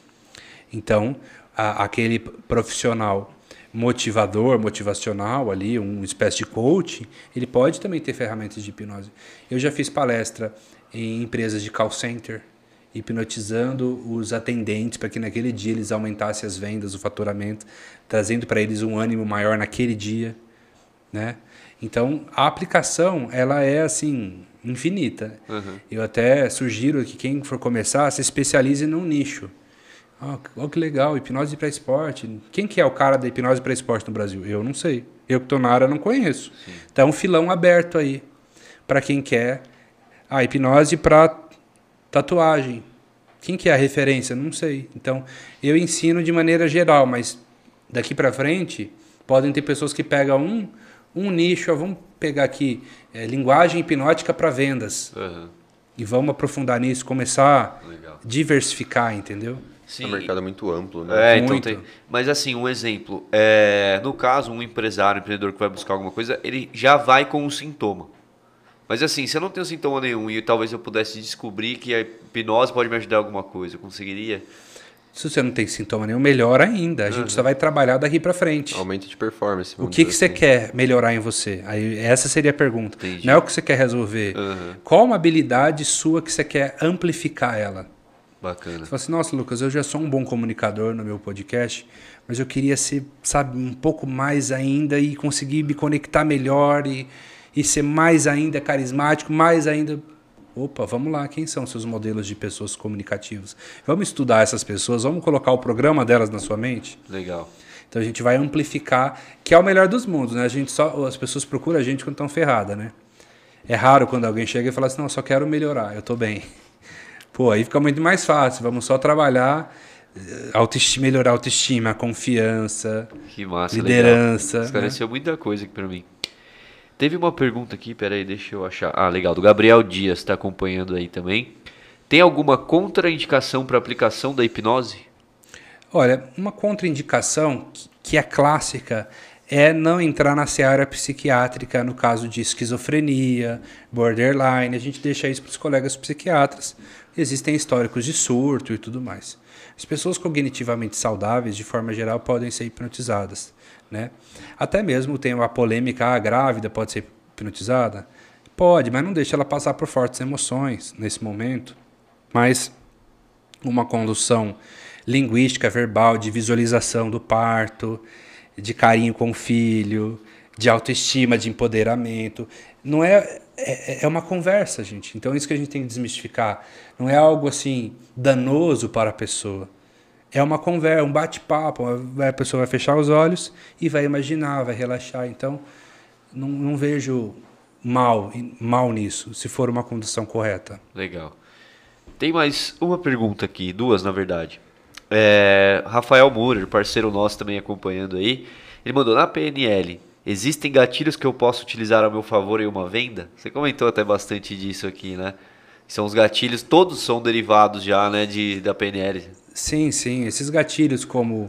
Então, aquele profissional motivacional ali, uma espécie de coach, ele pode também ter ferramentas de hipnose. Eu já fiz palestra em empresas de call center, hipnotizando os atendentes para que naquele dia eles aumentassem as vendas, o faturamento, trazendo para eles um ânimo maior naquele dia, né? Então, a aplicação, ela é assim, infinita. Uhum. Eu até sugiro que quem for começar se especialize num nicho. Olha que legal, hipnose para esporte. Quem que é o cara da hipnose para esporte no Brasil? Eu não sei. Eu que estou na área não conheço. Sim. Então, um filão aberto aí para quem quer. Hipnose para tatuagem. Quem que é a referência? Não sei. Então, eu ensino de maneira geral, mas daqui para frente podem ter pessoas que pegam um nicho. Vamos pegar aqui linguagem hipnótica para vendas. Uhum. E vamos aprofundar nisso, começar a diversificar, entendeu? Sim. O mercado é muito amplo, né? Então mas assim, um exemplo. No caso, um empresário, um empreendedor que vai buscar alguma coisa, ele já vai com um sintoma. Mas assim, se eu não tenho sintoma nenhum e talvez eu pudesse descobrir que a hipnose pode me ajudar em alguma coisa, eu conseguiria? Se você não tem sintoma nenhum, melhor ainda. A gente só vai trabalhar daqui para frente. Aumento de performance. O que você quer melhorar em você? Aí, essa seria a pergunta. Entendi. Não é o que você quer resolver. Qual uma habilidade sua que você quer amplificar ela? Bacana. Você fala assim, nossa, Lucas, eu já sou um bom comunicador no meu podcast, mas eu queria ser, sabe, um pouco mais ainda e conseguir me conectar melhor e ser mais ainda carismático, mais ainda... Opa, vamos lá, quem são seus modelos de pessoas comunicativas? Vamos estudar essas pessoas, vamos colocar o programa delas na sua mente? Legal. Então a gente vai amplificar, que é o melhor dos mundos, né? As pessoas procuram a gente quando estão ferradas, né? É raro quando alguém chega e fala assim, não, eu só quero melhorar, eu tô bem. Pô, aí fica muito mais fácil, vamos só trabalhar, melhorar a autoestima, a confiança, que massa, liderança. Legal. Esclareceu muita coisa aqui pra mim. Teve uma pergunta aqui, peraí, deixa eu achar. Legal, do Gabriel Dias, está acompanhando aí também. Tem alguma contraindicação para aplicação da hipnose? Olha, uma contraindicação que é clássica é não entrar na seara psiquiátrica no caso de esquizofrenia, borderline. A gente deixa isso para os colegas psiquiatras. Existem históricos de surto e tudo mais. As pessoas cognitivamente saudáveis, de forma geral, podem ser hipnotizadas, né? Até mesmo tem uma polêmica, a grávida pode ser hipnotizada? Pode, mas não deixa ela passar por fortes emoções nesse momento. Mas uma condução linguística, verbal, de visualização do parto, de carinho com o filho, de autoestima, de empoderamento. Não é uma conversa, gente. Então, isso que a gente tem que desmistificar. Não é algo assim danoso para a pessoa. É uma conversa, um bate-papo. A pessoa vai fechar os olhos e vai imaginar, vai relaxar. Então, não vejo mal nisso, se for uma condução correta. Legal. Tem mais uma pergunta aqui, duas na verdade. Rafael Murer, parceiro nosso também acompanhando aí, ele mandou, na PNL, existem gatilhos que eu posso utilizar a meu favor em uma venda? Você comentou até bastante disso aqui, né? São os gatilhos, todos são derivados já, né, da PNL. Sim. Esses gatilhos como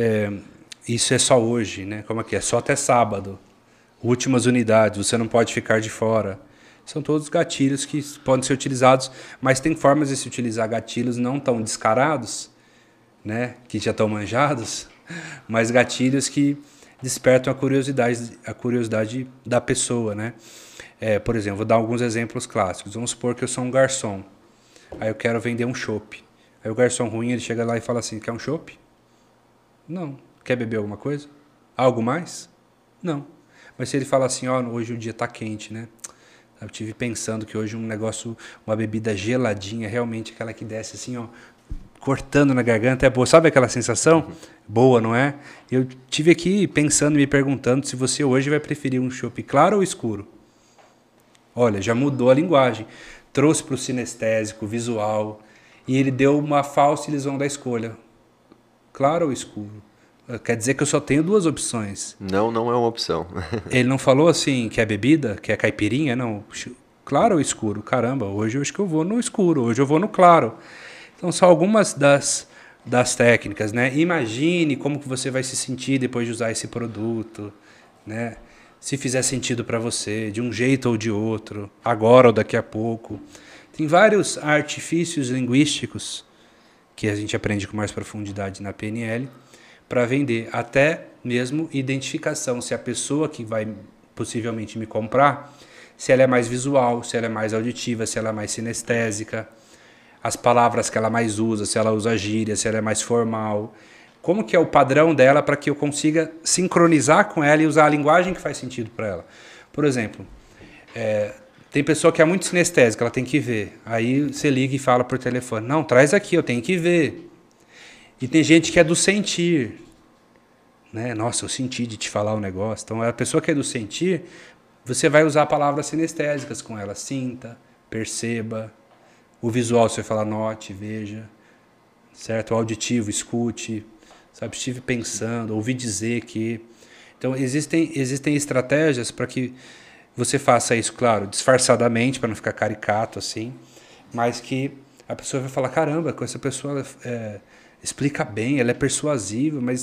isso é só hoje, né? Como é só até sábado. Últimas unidades, você não pode ficar de fora. São todos gatilhos que podem ser utilizados, mas tem formas de se utilizar gatilhos não tão descarados, né, que já estão manjados, mas gatilhos que despertam a curiosidade da pessoa, né? Por exemplo, vou dar alguns exemplos clássicos. Vamos supor que eu sou um garçom, aí eu quero vender um chopp. Aí o garçom ruim, ele chega lá e fala assim, quer um chopp? Não. Quer beber alguma coisa? Algo mais? Não. Mas se ele fala assim, hoje o dia está quente, né? Eu tive pensando que hoje uma bebida geladinha, realmente aquela que desce assim, cortando na garganta, é boa. Sabe aquela sensação? Boa, não é? Eu tive aqui pensando e me perguntando se você hoje vai preferir um chopp claro ou escuro. Olha, já mudou a linguagem. Trouxe para o sinestésico, visual, e ele deu uma falsa ilusão da escolha. Claro ou escuro? Quer dizer que eu só tenho 2 opções. Não, não é uma opção. Ele não falou assim, que é bebida, que é caipirinha, não. Claro ou escuro? Caramba, hoje eu acho que eu vou no escuro, hoje eu vou no claro. Então são algumas das técnicas, né? Imagine como que você vai se sentir depois de usar esse produto, né? Se fizer sentido para você, de um jeito ou de outro, agora ou daqui a pouco. Tem vários artifícios linguísticos que a gente aprende com mais profundidade na PNL para vender, até mesmo identificação, se a pessoa que vai possivelmente me comprar, se ela é mais visual, se ela é mais auditiva, se ela é mais sinestésica, as palavras que ela mais usa, se ela usa gíria, se ela é mais formal, como que é o padrão dela para que eu consiga sincronizar com ela e usar a linguagem que faz sentido para ela. Por exemplo, tem pessoa que é muito sinestésica, ela tem que ver. Aí você liga e fala por telefone, não, traz aqui, eu tenho que ver. E tem gente que é do sentir, né? Nossa, eu senti de te falar um negócio. Então, a pessoa que é do sentir, você vai usar palavras sinestésicas com ela. Sinta, perceba. O visual, você vai falar note, veja. Certo? O auditivo, escute. Sabe? Estive pensando, ouvi dizer que... Então, existem estratégias para que você faça isso, claro, disfarçadamente, para não ficar caricato assim, mas que a pessoa vai falar, caramba, com essa pessoa explica bem, ela é persuasiva, mas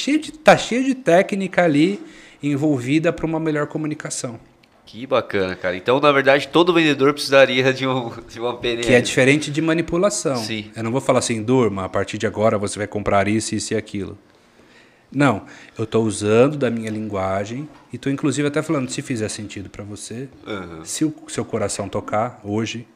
tá cheio de técnica ali envolvida para uma melhor comunicação. Que bacana, cara. Então, na verdade, todo vendedor precisaria de uma PNL. Que é diferente de manipulação. Sim. Eu não vou falar assim, durma, a partir de agora você vai comprar isso, isso e aquilo. Não, eu estou usando da minha linguagem e estou inclusive até falando, se fizer sentido para você, se o seu coração tocar hoje,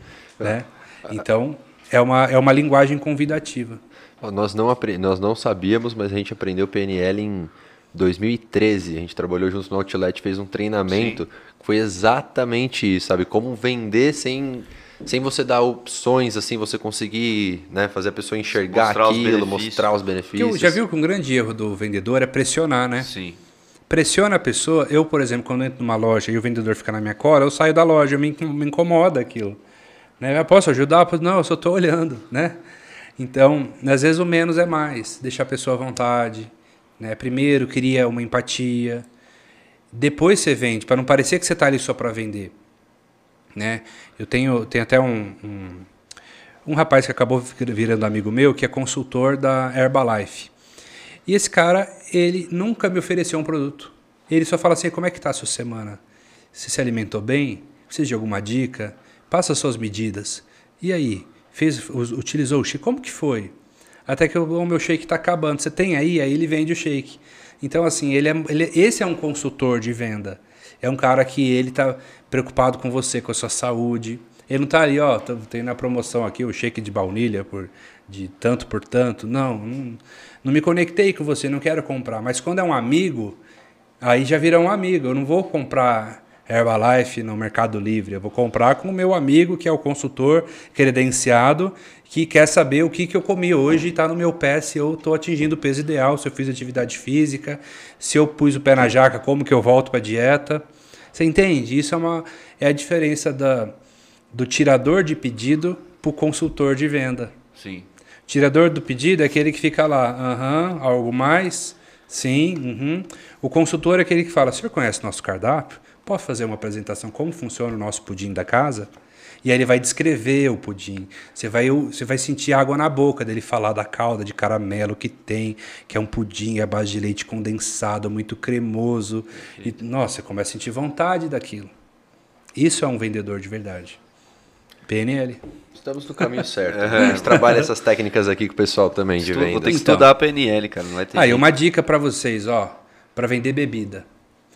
né? Então, é uma linguagem convidativa. Nós não sabíamos, mas a gente aprendeu PNL em 2013. A gente trabalhou juntos no Outlet, fez um treinamento. Que foi exatamente isso, sabe? Como vender sem você dar opções, assim, você conseguir, né, fazer a pessoa enxergar aquilo, mostrar os benefícios. Porque já viu que um grande erro do vendedor é pressionar, né? Sim. Pressiona a pessoa. Eu, por exemplo, quando entro numa loja e o vendedor fica na minha cola, eu saio da loja, me incomoda aquilo. Né? Eu posso ajudar? Não, eu só estou olhando, né? Então, às vezes o menos é mais. Deixar a pessoa à vontade. Né? Primeiro, cria uma empatia. Depois você vende, para não parecer que você está ali só para vender. Né? Eu tenho até um rapaz que acabou virando amigo meu, que é consultor da Herbalife. E esse cara, ele nunca me ofereceu um produto. Ele só fala assim, como é que está a sua semana? Você se alimentou bem? Precisa de alguma dica? Passa as suas medidas. E aí? Utilizou o shake? Como que foi? Até que o meu shake está acabando. Você tem aí? Aí ele vende o shake. Então, assim, esse é um consultor de venda. É um cara que ele está preocupado com você, com a sua saúde. Ele não está ali, ó, tem na promoção aqui o shake de baunilha de tanto por tanto. Não me conectei com você, não quero comprar. Mas quando é um amigo, aí já vira um amigo. Eu não vou comprar Herbalife no Mercado Livre. Eu vou comprar com o meu amigo, que é o consultor credenciado, que quer saber o que eu comi hoje e está no meu pé, se eu estou atingindo o peso ideal, se eu fiz atividade física, se eu pus o pé na jaca, como que eu volto para a dieta. Você entende? Isso é a diferença do tirador de pedido para o consultor de venda. Sim. Tirador do pedido é aquele que fica lá, algo mais? Sim, O consultor é aquele que fala, o senhor conhece nosso cardápio? Posso fazer uma apresentação como funciona o nosso pudim da casa? E aí ele vai descrever o pudim. Você vai sentir água na boca dele falar da calda de caramelo que tem, que é um pudim à base de leite condensado, muito cremoso. E, nossa, você começa a sentir vontade daquilo. Isso é um vendedor de verdade. PNL. Estamos no caminho certo. A gente trabalha essas técnicas aqui com o pessoal também de venda. Vou ter que estudar a PNL, cara. Não vai ter Aí, uma dica para vocês, para vender bebida.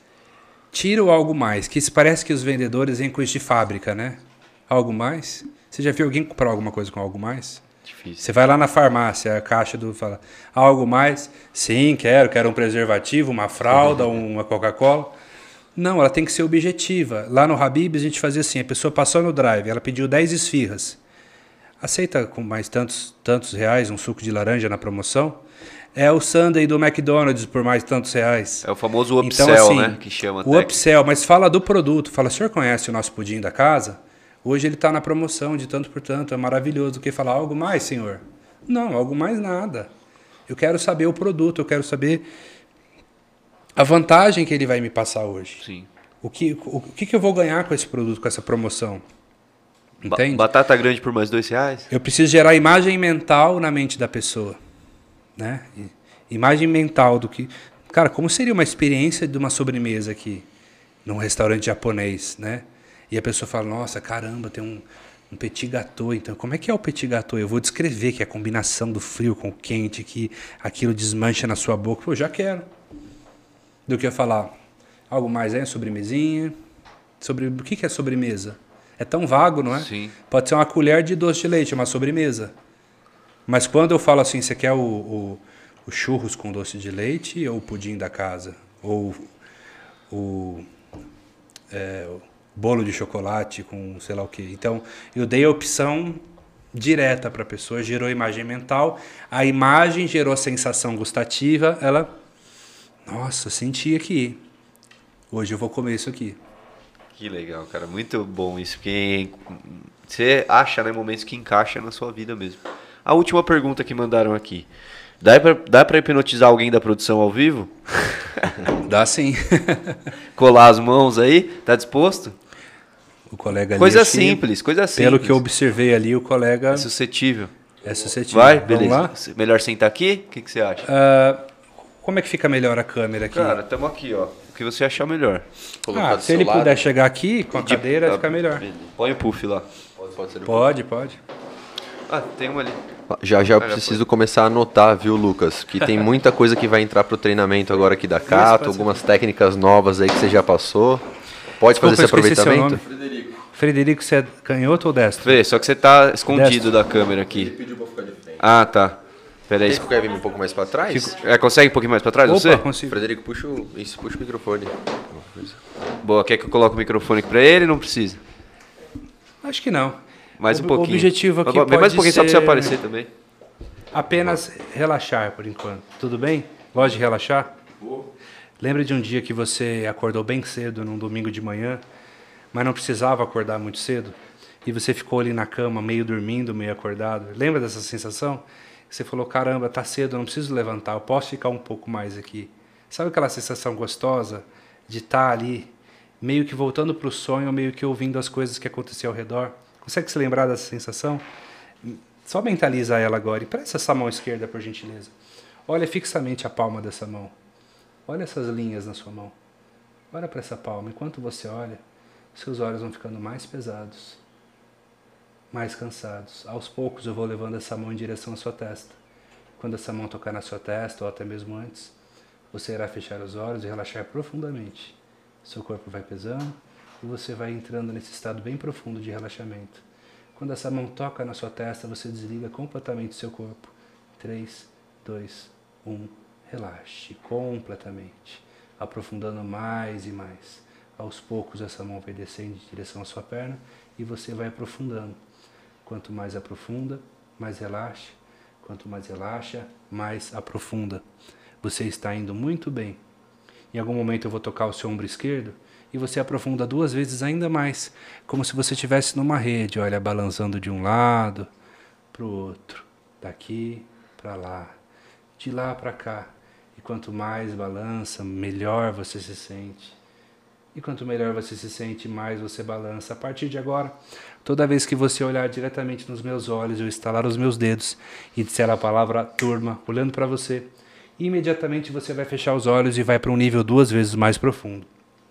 Tira o algo mais, que parece que os vendedores vêm com isso de fábrica, né? Algo mais? Você já viu alguém comprar alguma coisa com algo mais? Difícil. Você vai lá na farmácia, a caixa fala, algo mais? Sim, quero um preservativo, uma fralda, uma Coca-Cola. Não, ela tem que ser objetiva. Lá no Habib's a gente fazia assim, a pessoa passou no drive, ela pediu 10 esfirras. Aceita com mais tantos reais um suco de laranja na promoção? É o sundae do McDonald's por mais tantos reais. É o famoso upsell, então, assim, né? Que chama o upsell, mas fala do produto. Fala, o senhor conhece o nosso pudim da casa? Hoje ele está na promoção de tanto por tanto, é maravilhoso. O que falar algo mais, senhor? Não, algo mais nada. Eu quero saber o produto, eu quero saber a vantagem que ele vai me passar hoje. Sim. O que eu vou ganhar com esse produto, com essa promoção? Entende? Batata grande por mais R$2? Eu preciso gerar imagem mental na mente da pessoa. Né? Imagem mental do que... Cara, como seria uma experiência de uma sobremesa aqui, num restaurante japonês, né? E a pessoa fala, nossa, caramba, tem um petit gâteau. Então, como é que é o petit gâteau? Eu vou descrever que é a combinação do frio com o quente, que aquilo desmancha na sua boca. Pô, já quero. Do que eu falar, algo mais aí, sobremesinha. Sobre o que é sobremesa? É tão vago, não é? Sim. Pode ser uma colher de doce de leite, uma sobremesa. Mas quando eu falo assim, você quer o churros com doce de leite ou o pudim da casa? Ou o bolo de chocolate com sei lá o quê. Então, eu dei a opção direta para a pessoa, gerou imagem mental, a imagem gerou a sensação gustativa, ela, nossa, senti aqui. Hoje eu vou comer isso aqui. Que legal, cara. Muito bom isso. Porque você acha, né, momentos que encaixa na sua vida mesmo. A última pergunta que mandaram aqui. Dá pra hipnotizar alguém da produção ao vivo? Dá sim. Colar as mãos aí? Tá disposto? O colega ali, Coisa acho que, simples, coisa simples. pelo que eu observei ali, o colega É suscetível. é suscetível. Vai? Vamos Beleza. lá? Melhor sentar aqui? O que você acha? Como é que fica melhor a câmera aqui? Cara, estamos aqui, ó. O que você achar melhor. Colocar do Se seu ele lado. puder chegar aqui com a cadeira, fica melhor. Põe o puff lá. Pode ser. Pode. Ah, tem uma ali. Já eu preciso começar a anotar, viu, Lucas? Que tem muita coisa que vai entrar pro treinamento agora aqui da Cato, algumas técnicas novas aí que você já passou. Pode fazer esse Desculpa, eu esqueci seu aproveitamento? Frederico, você é canhoto ou destro? Vê, só que você tá escondido Destro. da câmera aqui. Pediu pra ficar de frente. Ah, tá. Pera aí. Quer vir um pouco mais pra trás? Consegue um pouquinho mais pra trás, Opa, você? consigo. Frederico, puxa o microfone. Boa, quer que eu coloque o microfone aqui pra ele? Não precisa. Acho que não. Mais um pouquinho. O objetivo aqui Vem mais pode um pouquinho só pra você ser aparecer também. apenas relaxar por enquanto. Tudo bem? Gosta de relaxar? Lembra de um dia que você acordou bem cedo, num domingo de manhã, mas não precisava acordar muito cedo? E você ficou ali na cama, meio dormindo, meio acordado. Lembra dessa sensação? Você falou, caramba, tá cedo, eu não preciso levantar, eu posso ficar um pouco mais aqui. Sabe aquela sensação gostosa de estar ali, meio que voltando para o sonho, meio que ouvindo as coisas que aconteciam ao redor? Consegue se lembrar dessa sensação? Só mentaliza ela agora e presta essa mão esquerda, por gentileza. Olha fixamente a palma dessa mão. Olha essas linhas na sua mão. Olha para essa palma. Enquanto você olha, seus olhos vão ficando mais pesados, mais cansados. Aos poucos eu vou levando essa mão em direção à sua testa. Quando essa mão tocar na sua testa, ou até mesmo antes, você irá fechar os olhos e relaxar profundamente. Seu corpo vai pesando e você vai entrando nesse estado bem profundo de relaxamento. Quando essa mão toca na sua testa, você desliga completamente seu corpo. 3, 2, 1, relaxe completamente, aprofundando mais e mais. Aos poucos essa mão vai descendo em direção à sua perna e você vai aprofundando. Quanto mais aprofunda, mais relaxa. Quanto mais relaxa, mais aprofunda. Você está indo muito bem. Em algum momento eu vou tocar o seu ombro esquerdo e você aprofunda 2 vezes ainda mais, como se você estivesse numa rede, olha, balançando de um lado para o outro, daqui para lá, de lá para cá. E quanto mais balança, melhor você se sente. E quanto melhor você se sente, mais você balança. A partir de agora, toda vez que você olhar diretamente nos meus olhos, eu estalar os meus dedos e disser a palavra turma, olhando para você, imediatamente você vai fechar os olhos e vai para um nível 2 vezes mais profundo.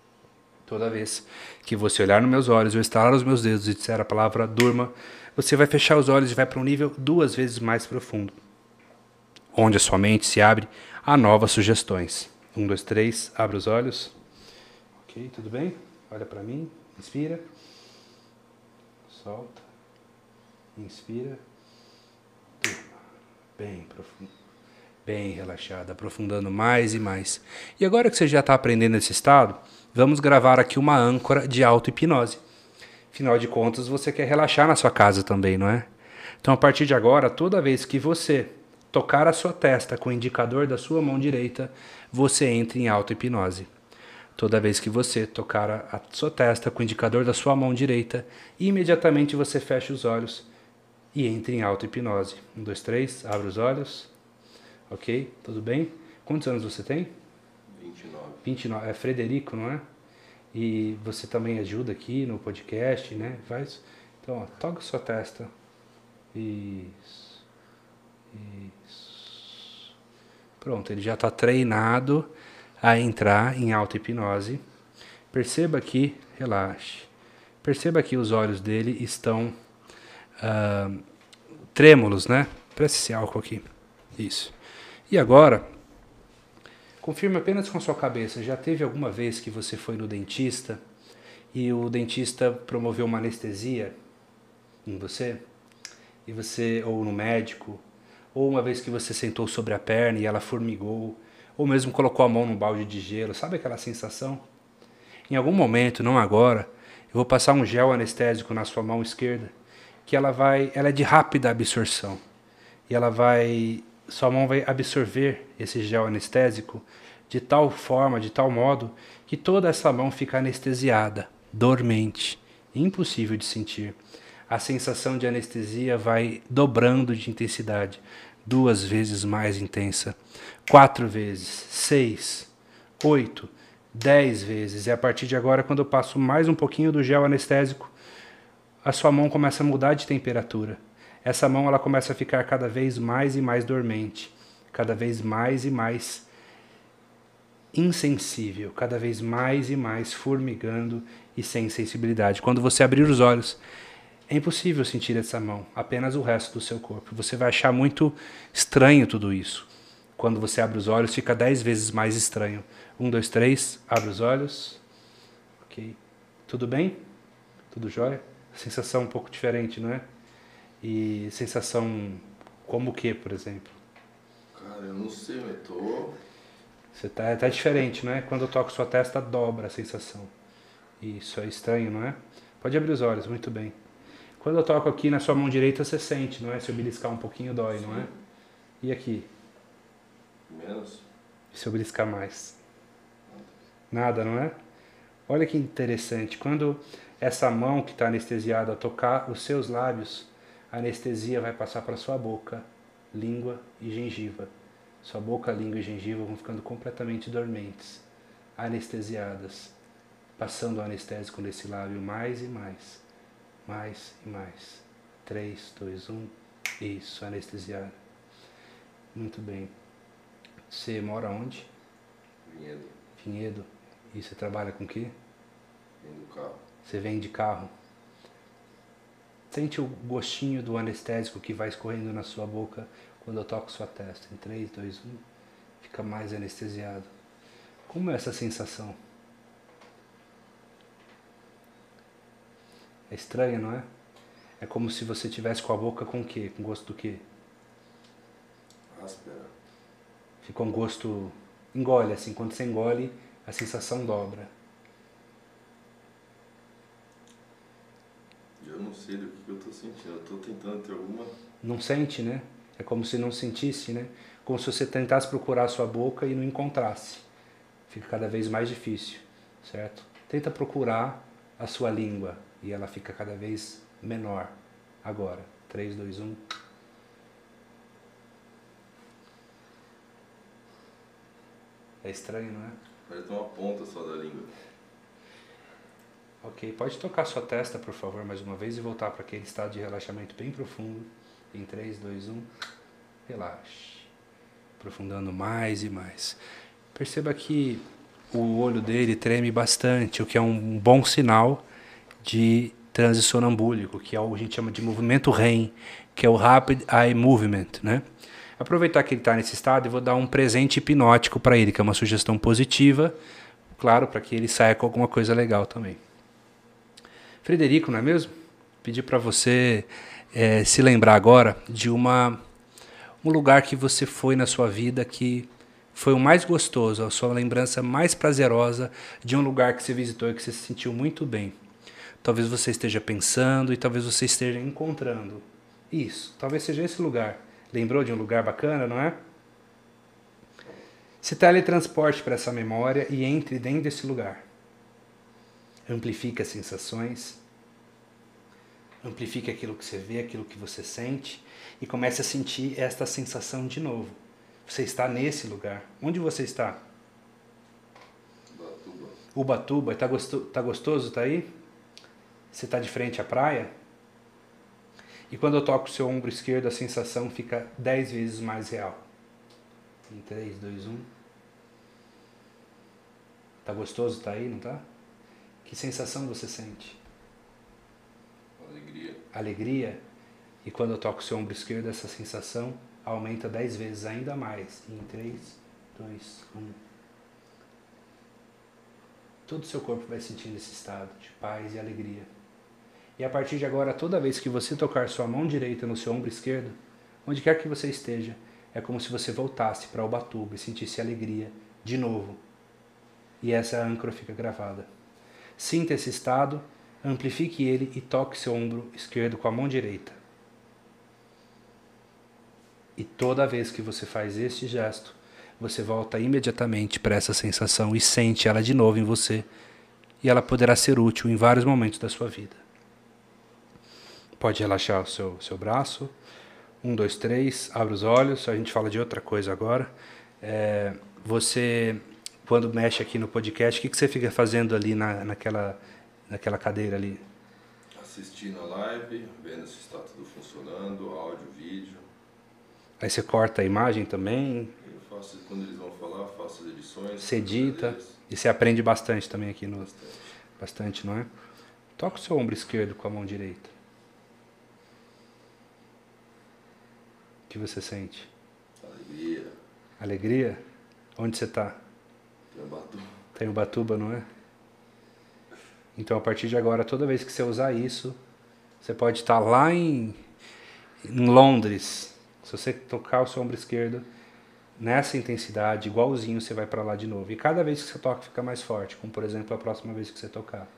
Toda vez que você olhar nos meus olhos, eu estalar os meus dedos e disser a palavra durma, você vai fechar os olhos e vai para um nível 2 vezes mais profundo, onde a sua mente se abre a novas sugestões. 1, 2, 3, abre os olhos. Ok, tudo bem? Olha para mim, inspira, solta, inspira, durma, bem profundo. Bem relaxado, aprofundando mais e mais. E agora que você já está aprendendo esse estado, vamos gravar aqui uma âncora de auto-hipnose. Afinal de contas, você quer relaxar na sua casa também, não é? Então, a partir de agora, toda vez que você tocar a sua testa com o indicador da sua mão direita, você entra em auto-hipnose. Toda vez que você tocar a sua testa com o indicador da sua mão direita, imediatamente você fecha os olhos e entra em auto-hipnose. 1, 2, 3, abre os olhos. Ok? Tudo bem? Quantos anos você tem? 29. 29. É Frederico, não é? E você também ajuda aqui no podcast, né? Faz. Então, ó, toca sua testa. Isso. Isso. Pronto, ele já está treinado a entrar em auto-hipnose. Perceba que, relaxe. Perceba que os olhos dele estão trêmulos, né? Preste esse álcool aqui. Isso. E agora, confirme apenas com a sua cabeça. Já teve alguma vez que você foi no dentista e o dentista promoveu uma anestesia em você? E você, ou no médico, ou uma vez que você sentou sobre a perna e ela formigou, ou mesmo colocou a mão num balde de gelo, sabe aquela sensação? Em algum momento, não agora, eu vou passar um gel anestésico na sua mão esquerda, que ela é de rápida absorção. E sua mão vai absorver esse gel anestésico de tal forma, de tal modo, que toda essa mão fica anestesiada, dormente, impossível de sentir. A sensação de anestesia vai dobrando de intensidade, 2 vezes mais intensa, 4 vezes, 6, 8, 10 vezes. E a partir de agora, quando eu passo mais um pouquinho do gel anestésico, a sua mão começa a mudar de temperatura. Essa mão ela começa a ficar cada vez mais e mais dormente, cada vez mais e mais insensível, cada vez mais e mais formigando e sem sensibilidade. Quando você abrir os olhos, é impossível sentir essa mão, apenas o resto do seu corpo. Você vai achar muito estranho tudo isso. Quando você abre os olhos, fica 10 vezes mais estranho. 1, 2, 3, abre os olhos. Ok. Tudo bem? Tudo jóia? Sensação um pouco diferente, não é? E sensação como o que, por exemplo? Cara, eu não sei, mas tô... Você tá diferente, não é? Quando eu toco sua testa, dobra a sensação. Isso é estranho, não é? Pode abrir os olhos, muito bem. Quando eu toco aqui na sua mão direita, você sente, não é? Se eu beliscar um pouquinho, dói, não é? E aqui? Menos. E se eu beliscar mais? Nada, não é? Olha que interessante. Quando essa mão que está anestesiada tocar os seus lábios, a anestesia vai passar para sua boca, língua e gengiva. Sua boca, língua e gengiva vão ficando completamente dormentes, anestesiadas, passando o anestésico nesse lábio mais e mais, mais e mais. 3, 2, 1, isso, anestesiado. Muito bem. Você mora onde? Vinhedo. Vinhedo. E você trabalha com o quê? Vem do carro. Você vem de carro. Sente o gostinho do anestésico que vai escorrendo na sua boca quando eu toco sua testa. Em 3, 2, 1, fica mais anestesiado. Como é essa sensação? É estranho, não é? É como se você tivesse com a boca com o quê? Com gosto do quê? Áspera. Fica um gosto... Engole, assim. Quando você engole, a sensação dobra. Eu não sei do que eu tô sentindo. Eu tô tentando ter alguma... Não sente, né? É como se não sentisse, né? Como se você tentasse procurar a sua boca e não encontrasse. Fica cada vez mais difícil, certo? Tenta procurar a sua língua e ela fica cada vez menor. Agora, 3, 2, 1. É estranho, não é? Parece uma ponta só da língua. Ok, pode tocar sua testa, por favor, mais uma vez e voltar para aquele estado de relaxamento bem profundo. Em 3, 2, 1, relaxe. Aprofundando mais e mais. Perceba que o olho dele treme bastante, o que é um bom sinal de transe sonambúlico, que é o que a gente chama de movimento REM, que é o Rapid Eye Movement, né? Aproveitar que ele está nesse estado e vou dar um presente hipnótico para ele, que é uma sugestão positiva, claro, para que ele saia com alguma coisa legal também. Frederico, não é mesmo? Pedi para você se lembrar agora de um lugar que você foi na sua vida que foi o mais gostoso, a sua lembrança mais prazerosa de um lugar que você visitou e que você se sentiu muito bem. Talvez você esteja pensando e talvez você esteja encontrando. Isso, talvez seja esse lugar. Lembrou de um lugar bacana, não é? Se teletransporte para essa memória e entre dentro desse lugar. Amplifique as sensações, amplifique aquilo que você vê, aquilo que você sente e comece a sentir esta sensação de novo. Você está nesse lugar. Onde você está? Ubatuba. Tá gostoso? Tá aí? Você está de frente à praia? E quando eu toco o seu ombro esquerdo, a sensação fica 10 vezes mais real. Em 3, 2, 1. Tá gostoso? Tá aí, não tá? Que sensação você sente? Alegria. Alegria. E quando eu toco o seu ombro esquerdo, essa sensação aumenta 10 vezes ainda mais. Em 3, 2, 1. Todo o seu corpo vai sentindo esse estado de paz e alegria. E a partir de agora, toda vez que você tocar sua mão direita no seu ombro esquerdo, onde quer que você esteja, é como se você voltasse para Ubatuba e sentisse alegria de novo. E essa âncora fica gravada. Sinta esse estado, amplifique ele e toque seu ombro esquerdo com a mão direita. E toda vez que você faz este gesto, você volta imediatamente para essa sensação e sente ela de novo em você. E ela poderá ser útil em vários momentos da sua vida. Pode relaxar o seu braço. 1, 2, 3, abre os olhos. A gente fala de outra coisa agora. Você, quando mexe aqui no podcast, o que você fica fazendo ali naquela cadeira ali? Assistindo a live, vendo se está tudo funcionando, áudio, vídeo. Aí você corta a imagem também? Eu faço, quando eles vão falar, faço as edições. Você edita. E você aprende bastante também aqui no... Bastante, não é? Toca o seu ombro esquerdo com a mão direita. O que você sente? Alegria. Alegria? Onde você está? Tem Ubatuba. Tem Ubatuba, não é? Então, a partir de agora, toda vez que você usar isso, você pode estar lá em Londres. Se você tocar o seu ombro esquerdo, nessa intensidade, igualzinho, você vai para lá de novo. E cada vez que você toca, fica mais forte. Como, por exemplo, a próxima vez que você tocar.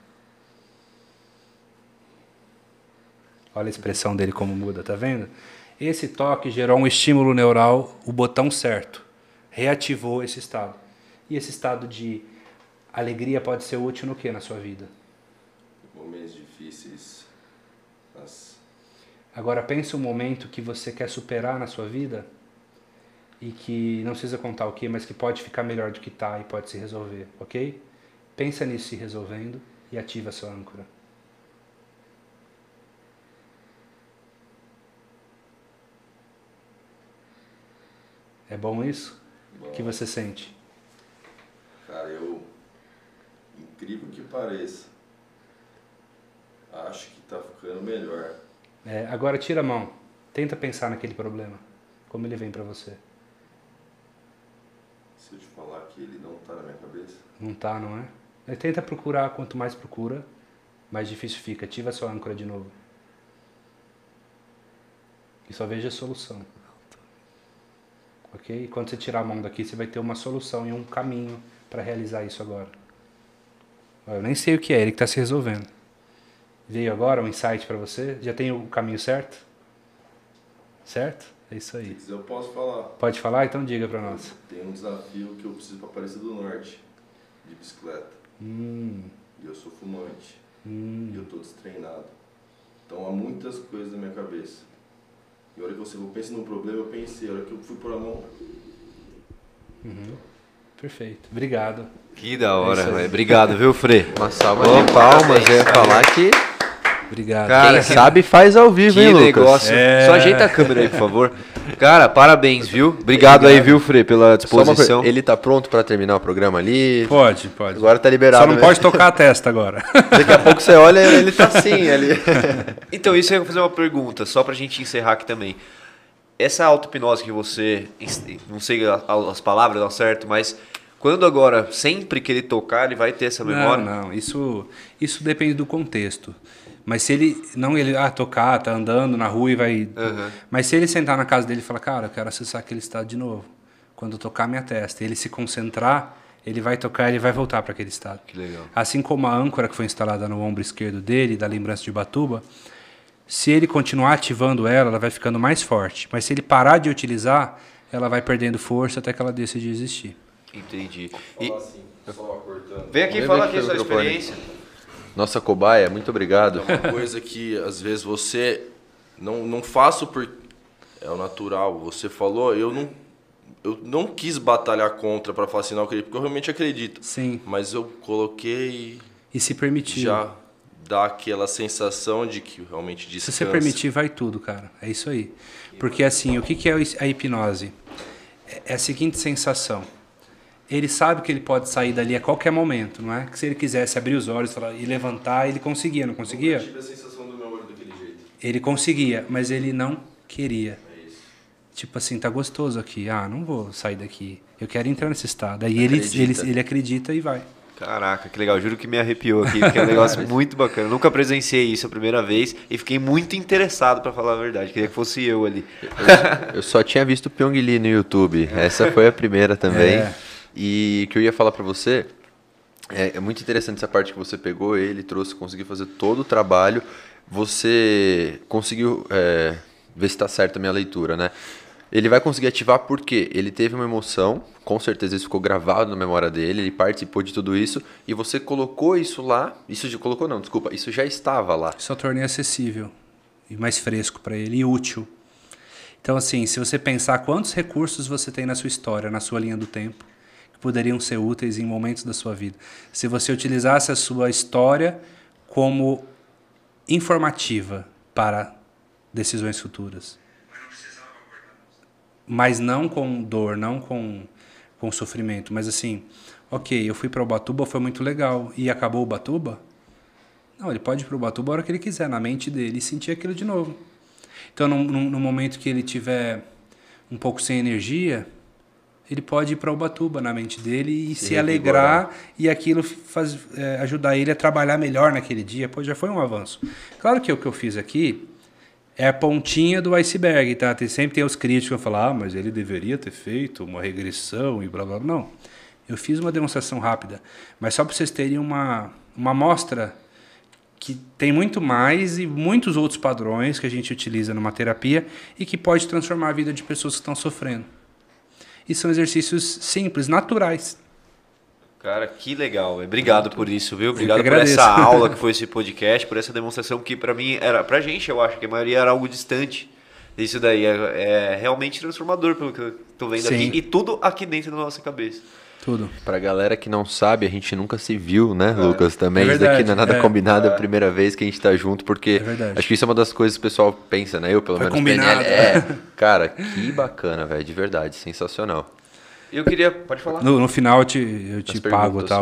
Olha a expressão dele como muda, tá vendo? Esse toque gerou um estímulo neural, o botão certo. Reativou esse estado. E esse estado de alegria pode ser útil no que na sua vida? Momentos difíceis. Agora pense um momento que você quer superar na sua vida e que não precisa contar o que, mas que pode ficar melhor do que está e pode se resolver, ok? Pensa nisso se resolvendo e ativa a sua âncora. É bom isso? Bom. O que você sente? Cara, incrível que pareça, acho que tá ficando melhor. Agora tira a mão. Tenta pensar naquele problema. Como ele vem pra você. Se eu te falar que ele não tá na minha cabeça. Não tá, não é? Tenta procurar. Quanto mais procura, mais difícil fica. Ativa a sua âncora de novo. E só veja a solução. Ok? E quando você tirar a mão daqui, você vai ter uma solução e um caminho para realizar isso agora. Eu nem sei o que é, ele que está se resolvendo. Veio agora um insight para você? Já tem o caminho certo? Certo? É isso aí. Se quiser eu posso falar. Pode falar? Então diga para nós. Tem um desafio que eu preciso para Aparecida do Norte, de bicicleta. E eu sou fumante. E eu estou destreinado. Então há muitas coisas na minha cabeça. E a hora que eu penso num problema, eu pensei. A hora que eu fui pôr a mão... Perfeito. Obrigado. Que da hora, velho. Obrigado, viu, Frei? Uma salva de palmas, eu ia falar que Obrigado. Cara, quem sabe faz ao vivo, hein, Que Lucas? negócio. Só ajeita a câmera aí, por favor. Cara, parabéns, viu? Obrigado aí, viu, Frei, pela Só uma disposição. coisa, ele tá pronto pra terminar o programa ali? Pode. Agora tá liberado. Só não né? pode tocar a testa agora. Daqui a pouco você olha e ele tá assim ali. Então, isso eu ia fazer uma pergunta, só pra gente encerrar aqui também. Essa auto-hipnose que você, não sei as palavras ao certo, mas quando agora, sempre que ele tocar, ele vai ter essa memória? Não. Isso depende do contexto. Mas se ele tocar, tá andando na rua e vai... Mas se ele sentar na casa dele e falar, cara, eu quero acessar aquele estado de novo. Quando eu tocar minha testa, ele se concentrar, ele vai tocar, ele vai voltar para aquele estado. Que legal. Assim como a âncora que foi instalada no ombro esquerdo dele, da lembrança de Ubatuba, se ele continuar ativando ela vai ficando mais forte. Mas se ele parar de utilizar, ela vai perdendo força até que ela deixe de existir. Entendi. Fala assim, só cortando. Vem aqui Vem falar aqui aqui a sua pelo microfone. experiência. Nossa cobaia, muito obrigado. É uma coisa que às vezes você não faço porque é o natural. Você falou, eu Eu não quis batalhar contra para falar assim, não acredito, porque eu realmente acredito. Sim. Mas eu coloquei E se permitir. já dá aquela sensação de que realmente Se descansa. você permitir, vai tudo, cara. É isso aí. Porque assim, o que é a hipnose? É a seguinte sensação. Ele sabe que ele pode sair dali a qualquer momento, não é? Que se ele quisesse abrir os olhos e levantar, ele conseguia, não conseguia? Eu tive a sensação do meu olho daquele jeito. Ele conseguia, mas ele não queria. É isso. Tipo assim, tá gostoso aqui. Ah, não vou sair daqui. Eu quero entrar nesse estado. Aí Acredita. ele acredita e vai. Caraca, que legal. Juro que me arrepiou aqui, porque é um negócio muito bacana. Eu nunca presenciei isso a primeira vez e fiquei muito interessado, pra falar a verdade. Queria que fosse eu ali. Eu só tinha visto o Pyong Lee no YouTube. Essa foi a primeira também. É. E o que eu ia falar pra você, é muito interessante essa parte que você pegou, ele trouxe, conseguiu fazer todo o trabalho. Você conseguiu ver se está certa a minha leitura, né? Ele vai conseguir ativar porque ele teve uma emoção, com certeza isso ficou gravado na memória dele, ele participou de tudo isso, e você colocou isso lá, isso já estava lá. Só tornei acessível e mais fresco para ele e útil. Então, assim, se você pensar quantos recursos você tem na sua história, na sua linha do tempo, que poderiam ser úteis em momentos da sua vida, se você utilizasse a sua história como informativa para decisões futuras. Mas não com dor, não com sofrimento. Mas assim, ok, eu fui para Ubatuba, foi muito legal. E acabou Ubatuba? Não, ele pode ir para Ubatuba a hora que ele quiser, na mente dele, e sentir aquilo de novo. Então, no momento que ele tiver um pouco sem energia, ele pode ir para Ubatuba na mente dele e se alegrar e aquilo ajudar ele a trabalhar melhor naquele dia. Pô, já foi um avanço. Claro que o que eu fiz aqui é a pontinha do iceberg, tá? Sempre tem os críticos que vão falar, mas ele deveria ter feito uma regressão e blá blá blá. Não, eu fiz uma demonstração rápida, mas só para vocês terem uma amostra que tem muito mais e muitos outros padrões que a gente utiliza numa terapia e que pode transformar a vida de pessoas que estão sofrendo. E são exercícios simples, naturais. Cara, que legal. Obrigado por isso, viu? Obrigado por agradeço. essa aula que foi esse podcast, por essa demonstração que pra mim era, pra gente, eu acho que a maioria era algo distante. Isso daí é realmente transformador pelo que eu tô vendo Sim. aqui e tudo aqui dentro da nossa cabeça. Tudo. Pra galera que não sabe, a gente nunca se viu, né, Lucas? Também É isso daqui verdade, não é nada é. combinado, é a primeira vez que a gente tá junto, porque É verdade. acho que isso é uma das coisas que o pessoal pensa, né? Eu, pelo Foi menos, combinado. PNL. Cara, que bacana, velho, de verdade, sensacional. Eu queria... Pode falar. No final eu te pago, perguntas tá?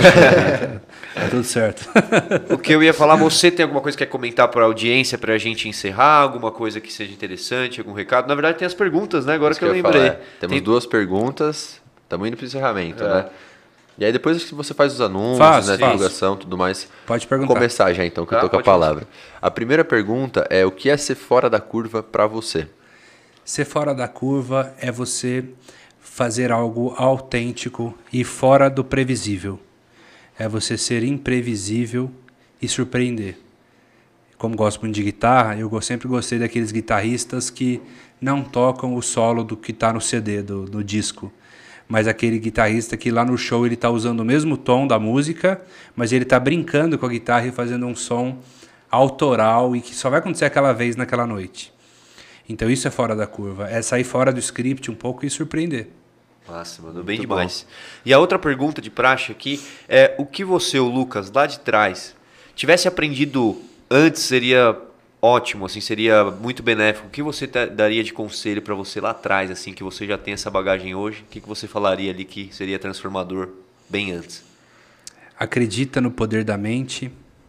só. Tá tudo certo. O que eu ia falar, você tem alguma coisa que quer comentar para a audiência, para a gente encerrar? Alguma coisa que seja interessante, algum recado? Na verdade tem as perguntas, né? Agora Isso que eu ia lembrei. falar, temos duas perguntas, estamos indo pro encerramento, né? E aí depois que você faz os anúncios, Faço, né, faço. divulgação, tudo mais. Pode perguntar. Começar já então, que eu tô com a pode palavra. A primeira pergunta é: o que é ser fora da curva para você? Ser fora da curva é você fazer algo autêntico e fora do previsível. É você ser imprevisível e surpreender. Como gosto muito de guitarra, eu sempre gostei daqueles guitarristas que não tocam o solo do que está no CD, no disco. Mas aquele guitarrista que lá no show ele está usando o mesmo tom da música, mas ele está brincando com a guitarra e fazendo um som autoral e que só vai acontecer aquela vez naquela noite. Então isso é fora da curva, é sair fora do script um pouco e surpreender. Nossa, mandou bem demais. E a outra pergunta de praxe aqui é: o que você, o Lucas, lá de trás, tivesse aprendido antes seria ótimo, assim, seria muito benéfico. O que você daria de conselho para você lá atrás, assim, que você já tem essa bagagem hoje? O que você falaria ali que seria transformador bem antes? Acredita no poder da mente,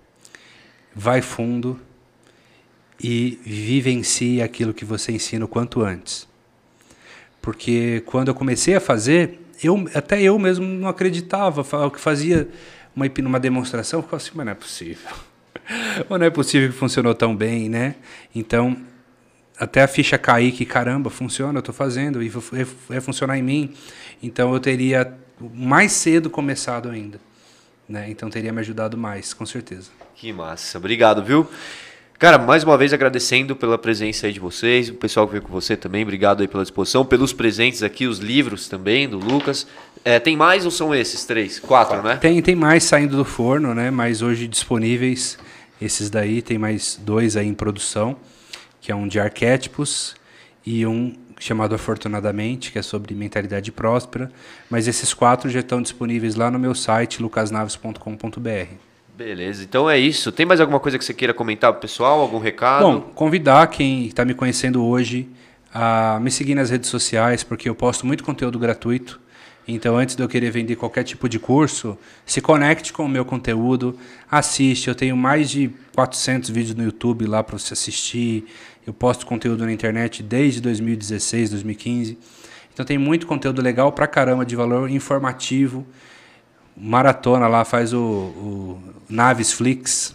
vai fundo e vivencie aquilo que você ensina o quanto antes. Porque quando eu comecei a fazer, até eu mesmo não acreditava. O que fazia uma demonstração, eu ficava assim, mas não é possível. Ou não é possível que funcionou tão bem, né? Então, até a ficha cair que, caramba, funciona, eu estou fazendo, e vai funcionar em mim. Então, eu teria mais cedo começado ainda. Né? Então, teria me ajudado mais, com certeza. Que massa. Obrigado, viu? Cara, mais uma vez agradecendo pela presença aí de vocês, o pessoal que veio com você também, obrigado aí pela disposição, pelos presentes aqui, os livros também do Lucas. Tem mais ou são esses 3? 4, né? Tem mais saindo do forno, né? Mas hoje disponíveis esses daí, tem mais 2 aí em produção, que é um de arquétipos e um chamado Afortunadamente, que é sobre mentalidade próspera. Mas esses 4 já estão disponíveis lá no meu site, lucasnaves.com.br. Beleza, então é isso. Tem mais alguma coisa que você queira comentar pro pessoal? Algum recado? Bom, convidar quem está me conhecendo hoje a me seguir nas redes sociais, porque eu posto muito conteúdo gratuito. Então, antes de eu querer vender qualquer tipo de curso, se conecte com o meu conteúdo, assiste. Eu tenho mais de 400 vídeos no YouTube lá para você assistir. Eu posto conteúdo na internet desde 2016, 2015. Então, tem muito conteúdo legal pra caramba, de valor informativo. Maratona lá, faz o Naves Flix,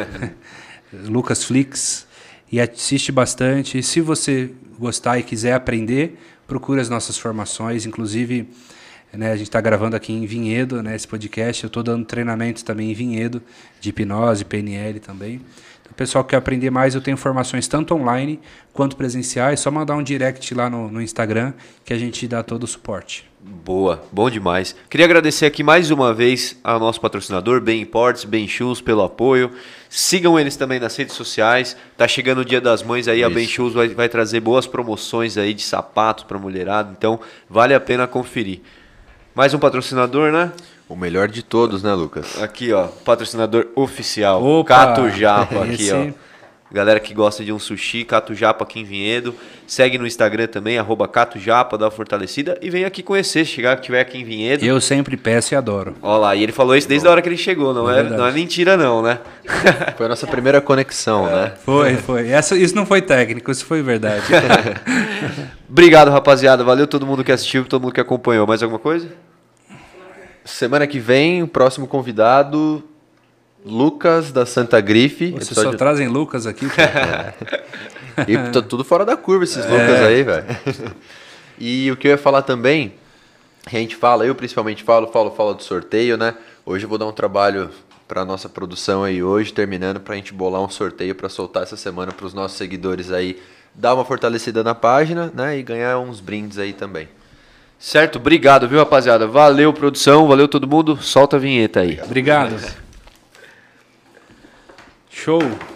Lucas Flix, e assiste bastante. Se você gostar e quiser aprender, procure as nossas formações. Inclusive, né, a gente está gravando aqui em Vinhedo, né, esse podcast. Eu estou dando treinamento também em Vinhedo, de hipnose, PNL também. Então, o pessoal que quer aprender mais, eu tenho formações tanto online quanto presenciais. É só mandar um direct lá no Instagram que a gente dá todo o suporte. Boa, bom demais. Queria agradecer aqui mais uma vez ao nosso patrocinador, Bem Imports, Bem Shoes, pelo apoio. Sigam eles também nas redes sociais. Tá chegando o Dia das Mães aí, a Bem Shoes vai trazer boas promoções aí de sapatos para mulherada, então vale a pena conferir. Mais um patrocinador, né? O melhor de todos, né, Lucas? Aqui, ó, patrocinador oficial, Opa! Cato Japa, aqui, Esse... ó. Galera que gosta de um sushi, Cato Japa aqui em Vinhedo. Segue no Instagram também, @Cato Japa, dá uma fortalecida. E vem aqui conhecer, se estiver aqui em Vinhedo. Eu sempre peço e adoro. Olha lá, e ele falou isso desde a hora que ele chegou, não é mentira não, né? Foi a nossa primeira conexão, né? Foi. Isso não foi técnico, isso foi verdade. Obrigado, rapaziada. Valeu todo mundo que assistiu, todo mundo que acompanhou. Mais alguma coisa? Semana que vem, o próximo convidado, Lucas da Santa Grife. Vocês só trazem Lucas aqui? E tá tudo fora da curva esses Lucas aí, velho. E o que eu ia falar também, a gente fala, eu principalmente falo do sorteio, né? Hoje eu vou dar um trabalho para nossa produção aí hoje, terminando, pra gente bolar um sorteio para soltar essa semana para os nossos seguidores aí, dar uma fortalecida na página, né? E ganhar uns brindes aí também. Certo, obrigado, viu, rapaziada? Valeu, produção, valeu todo mundo. Solta a vinheta aí. Obrigado. Show.